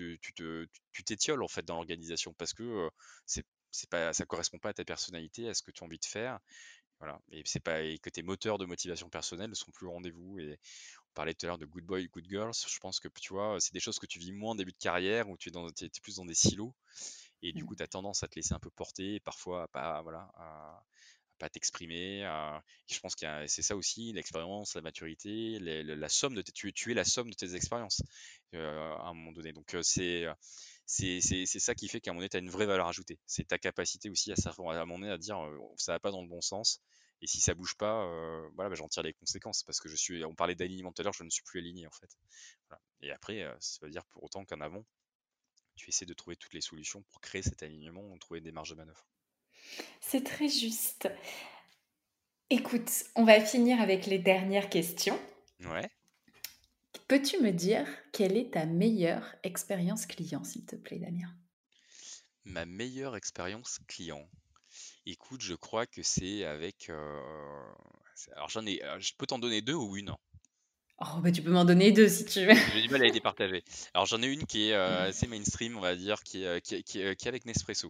Speaker 1: tu t'étioles en fait dans l'organisation parce que c'est pas, ça correspond pas à ta personnalité, à ce que tu as envie de faire. Voilà. Et c'est pas, et que tes moteurs de motivation personnelle ne sont plus au rendez-vous. Et on parlait tout à l'heure de good boy, good girls. Je pense que tu vois, c'est des choses que tu vis moins en début de carrière où t'es plus dans des silos. Et du coup,
Speaker 2: Mmh.
Speaker 1: tu as tendance à te laisser un peu porter, parfois à pas, voilà, à pas t'exprimer. Et je pense que c'est ça aussi, l'expérience, la maturité, la somme tu es la somme de tes expériences à un moment donné. Donc c'est ça qui fait qu'à un moment donné, tu as une vraie valeur ajoutée. C'est ta capacité aussi à un moment donné à dire ça va pas dans le bon sens. Et si ça bouge pas, voilà, j'en tire les conséquences parce que on parlait d'alignement tout à l'heure, je ne suis plus aligné en fait. Voilà. Et après, ça veut dire pour autant qu'en avant, tu essaies de trouver toutes les solutions pour créer cet alignement, trouver des marges de manœuvre.
Speaker 2: C'est très juste. Écoute, on va finir avec les dernières questions.
Speaker 1: Ouais.
Speaker 2: Peux-tu me dire quelle est ta meilleure expérience client, s'il te plaît, Damien?
Speaker 1: Ma meilleure expérience client. Écoute, je crois que c'est avec. Alors je peux t'en donner deux ou une.
Speaker 2: Oh, bah, tu peux m'en donner 2 si tu veux.
Speaker 1: J'ai du mal à les départager. Alors j'en ai une qui est assez mainstream, on va dire, qui est avec Nespresso.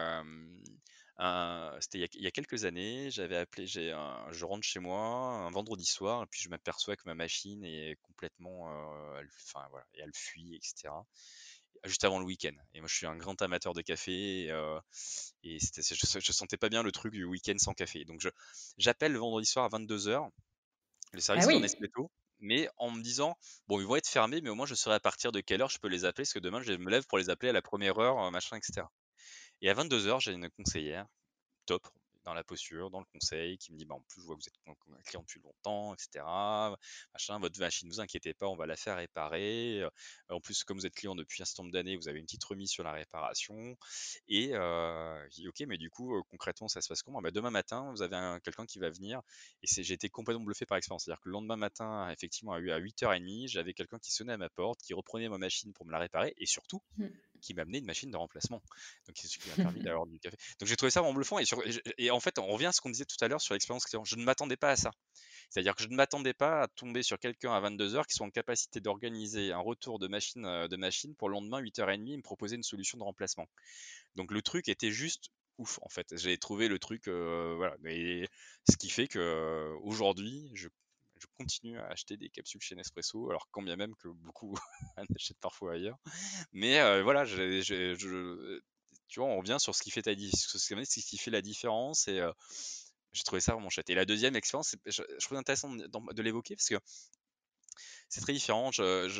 Speaker 1: C'était il y a quelques années, je rentre chez moi un vendredi soir et puis je m'aperçois que ma machine est complètement, enfin voilà, et elle fuit, etc. Juste avant le week-end. Et moi, je suis un grand amateur de café et je sentais pas bien le truc du week-end sans café. Donc j'appelle le vendredi soir à 22h le
Speaker 2: Ah
Speaker 1: service client
Speaker 2: oui.
Speaker 1: Nespresso, mais en me disant, bon, ils vont être fermés, mais au moins je saurai à partir de quelle heure je peux les appeler, parce que demain je me lève pour les appeler à la première heure, machin, etc. Et à 22h, j'ai une conseillère top dans la posture, dans le conseil, qui me dit bah, en plus je vois que vous êtes un client depuis longtemps, etc. Machin, votre machine, ne vous inquiétez pas, on va la faire réparer. En plus, comme vous êtes client depuis un certain nombre d'années, vous avez une petite remise sur la réparation. Et je dis ok, mais du coup, concrètement, ça se passe comment? Bah, demain matin, vous avez quelqu'un qui va venir. Et j'ai été complètement bluffé par l'expérience. C'est-à-dire que le lendemain matin, effectivement, à 8h30, j'avais quelqu'un qui sonnait à ma porte, qui reprenait ma machine pour me la réparer. Et surtout, qui m'a amené une machine de remplacement. Donc, c'est ce qui m'a permis d'avoir du café. Donc, j'ai trouvé ça vraiment bluffant. Et en fait, on revient à ce qu'on disait tout à l'heure sur l'expérience client. Je ne m'attendais pas à ça. C'est-à-dire que je ne m'attendais pas à tomber sur quelqu'un à 22h qui soit en capacité d'organiser un retour de machine pour le lendemain, 8h30, et me proposer une solution de remplacement. Donc, le truc était juste ouf, en fait. J'ai trouvé le truc, voilà. Et ce qui fait que aujourd'hui, je continue à acheter des capsules chez Nespresso, alors quand bien même que beaucoup en achètent parfois ailleurs. Mais voilà, tu vois, on revient sur ce qui fait ce qui fait la différence et j'ai trouvé ça vraiment chouette. Et la deuxième expérience, je trouve intéressant de l'évoquer parce que c'est très différent.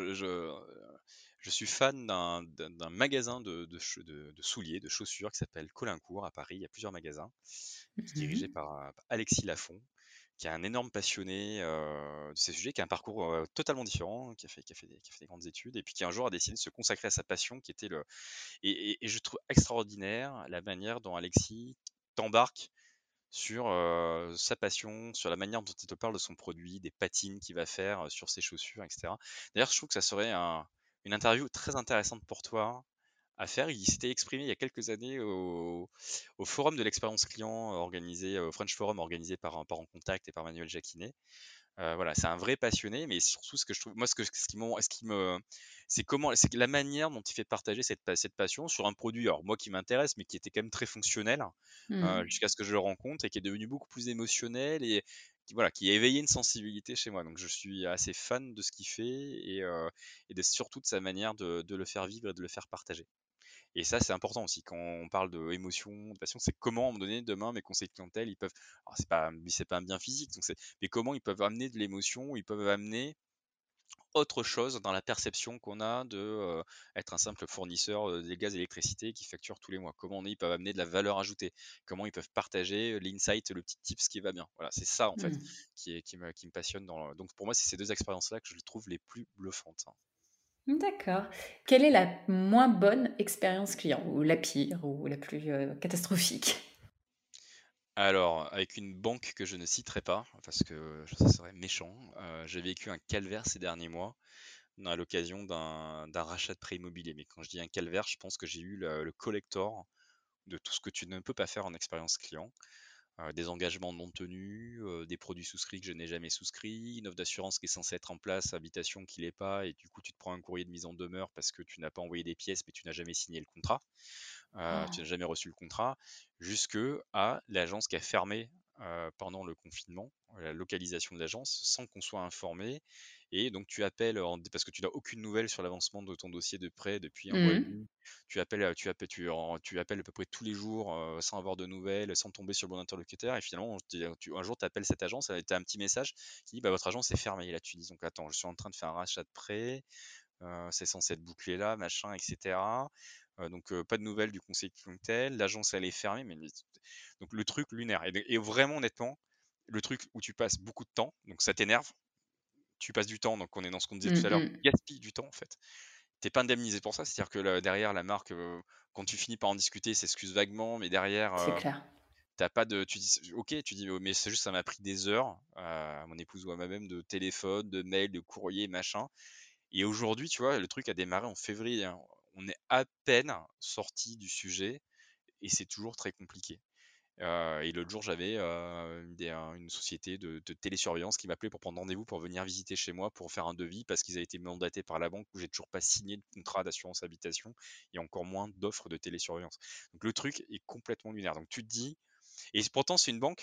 Speaker 1: Je suis fan d'un magasin de souliers, de chaussures qui s'appelle Colincourt à Paris. Il y a plusieurs magasins qui est dirigé
Speaker 2: Mmh.
Speaker 1: par Alexis Lafont, qui est un énorme passionné de ces sujets, qui a un parcours totalement différent, qui a fait des grandes études, et puis qui un jour a décidé de se consacrer à sa passion, qui était le. Et je trouve extraordinaire la manière dont Alexis t'embarque sur sa passion, sur la manière dont il te parle de son produit, des patines qu'il va faire sur ses chaussures, etc. D'ailleurs, je trouve que ça serait une interview très intéressante pour toi à faire. Il s'était exprimé il y a quelques années au forum de l'expérience client organisé, au French Forum organisé par En Contact et par Manuel Jacquinet. Voilà, c'est un vrai passionné, mais surtout ce que je trouve, moi, c'est c'est la manière dont il fait partager cette passion sur un produit, alors moi qui m'intéresse, mais qui était quand même très fonctionnel
Speaker 2: Mmh.
Speaker 1: jusqu'à ce que je le rencontre et qui est devenu beaucoup plus émotionnel et qui a éveillé une sensibilité chez moi. Donc je suis assez fan de ce qu'il fait surtout de sa manière de le faire vivre et de le faire partager. Et ça, c'est important aussi quand on parle d'émotion, de passion, c'est comment, à un moment donné, demain, mes conseillers de clientèle, ils peuvent, alors c'est pas un bien physique, mais comment ils peuvent amener de l'émotion, ils peuvent amener autre chose dans la perception qu'on a de être un simple fournisseur des gaz et l'électricité qui facture tous les mois. Comment ils peuvent amener de la valeur ajoutée, comment ils peuvent partager l'insight, le petit tips qui va bien. Voilà, c'est ça en fait
Speaker 2: Mmh.
Speaker 1: qui me passionne. Donc pour moi, c'est ces deux expériences-là que je trouve les plus bluffantes, hein.
Speaker 2: D'accord. Quelle est la moins bonne expérience client ou la pire ou la plus, catastrophique?
Speaker 1: Alors, avec une banque que je ne citerai pas, parce que ça serait méchant, j'ai vécu un calvaire ces derniers mois à l'occasion d'un rachat de prêt immobilier. Mais quand je dis un calvaire, je pense que j'ai eu le collector de tout ce que tu ne peux pas faire en expérience client. Des engagements non tenus, des produits souscrits que je n'ai jamais souscrits, une offre d'assurance qui est censée être en place, habitation qui l'est pas, et du coup tu te prends un courrier de mise en demeure parce que tu n'as pas envoyé des pièces, mais tu n'as jamais signé le contrat. Tu n'as
Speaker 2: Oh.
Speaker 1: jamais reçu le contrat, jusque à l'agence qui a fermé pendant le confinement, la localisation de l'agence, sans qu'on soit informé. Et donc tu appelles, parce que tu n'as aucune nouvelle sur l'avancement de ton dossier de prêt depuis un mois et
Speaker 2: Mmh.
Speaker 1: demi. Tu appelles à peu près tous les jours sans avoir de nouvelles, sans tomber sur le bon interlocuteur. Et finalement, un jour, tu appelles cette agence, tu as un petit message qui dit bah, votre agence est fermée. Et là, tu dis donc attends, je suis en train de faire un rachat de prêt, c'est censé être bouclé là, machin, etc. Donc pas de nouvelles du conseil clientèle, l'agence elle est fermée, donc le truc lunaire. Et vraiment honnêtement, le truc où tu passes beaucoup de temps, donc ça t'énerve, tu passes du temps, donc on est dans ce qu'on disait tout
Speaker 2: Mmh
Speaker 1: à l'heure,
Speaker 2: mh.
Speaker 1: tu gaspilles du temps en fait. T'es pas indemnisé pour ça, c'est-à-dire que derrière la marque, quand tu finis par en discuter, s'excuse vaguement, mais derrière,
Speaker 2: C'est clair.
Speaker 1: t'as pas de, tu dis, ok, tu dis, mais c'est juste ça m'a pris des heures, à mon épouse ou à moi-même, de téléphone, de mail, de courrier, machin. Et aujourd'hui, tu vois, le truc a démarré en février, hein. On est à peine sorti du sujet et c'est toujours très compliqué. Et l'autre jour, j'avais une société de télésurveillance qui m'appelait pour prendre rendez-vous pour venir visiter chez moi pour faire un devis parce qu'ils avaient été mandatés par la banque où j'ai toujours pas signé de contrat d'assurance habitation et encore moins d'offres de télésurveillance. Donc le truc est complètement lunaire. Donc tu te dis, et pourtant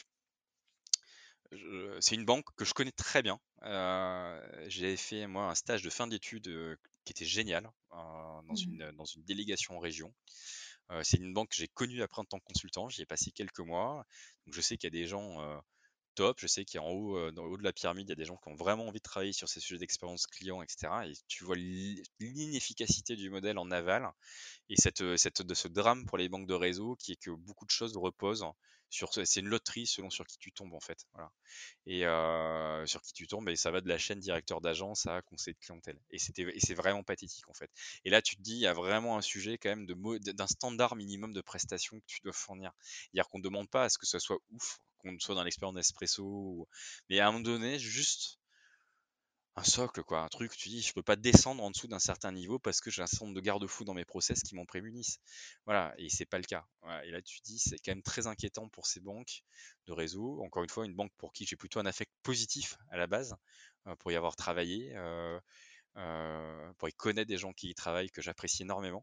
Speaker 1: c'est une banque que je connais très bien. J'avais fait moi un stage de fin d'études qui était génial
Speaker 2: Mmh.
Speaker 1: dans une délégation en région. C'est une banque que j'ai connue après en tant que consultant. J'y ai passé quelques mois. Donc je sais qu'il y a des gens top. Je sais qu'en haut, dans le haut de la pyramide, il y a des gens qui ont vraiment envie de travailler sur ces sujets d'expérience client, etc. Et tu vois l'inefficacité du modèle en aval et de ce drame pour les banques de réseau qui est que beaucoup de choses reposent c'est une loterie selon sur qui tu tombes en fait. Voilà. Et sur qui tu tombes, et ça va de la chaîne directeur d'agence à conseiller de clientèle. Et c'est vraiment pathétique en fait. Et là, tu te dis, il y a vraiment un sujet quand même d'un standard minimum de prestations que tu dois fournir. C'est-à-dire qu'on ne demande pas à ce que ça soit ouf, qu'on soit dans l'expérience d'Espresso, mais à un moment donné, juste un socle, quoi, un truc, tu dis, je peux pas descendre en dessous d'un certain niveau parce que j'ai un certain nombre de garde-fous dans mes process qui m'en prémunissent. Voilà, et c'est pas le cas. Voilà, et là, tu dis, c'est quand même très inquiétant pour ces banques de réseau. Encore une fois, une banque pour qui j'ai plutôt un affect positif à la base, pour y avoir travaillé, pour y connaître des gens qui y travaillent que j'apprécie énormément.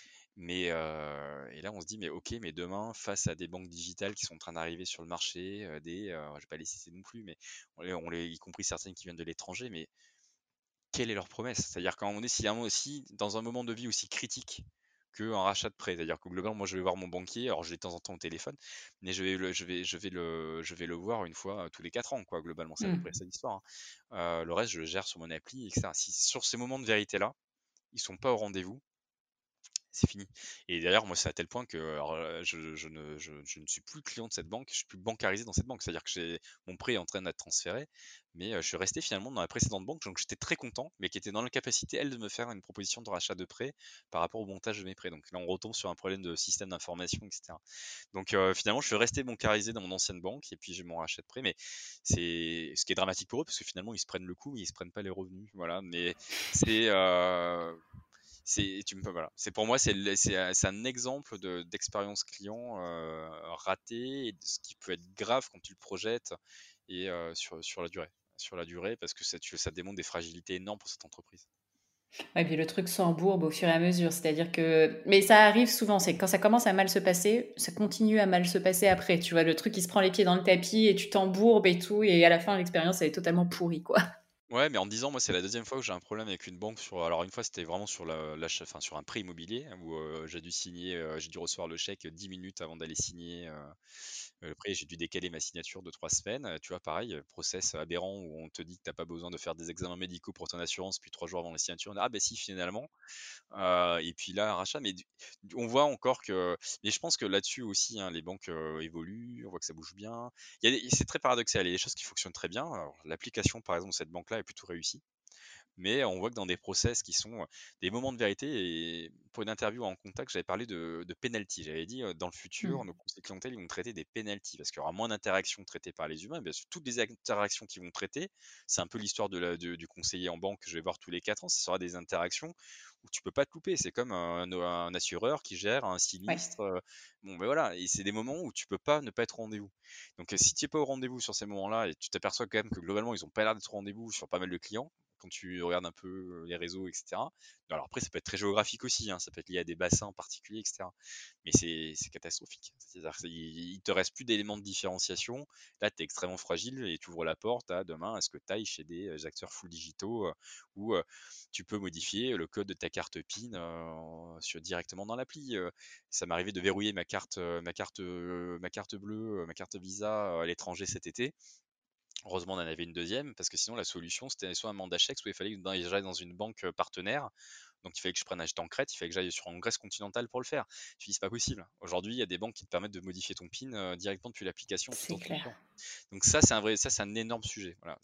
Speaker 1: Et là, on se dit, mais ok, mais demain, face à des banques digitales qui sont en train d'arriver sur le marché, je vais pas les citer non plus, mais y compris certaines qui viennent de l'étranger, mais quelle est leur promesse? C'est-à-dire qu'à un moment donné, s'il y a un moment aussi, dans un moment de vie aussi critique qu'un rachat de prêt, c'est-à-dire que globalement, moi, je vais voir mon banquier, alors je l'ai de temps en temps au téléphone, mais je vais le voir une fois tous les 4 ans, quoi, globalement, c'est à peu près
Speaker 2: Mmh.
Speaker 1: ça l'histoire, hein. Le reste, je le gère sur mon appli, etc. Si sur ces moments de vérité-là, ils sont pas au rendez-vous, c'est fini. Et d'ailleurs, moi, c'est à tel point que alors, je ne suis plus client de cette banque, je suis plus bancarisé dans cette banque. C'est-à-dire que mon prêt est en train d'être transféré, mais je suis resté finalement dans la précédente banque, donc j'étais très content, mais qui était dans l'incapacité, elle, de me faire une proposition de rachat de prêt par rapport au montage de mes prêts. Donc là, on retombe sur un problème de système d'information, etc. Donc finalement, je suis resté bancarisé dans mon ancienne banque et puis j'ai mon rachat de prêt. Mais c'est ce qui est dramatique pour eux parce que finalement, ils se prennent le coup, mais ils se prennent pas les revenus. Voilà. Mais c'est voilà. C'est pour moi, c'est un exemple d'expérience client ratée et de ce qui peut être grave quand tu le projettes et sur la durée. Sur la durée, parce que ça démontre des fragilités énormes pour cette entreprise.
Speaker 2: Ouais, puis le truc s'embourbe au fur et à mesure. C'est-à-dire que. Mais ça arrive souvent, c'est que quand ça commence à mal se passer, ça continue à mal se passer après. Tu vois, le truc, il se prend les pieds dans le tapis et tu t'embourbes et tout. Et à la fin, l'expérience, elle est totalement pourrie, quoi.
Speaker 1: Ouais, mais en 10 ans, moi, c'est la deuxième fois que j'ai un problème avec une banque alors une fois, c'était vraiment sur l'achat, enfin, sur un prêt immobilier où j'ai dû recevoir le chèque 10 minutes avant d'aller signer le prêt. J'ai dû décaler ma signature de 3 semaines. Tu vois, pareil, process aberrant où on te dit que t'as pas besoin de faire des examens médicaux pour ton assurance, puis 3 jours avant la signature, on dit, ah ben si, finalement. Et puis là, un rachat, mais on voit encore que. Mais je pense que là-dessus aussi, hein, les banques évoluent, on voit que ça bouge bien. C'est très paradoxal, il y a des choses qui fonctionnent très bien. Alors, l'application, par exemple, de cette banque-là est plutôt réussie. Mais on voit que dans des process qui sont des moments de vérité, et pour une interview en contact, j'avais parlé de penalty. J'avais dit, dans le futur,
Speaker 2: Hmm.
Speaker 1: nos conseillers clientèle, ils vont traiter des penalties parce qu'il y aura moins d'interactions traitées par les humains. Bien sûr, toutes les interactions qu'ils vont traiter, c'est un peu l'histoire du conseiller en banque que je vais voir tous les 4 ans. Ce sera des interactions où tu peux pas te louper. C'est comme un assureur qui gère un
Speaker 2: Ouais.
Speaker 1: sinistre. Bon, ben voilà, et c'est des moments où tu peux pas ne pas être au rendez-vous. Donc, si tu n'es pas au rendez-vous sur ces moments-là et tu t'aperçois quand même que globalement, ils ont pas l'air d'être au rendez-vous sur pas mal de clients, quand tu regardes un peu les réseaux, etc. Alors après, ça peut être très géographique aussi, hein, ça peut être lié à des bassins en particulier, etc. Mais c'est catastrophique. C'est-à-dire qu'il te reste plus d'éléments de différenciation. Là, tu es extrêmement fragile et tu ouvres la porte à demain, est-ce que tu ailles chez des acteurs full digitaux où tu peux modifier le code de ta carte PIN directement dans l'appli. Ça m'est arrivé de verrouiller ma carte bleue, ma carte Visa à l'étranger cet été. Heureusement, on en avait une deuxième, parce que sinon, la solution, c'était soit un mandat chèque, soit il fallait que j'aille dans une banque partenaire. Donc, il fallait que je prenne un jet en crête, il fallait que j'aille sur en Grèce continentale pour le faire. Je me suis dit, c'est pas possible. Aujourd'hui, il y a des banques qui te permettent de modifier ton PIN directement depuis l'application tout
Speaker 2: C'est
Speaker 1: en te
Speaker 2: clair.
Speaker 1: fiant. Donc, ça, c'est un énorme sujet. Voilà.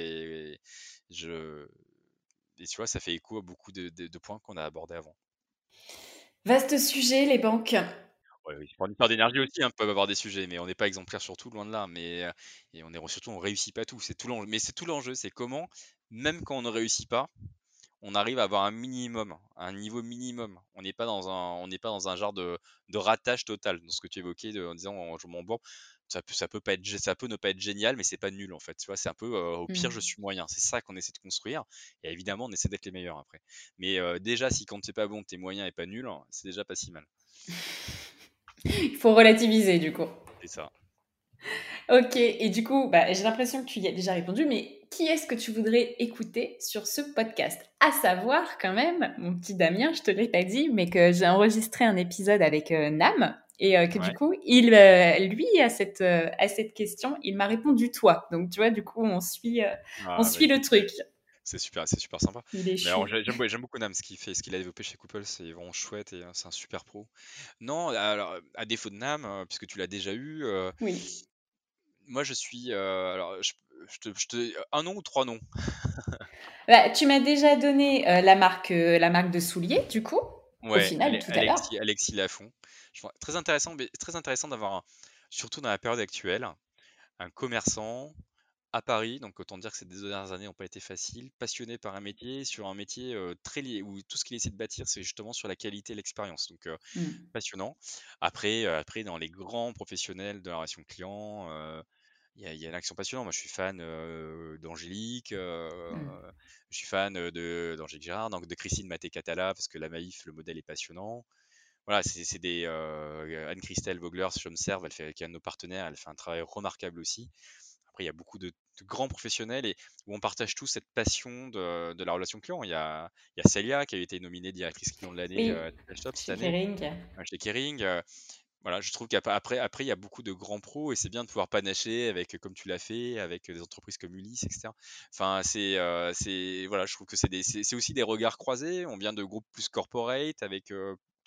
Speaker 1: Je, et tu vois, ça fait écho à beaucoup de points qu'on a abordés avant.
Speaker 2: Vaste sujet, les banques.
Speaker 1: Ouais, oui. Fournisseurs d'énergie aussi hein, peuvent avoir des sujets, mais on n'est pas exemplaire sur tout, loin de là. Mais et surtout, on réussit pas tout. C'est tout l'enjeu. Mais c'est tout l'enjeu, c'est comment, même quand on ne réussit pas, on arrive à avoir un minimum, un niveau minimum. On n'est pas dans un genre de ratage total, dans ce que tu évoquais en disant je m'en bon, ça peut pas être, ça peut ne pas être génial, mais c'est pas nul en fait. Tu vois, c'est un peu au pire je
Speaker 2: Hmm.
Speaker 1: suis moyen. C'est ça qu'on essaie de construire. Et évidemment, on essaie d'être les meilleurs après. Mais déjà, si quand t'es pas bon, t'es moyen et pas nul, c'est déjà pas si mal.
Speaker 2: Il faut relativiser, du coup.
Speaker 1: C'est ça.
Speaker 2: Ok, et du coup, bah, j'ai l'impression que tu y as déjà répondu, mais qui est-ce que tu voudrais écouter sur ce podcast? À savoir, quand même, mon petit Damien, je te l'ai pas dit, mais que j'ai enregistré un épisode avec Nam, et que du
Speaker 1: Ouais.
Speaker 2: coup, lui, à cette question, il m'a répondu toi. Donc, tu vois, du coup, on
Speaker 1: Ah, bah
Speaker 2: suit le
Speaker 1: écoute,
Speaker 2: truc.
Speaker 1: c'est super sympa.
Speaker 2: Il est
Speaker 1: Mais alors,
Speaker 2: chou.
Speaker 1: j'aime beaucoup Nam, ce qu'il a développé chez Couples, c'est vraiment chouette et c'est un super pro. Non, alors, à défaut de Nam, puisque tu l'as déjà eu,
Speaker 2: Oui.
Speaker 1: moi je suis. Alors, un nom ou 3 noms?
Speaker 2: Bah, tu m'as déjà donné la marque de souliers, du coup, au
Speaker 1: Ouais,
Speaker 2: final, tout à l'heure.
Speaker 1: Alexis Lafont. Très intéressant, mais très intéressant d'avoir, surtout dans la période actuelle, un commerçant à Paris, donc autant dire que ces 2 dernières années n'ont pas été faciles, passionné par un métier, sur un métier très lié, où tout ce qu'il essaie de bâtir, c'est justement sur la qualité et l'expérience. Donc
Speaker 2: Hmm.
Speaker 1: passionnant. Après, dans les grands professionnels de la relation client, il y a l'action passionnante. Moi, je suis fan d'Angélique,
Speaker 2: Hmm.
Speaker 1: je suis fan d'Angélique Gérard, donc de Christine Maté-Catala, parce que la Maïf, le modèle est passionnant. Voilà, c'est des Anne-Christelle Vogler, si je me serve, qui est un de nos partenaires, elle fait un travail remarquable aussi. Après, il y a beaucoup de grands professionnels et où on partage tous cette passion de la relation client. Il y a Célia qui a été nominée directrice client de l'année
Speaker 2: Oui,
Speaker 1: à Shop cette
Speaker 2: chez
Speaker 1: année,
Speaker 2: Kering.
Speaker 1: chez Kering. Voilà, je trouve qu'après, il y a beaucoup de grands pros et c'est bien de pouvoir panacher avec, comme tu l'as fait, avec des entreprises comme Ulysse, etc. Enfin, voilà, je trouve que c'est aussi des regards croisés. On vient de groupes plus corporate avec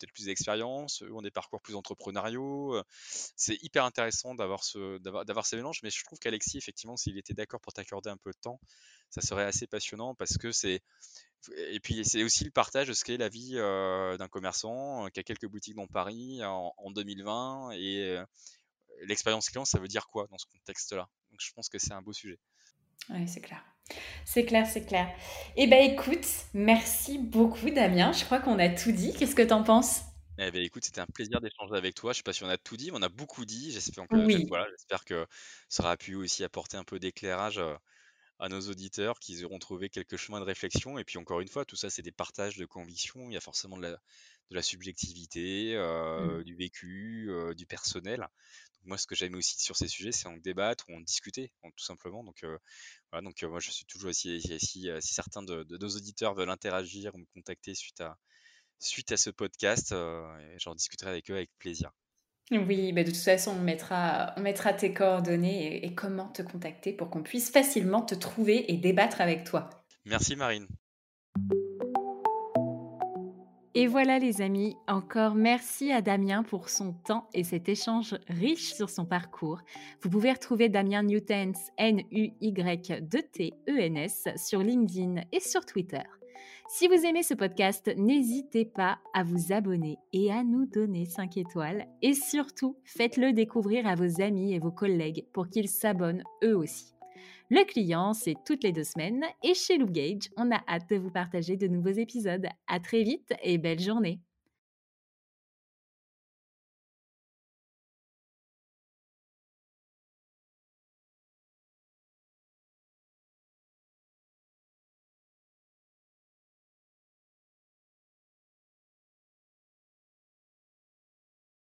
Speaker 1: peut-être plus d'expérience, eux ont des parcours plus entrepreneuriaux. C'est hyper intéressant d'avoir ces mélanges, mais je trouve qu'Alexis, effectivement, s'il était d'accord pour t'accorder un peu de temps, ça serait assez passionnant parce que et puis c'est aussi le partage de ce qu'est la vie d'un commerçant qui a quelques boutiques dans Paris en 2020 et l'expérience client, ça veut dire quoi dans ce contexte-là? Donc je pense que c'est un beau sujet.
Speaker 2: Oui, c'est clair. C'est clair, c'est clair. Eh ben écoute, merci beaucoup Damien. Je crois qu'on a tout dit. Qu'est-ce que t'en penses?
Speaker 1: Eh beh, écoute, c'était un plaisir d'échanger avec toi. Je sais pas si on a tout dit, mais on a beaucoup dit.
Speaker 2: Oui.
Speaker 1: J'espère que ça aura pu aussi apporter un peu d'éclairage, à nos auditeurs, qu'ils auront trouvé quelques chemins de réflexion. Et puis encore une fois, tout ça, c'est des partages de convictions. Il y a forcément de la subjectivité,
Speaker 2: Mm.
Speaker 1: du vécu, du personnel. Donc moi, ce que j'aime aussi sur ces sujets, c'est en débattre ou en discuter, donc tout simplement. Donc voilà, donc moi, je suis toujours si certains de nos auditeurs veulent interagir ou me contacter suite à ce podcast, et j'en discuterai avec eux avec plaisir.
Speaker 2: Oui, bah de toute façon, on mettra tes coordonnées et comment te contacter pour qu'on puisse facilement te trouver et débattre avec toi.
Speaker 1: Merci Marine.
Speaker 2: Et voilà les amis, encore merci à Damien pour son temps et cet échange riche sur son parcours. Vous pouvez retrouver Damien Nuytens, Nuytens, sur LinkedIn et sur Twitter. Si vous aimez ce podcast, n'hésitez pas à vous abonner et à nous donner 5 étoiles. Et surtout, faites-le découvrir à vos amis et vos collègues pour qu'ils s'abonnent eux aussi. Le client, c'est toutes les 2 semaines et chez Loop Gage, on a hâte de vous partager de nouveaux épisodes. À très vite et belle journée!